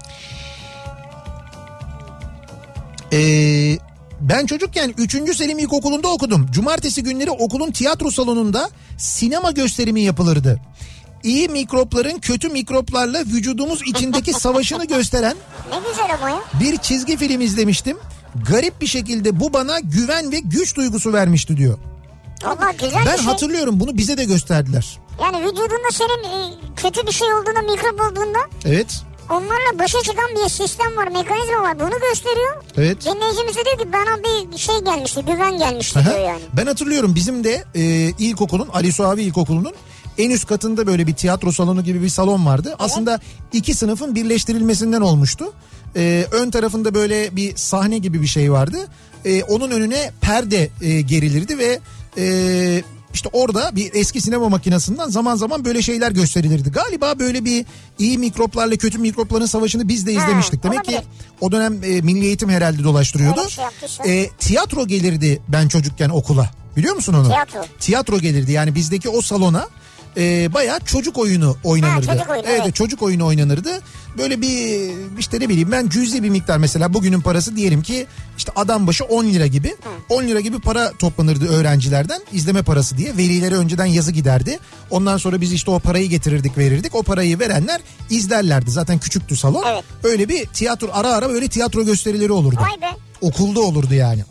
Ee, ben çocukken üçüncü Selim İlkokulu'nda okudum. Cumartesi günleri okulun tiyatro salonunda sinema gösterimi yapılırdı. İyi mikropların kötü mikroplarla vücudumuz içindeki savaşını gösteren ne güzel ama ya. Bir çizgi film izlemiştim. Garip bir şekilde bu bana güven ve güç duygusu vermişti diyor. Allah güzel ben bir şey. hatırlıyorum, bunu bize de gösterdiler. Yani vücudunda senin e, kötü bir şey olduğunda, mikrop olduğunda. Evet. Onlarla başa çıkan bir sistem var, mekanizma var. Bunu gösteriyor. Evet. Dinleyicimiz de diyor ki bana bir şey gelmişti, güven gelmişti Aha. diyor yani. Ben hatırlıyorum, bizim de e, ilkokulun, Ali Suavi İlkokulu'nun en üst katında böyle bir tiyatro salonu gibi bir salon vardı. Evet. Aslında iki sınıfın birleştirilmesinden olmuştu. Ee, ön tarafında böyle bir sahne gibi bir şey vardı. Ee, onun önüne perde e, gerilirdi ve e, işte orada bir eski sinema makinesinden zaman zaman böyle şeyler gösterilirdi. Galiba böyle bir iyi mikroplarla kötü mikropların savaşını biz de izlemiştik. Ha, demek olabilir. Ki o dönem e, Milli Eğitim herhalde dolaştırıyordu. Şey e, tiyatro gelirdi ben çocukken okula. Biliyor musun onu? Tiyatro. Tiyatro gelirdi, yani bizdeki o salona e, bayağı çocuk oyunu oynanırdı. Ha, çocuk oyunu, evet, evet, çocuk oyunu oynanırdı. Böyle bir işte ne bileyim ben cüzi bir miktar, mesela bugünün parası diyelim ki işte adam başı on lira gibi. Hı. on lira gibi para toplanırdı öğrencilerden, izleme parası diye. Velilere önceden yazı giderdi. Ondan sonra biz işte o parayı getirirdik, verirdik. O parayı verenler izlerlerdi. Zaten küçüktü salon. Evet. Öyle bir tiyatro, ara ara böyle tiyatro gösterileri olurdu. Vay be. Okulda olurdu yani.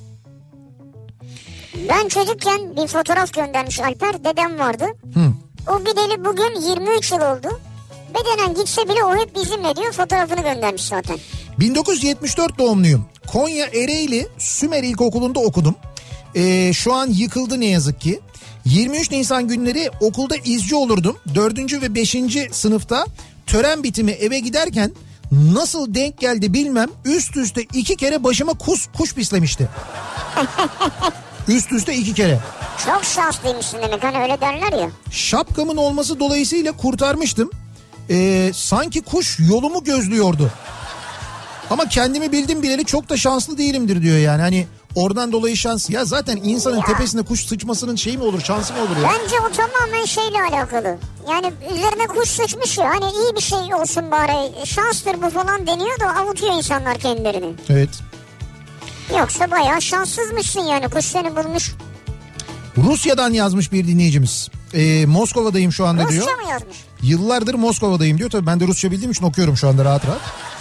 Ben çocukken bir fotoğraf göndermiş Alper, dedem vardı. Hı. O gideli bugün yirmi üç yıl oldu. Bedenen gitse bile o hep bizimle diyor, fotoğrafını göndermiş zaten. bin dokuz yüz yetmiş dört doğumluyum. Konya Ereğli Sümer İlkokulu'nda okudum. Ee, şu an yıkıldı ne yazık ki. yirmi üç Nisan günleri okulda izci olurdum. dördüncü ve beşinci sınıfta tören bitimi eve giderken nasıl denk geldi bilmem, üst üste iki kere başıma kuş, kuş pislemişti. Üst üste iki kere. Çok şanslıymışsın demek, hani öyle derler ya. Şapkamın olması dolayısıyla kurtarmıştım. Ee, sanki kuş yolumu gözlüyordu. Ama kendimi bildim bileli çok da şanslı değilimdir diyor yani. Hani oradan dolayı şans. Ya zaten insanın ya. Tepesine kuş sıçmasının şeyi mi olur, şansı mı olur ya? Bence o tamamen şeyle alakalı. Yani üzerine kuş sıçmış ya, hani iyi bir şey olsun bari, şanstır bu falan deniyor da avutuyor insanlar kendilerini. Evet. Yoksa bayağı şanssızmışsın yani, kuş seni bulmuş. Rusya'dan yazmış bir dinleyicimiz. Ee, Moskova'dayım şu anda Rusça diyor. Rusça mı yazmış? Yıllardır Moskova'dayım diyor. Tabii ben de Rusça bildiğim için okuyorum şu anda rahat rahat.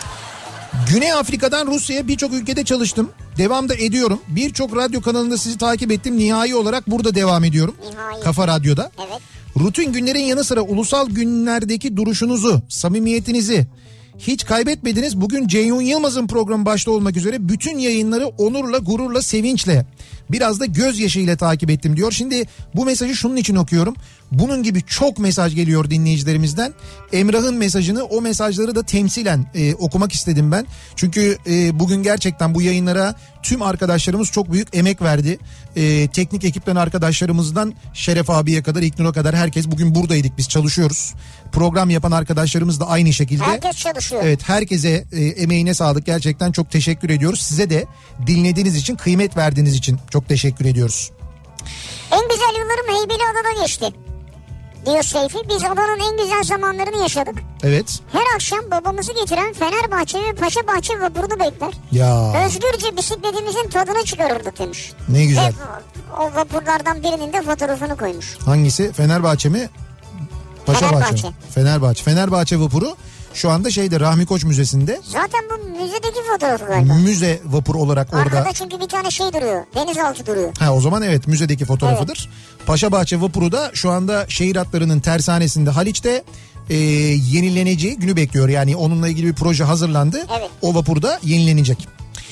Güney Afrika'dan Rusya'ya birçok ülkede çalıştım. Devam da ediyorum. Birçok radyo kanalında sizi takip ettim. Nihai olarak burada devam ediyorum. Nihai. Kafa Radyo'da. Evet. Rutin günlerin yanı sıra ulusal günlerdeki duruşunuzu, samimiyetinizi hiç kaybetmediniz. Bugün Ceyhun Yılmaz'ın programı başta olmak üzere bütün yayınları onurla, gururla, sevinçle, biraz da gözyaşıyla takip ettim diyor. Şimdi bu mesajı şunun için okuyorum. Bunun gibi çok mesaj geliyor dinleyicilerimizden. Emrah'ın mesajını, o mesajları da temsilen e, okumak istedim ben. Çünkü e, bugün gerçekten bu yayınlara tüm arkadaşlarımız çok büyük emek verdi. E, teknik ekipten arkadaşlarımızdan Şeref abiye kadar, İknur'a kadar herkes bugün buradaydık, biz çalışıyoruz. Program yapan arkadaşlarımız da aynı şekilde. Herkes çalışıyor. Evet, herkese e, emeğine sağlık, gerçekten çok teşekkür ediyoruz. Size de dinlediğiniz için, kıymet verdiğiniz için çok teşekkür ediyoruz. En güzel yıllarım Heybeliada'da geçti diyor Seyfi. Biz adanın en güzel zamanlarını yaşadık. Evet. Her akşam babamızı getiren Fenerbahçe ve Paşabahçe vapurunu bekler. Ya. Özgürce bisikletimizin tadını çıkarırdık demiş. Ne güzel. Hep o vapurlardan birinin de fotoğrafını koymuş. Hangisi? Fenerbahçe mi? Paşabahçe. Fenerbahçe. Fenerbahçe. Fenerbahçe vapuru şu anda şeyde, Rahmi Koç Müzesi'nde. Zaten bu müzedeki fotoğrafı galiba. Müze vapur olarak orada. Arkada çünkü bir tane şey duruyor. Denizaltı duruyor. Ha, o zaman evet, müzedeki fotoğrafıdır. Evet. Paşabahçe vapuru da şu anda şehir hatlarının tersanesinde Haliç'te e, yenileneceği günü bekliyor. Yani onunla ilgili bir proje hazırlandı. Evet. O vapurda yenilenecek.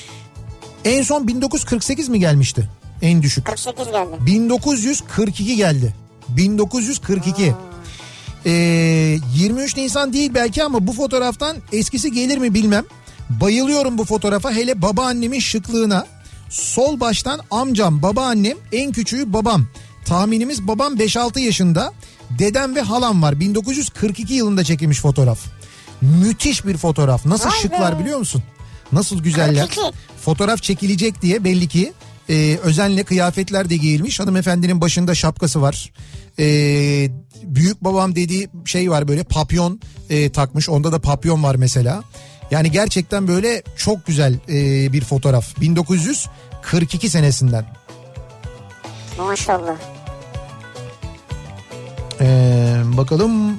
En son bin dokuz yüz kırk sekiz mi gelmişti? En düşük. kırk sekiz geldi. bin dokuz yüz kırk iki geldi. bin dokuz yüz kırk iki. Hmm. Ee, yirmi üç Nisan değil belki ama bu fotoğraftan eskisi gelir mi bilmem. Bayılıyorum bu fotoğrafa, hele babaannemin şıklığına. Sol baştan amcam, babaannem, en küçüğü babam. Tahminimiz babam beş altı yaşında. Dedem ve halam var. bin dokuz yüz kırk iki yılında çekilmiş fotoğraf. Müthiş bir fotoğraf. Nasıl Vay şıklar be. Biliyor musun? Nasıl güzeller. kırk iki Fotoğraf çekilecek diye belli ki e, özenle kıyafetler de giyilmiş. Hanımefendinin başında şapkası var. E, büyük babam dediği şey var, böyle papyon e, takmış. Onda da papyon var mesela. Yani gerçekten böyle çok güzel e, bir fotoğraf. bin dokuz yüz kırk iki senesinden. Maşallah. Ee, bakalım.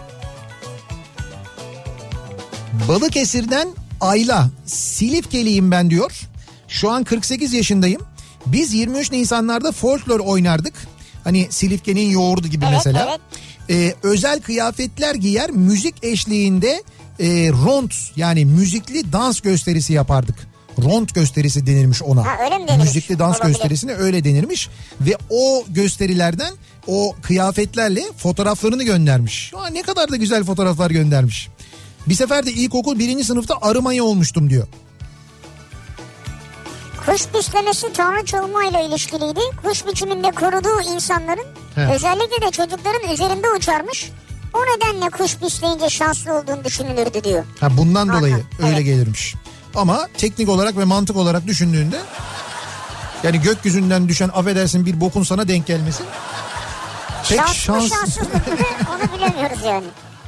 Balıkesir'den Ayla, Silifkeliyim ben diyor. Şu an kırk sekiz yaşındayım. Biz yirmi üç Nisanlarda folklor oynardık. Hani Silifke'nin yoğurdu gibi evet, mesela. Evet. Ee, özel kıyafetler giyer, müzik eşliğinde e, rond, yani müzikli dans gösterisi yapardık. Rond gösterisi denirmiş ona. Ha, öyle mi denirmiş? Müzikli dans Olabilir. Gösterisine öyle denirmiş. Ve o gösterilerden o kıyafetlerle fotoğraflarını göndermiş. Aa, ne kadar da güzel fotoğraflar göndermiş. Bir sefer de ilkokul birinci sınıfta arımaya olmuştum diyor. Kuş beslemesi tanrıçılmayla ilişkiliydi. Kuş biçiminde koruduğu insanların, He. özellikle de çocukların üzerinde uçarmış. O nedenle kuş besleyince şanslı olduğunu düşünülürdü diyor. Ha, bundan Aha, dolayı öyle evet. gelirmiş. Ama teknik olarak ve mantık olarak düşündüğünde, yani gökyüzünden düşen, affedersin, bir bokun sana denk gelmesi pek şans... Şans şanssız mı onu bilemiyoruz yani.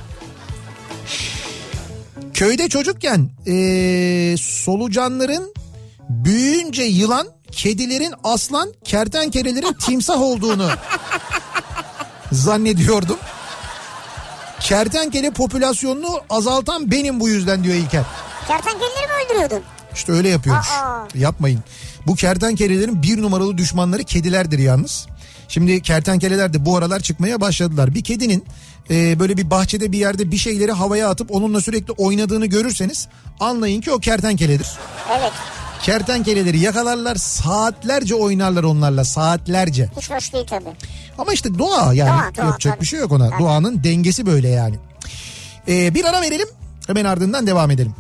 Köyde çocukken ee, solucanların büyüyünce yılan, kedilerin aslan, kertenkelelerin timsah olduğunu zannediyordum. Kertenkele popülasyonunu azaltan benim bu yüzden diyor İlker. Kertenkeleleri mi öldürüyordun? İşte öyle yapıyormuş. Aa. Yapmayın. Bu kertenkelelerin bir numaralı düşmanları kedilerdir yalnız. Şimdi kertenkeleler de bu aralar çıkmaya başladılar. Bir kedinin e, böyle bir bahçede bir yerde bir şeyleri havaya atıp onunla sürekli oynadığını görürseniz anlayın ki o kertenkeledir. Evet. Kertenkeleleri yakalarlar, saatlerce oynarlar onlarla, saatlerce. Hiç hoş değil tabii. Ama işte doğa yani, doğa, doğa, yapacak tabii. bir şey yok ona. Tabii. Doğanın dengesi böyle yani. Ee, bir ara verelim, hemen ardından devam edelim.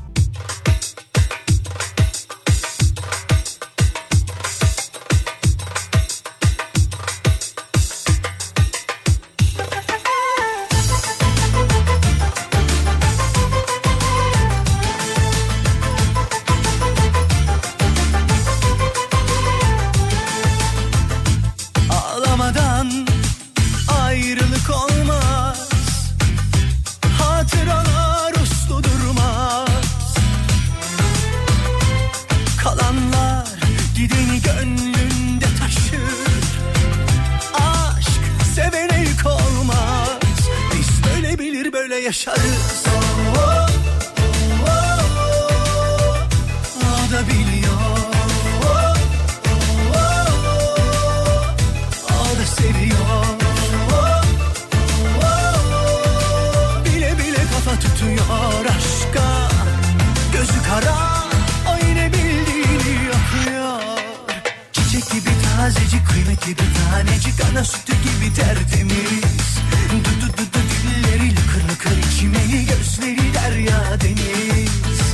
Yaşarız. Oh, oh, oh, oh. O da biliyor. Oh, oh, oh. O da seviyor. Oh, oh, oh. Bile bile kafa tutuyor aşka. Gözü kara, o yine bildiğini yapıyor. Çiçek gibi tazecik, kıymetli bir tanecik, ana sütü gibi tertemiz. Du du du du dilleri lıkır lıkır içmeyi, gözleri derya deniz.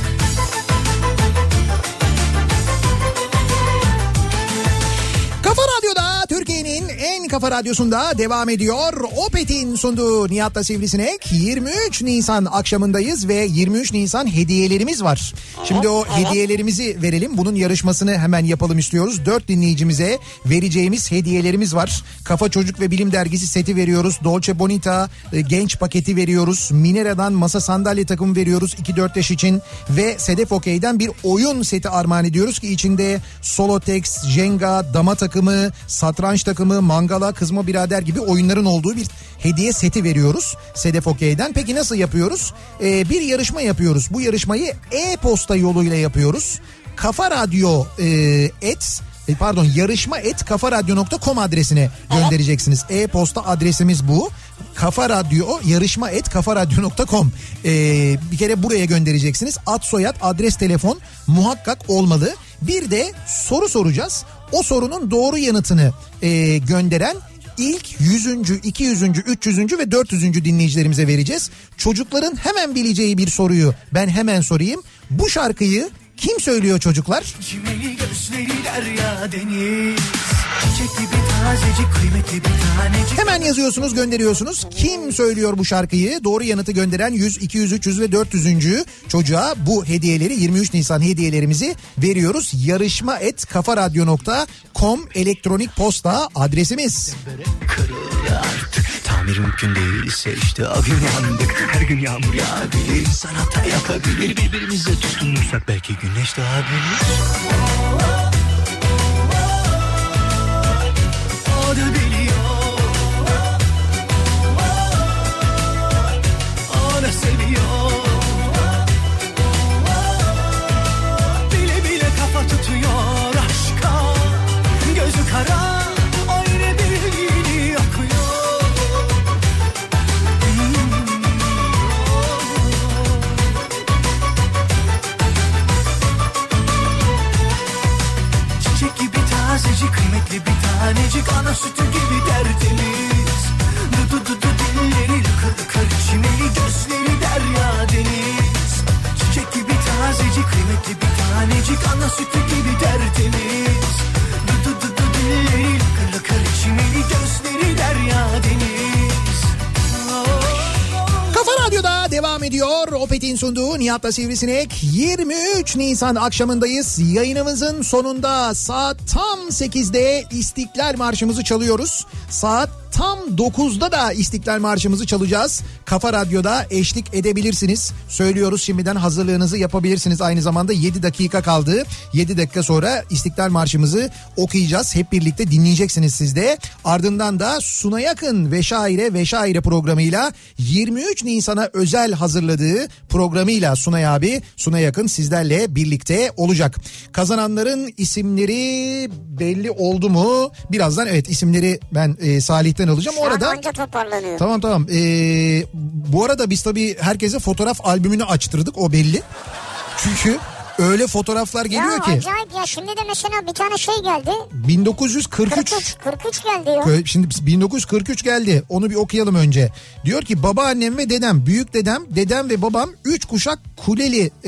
Kafa Radyo'da, Türkiye'nin en kafa radyosunda devam ediyor. Opet'in sunduğu Nihat'la Sivrisinek. yirmi üç Nisan akşamındayız ve yirmi üç Nisan hediyelerimiz var. Şimdi o hediyelerimizi verelim. Bunun yarışmasını hemen yapalım istiyoruz. dört dinleyicimize vereceğimiz hediyelerimiz var. Kafa Çocuk ve Bilim Dergisi seti veriyoruz. Dolce Bonita genç paketi veriyoruz. Minera'dan masa sandalye takımı veriyoruz iki dört yaş için. Ve Sedef Okey'den bir oyun seti armağan ediyoruz ki içinde Solotex, Jenga, dama takımı, satranç takımı, mangala, kızma birader gibi oyunların olduğu bir hediye seti veriyoruz Sedef Okey'den. Peki nasıl yapıyoruz? Ee, bir yarışma yapıyoruz. Bu yarışmayı e-posta yoluyla yapıyoruz. Kafa Radyo e, et pardon yarışma et kafaradyo nokta com adresine göndereceksiniz. E-posta adresimiz bu. Kafa Radyo yarışma et kafaradyo nokta com. Ee, bir kere buraya göndereceksiniz. Ad, soyad, adres, telefon muhakkak olmalı. Bir de soru soracağız. O sorunun doğru yanıtını e, gönderen ilk yüzüncü, iki yüzüncü, üç yüzüncü ve dört yüzüncü dinleyicilerimize vereceğiz. Çocukların hemen bileceği bir soruyu ben hemen sorayım. Bu şarkıyı kim söylüyor çocuklar? Çimeli gözleri derya deniz, çiçek gibi tazecik kıymetli bir tanecik. Hemen yazıyorsunuz, gönderiyorsunuz. Kim söylüyor bu şarkıyı? Doğru yanıtı gönderen yüz, iki yüz, üç yüz ve dört yüzüncü çocuğa bu hediyeleri, yirmi üç Nisan hediyelerimizi veriyoruz. Yarışma et kafaradyo nokta com elektronik posta adresimiz. Kırılır artık, tamir mümkün değilse işte o gün yandık. Her gün yağmur yağabilir, sanata yapabilir, birbirimize tutunursak belki güneş doğabilir. O da biliyor, o da seviyor, bile bile kafa tutuyor aşka, gözü kara. Tazecik kıymetli bir tanecik, ana sütü gibi derdimiz. Du du du du dilleri lıkır lıkır, çimeli gözleri derya deniz. Çiçek gibi tazecik kıymetli bir tanecik, ana sütü gibi derdimiz. Du du du du dilleri lıkır lıkır, çimeli gözleri derya deniz. Kafa Radyo'da devam ediyor. Opet'in sunduğu Nihat'la Sivrisinek. yirmi üç Nisan akşamındayız. Yayınımızın sonunda saat tam sekizde İstiklal Marşımızı çalıyoruz. Saat tam dokuzda da İstiklal Marşımızı çalacağız. Kafa Radyo'da eşlik edebilirsiniz. Söylüyoruz, şimdiden hazırlığınızı yapabilirsiniz. Aynı zamanda yedi dakika kaldı. yedi dakika sonra İstiklal Marşımızı okuyacağız. Hep birlikte dinleyeceksiniz siz de. Ardından da Suna Yakın ve Şaire ve Şaire programıyla yirmi üç Nisan'a özel hazırladığı programıyla Sunay abi, Suna Yakın sizlerle birlikte olacak. Kazananların isimleri belli oldu mu? Birazdan evet isimleri ben e, Salih'ten alacağım. O arada anca toparlanıyor. Tamam tamam. Ee, bu arada biz tabii herkese fotoğraf albümünü açtırdık, o belli. Çünkü öyle fotoğraflar geliyor ya, ki. Ya acayip ya, şimdi de mesela bir tane şey geldi. bin dokuz yüz kırk üç. kırk üç, kırk üç geldi ya. Şimdi bin dokuz yüz kırk üç geldi. Onu bir okuyalım önce. Diyor ki babaannem ve dedem, büyük dedem, dedem ve babam üç kuşak Kuleli e,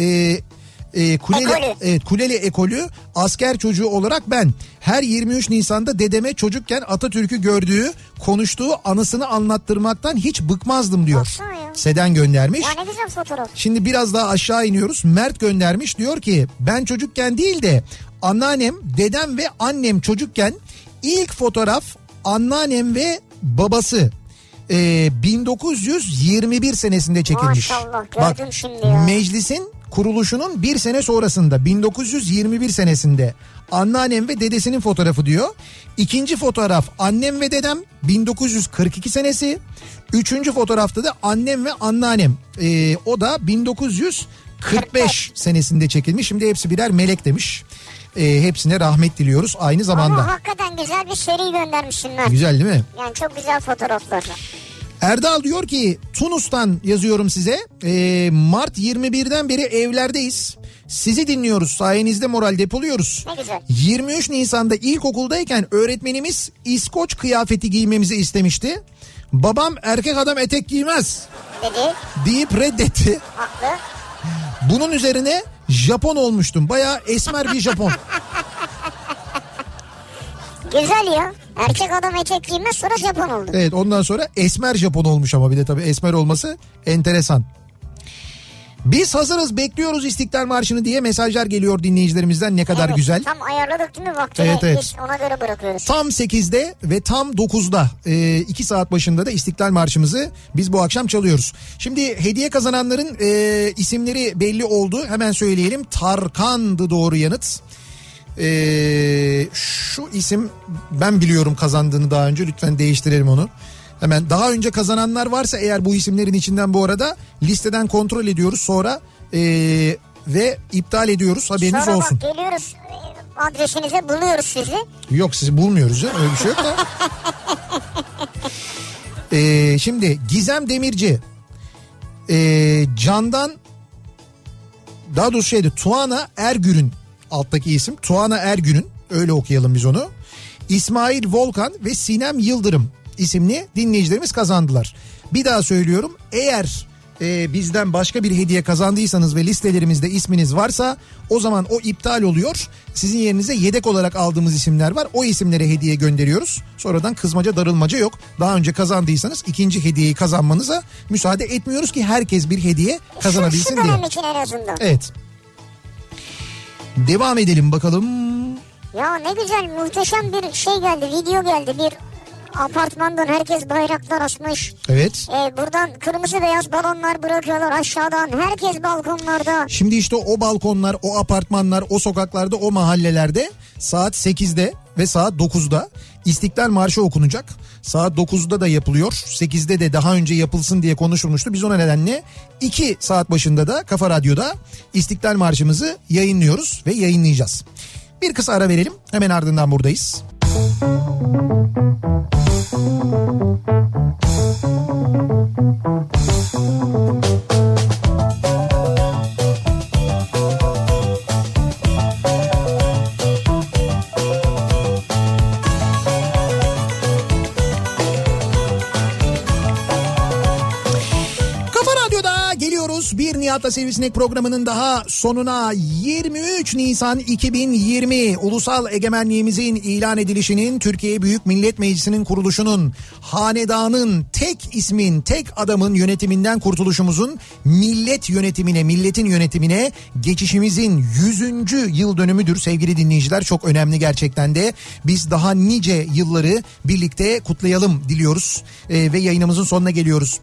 e, Kuleli, Ekolü. evet, Kuleli ekolü asker çocuğu olarak ben her yirmi üç Nisan'da dedeme çocukken Atatürk'ü gördüğü, konuştuğu anısını anlattırmaktan hiç bıkmazdım diyor. Seden göndermiş. Ya ne güzel fotoğraf. Şimdi biraz daha aşağı iniyoruz. Mert göndermiş, diyor ki ben çocukken değil de anneannem, dedem ve annem çocukken ilk fotoğraf anneannem ve babası e, bin dokuz yüz yirmi bir senesinde çekilmiş. Maşallah, gördüm Bak, şimdi ya. Meclisin kuruluşunun bir sene sonrasında bin dokuz yüz yirmi bir senesinde anneannem ve dedesinin fotoğrafı diyor. İkinci fotoğraf annem ve dedem bin dokuz yüz kırk iki senesi. Üçüncü fotoğrafta da annem ve anneannem. Ee, o da bin dokuz yüz kırk beş senesinde çekilmiş. Şimdi hepsi birer melek demiş. Ee, hepsine rahmet diliyoruz aynı zamanda. Ama hakikaten güzel bir seri göndermişsin Mert. Güzel değil mi? Yani çok güzel fotoğraflar. Erdal diyor ki Tunus'tan yazıyorum size. Ee, Mart yirmi birden beri evlerdeyiz. Sizi dinliyoruz, sayenizde moral depoluyoruz. Ne güzel. yirmi üç Nisan'da ilkokuldayken öğretmenimiz İskoç kıyafeti giymemizi istemişti. Babam erkek adam etek giymez dedi deyip reddetti. Haklı. Bunun üzerine Japon olmuştum. Bayağı esmer bir Japon. Güzel ya. Erkek adam etek giymez, sonra Japon oldu. Evet, ondan sonra esmer Japon olmuş ama bir de tabii esmer olması enteresan. Biz hazırız, bekliyoruz İstiklal Marşı'nı diye mesajlar geliyor dinleyicilerimizden, ne kadar evet, güzel. Tam ayarladık değil mi vaktini? Evet, evet. Biz ona göre bırakıyoruz. Tam sekizde ve tam dokuzda e, iki saat başında da İstiklal Marşı'mızı biz bu akşam çalıyoruz. Şimdi hediye kazananların e, isimleri belli oldu. Hemen söyleyelim. Tarkan'dı doğru yanıt. E, şu isim ben biliyorum kazandığını daha önce, lütfen değiştirelim onu. Hemen daha önce kazananlar varsa eğer bu isimlerin içinden bu arada listeden kontrol ediyoruz sonra e, ve iptal ediyoruz, haberiniz sonra olsun. Sonra bak geliyoruz adresinize, buluyoruz sizi. Yok, sizi bulmuyoruz ya, öyle bir şey yok da. e, şimdi Gizem Demirci, e, Candan, daha doğrusu şeydi Tuana Ergür'ün alttaki isim, Tuana Ergür'ün, öyle okuyalım biz onu. İsmail Volkan ve Sinem Yıldırım isimli dinleyicilerimiz kazandılar. Bir daha söylüyorum, eğer e, bizden başka bir hediye kazandıysanız ve listelerimizde isminiz varsa o zaman o iptal oluyor. Sizin yerinize yedek olarak aldığımız isimler var. O isimlere hediye gönderiyoruz. Sonradan kızmaca darılmaca yok. Daha önce kazandıysanız ikinci hediyeyi kazanmanıza müsaade etmiyoruz ki herkes bir hediye kazanabilsin şu, şu diye. Şu için en azından. Evet. Devam edelim bakalım. Ya ne güzel, muhteşem bir şey geldi, video geldi. Bir apartmandan herkes bayraklar asmış. Evet. Ee, buradan kırmızı beyaz balonlar bırakıyorlar aşağıdan. Herkes balkonlarda. Şimdi işte o balkonlar, o apartmanlar, o sokaklarda, o mahallelerde saat sekizde ve saat dokuzda İstiklal Marşı okunacak. Saat dokuzda da yapılıyor. sekizde de daha önce yapılsın diye konuşulmuştu. Biz o nedenle iki saat başında da Kafa Radyo'da İstiklal Marşımızı yayınlıyoruz ve yayınlayacağız. Bir kısa ara verelim. Hemen ardından buradayız. Bir Nihat'la Sivrisinek programının daha sonuna. Yirmi üç Nisan iki bin yirmi ulusal egemenliğimizin ilan edilişinin, Türkiye Büyük Millet Meclisi'nin kuruluşunun, hanedanın, tek ismin, tek adamın yönetiminden kurtuluşumuzun millet yönetimine, milletin yönetimine geçişimizin yüzüncü yıl dönümüdür sevgili dinleyiciler. Çok önemli gerçekten de. Biz daha nice yılları birlikte kutlayalım diliyoruz ee, ve yayınımızın sonuna geliyoruz.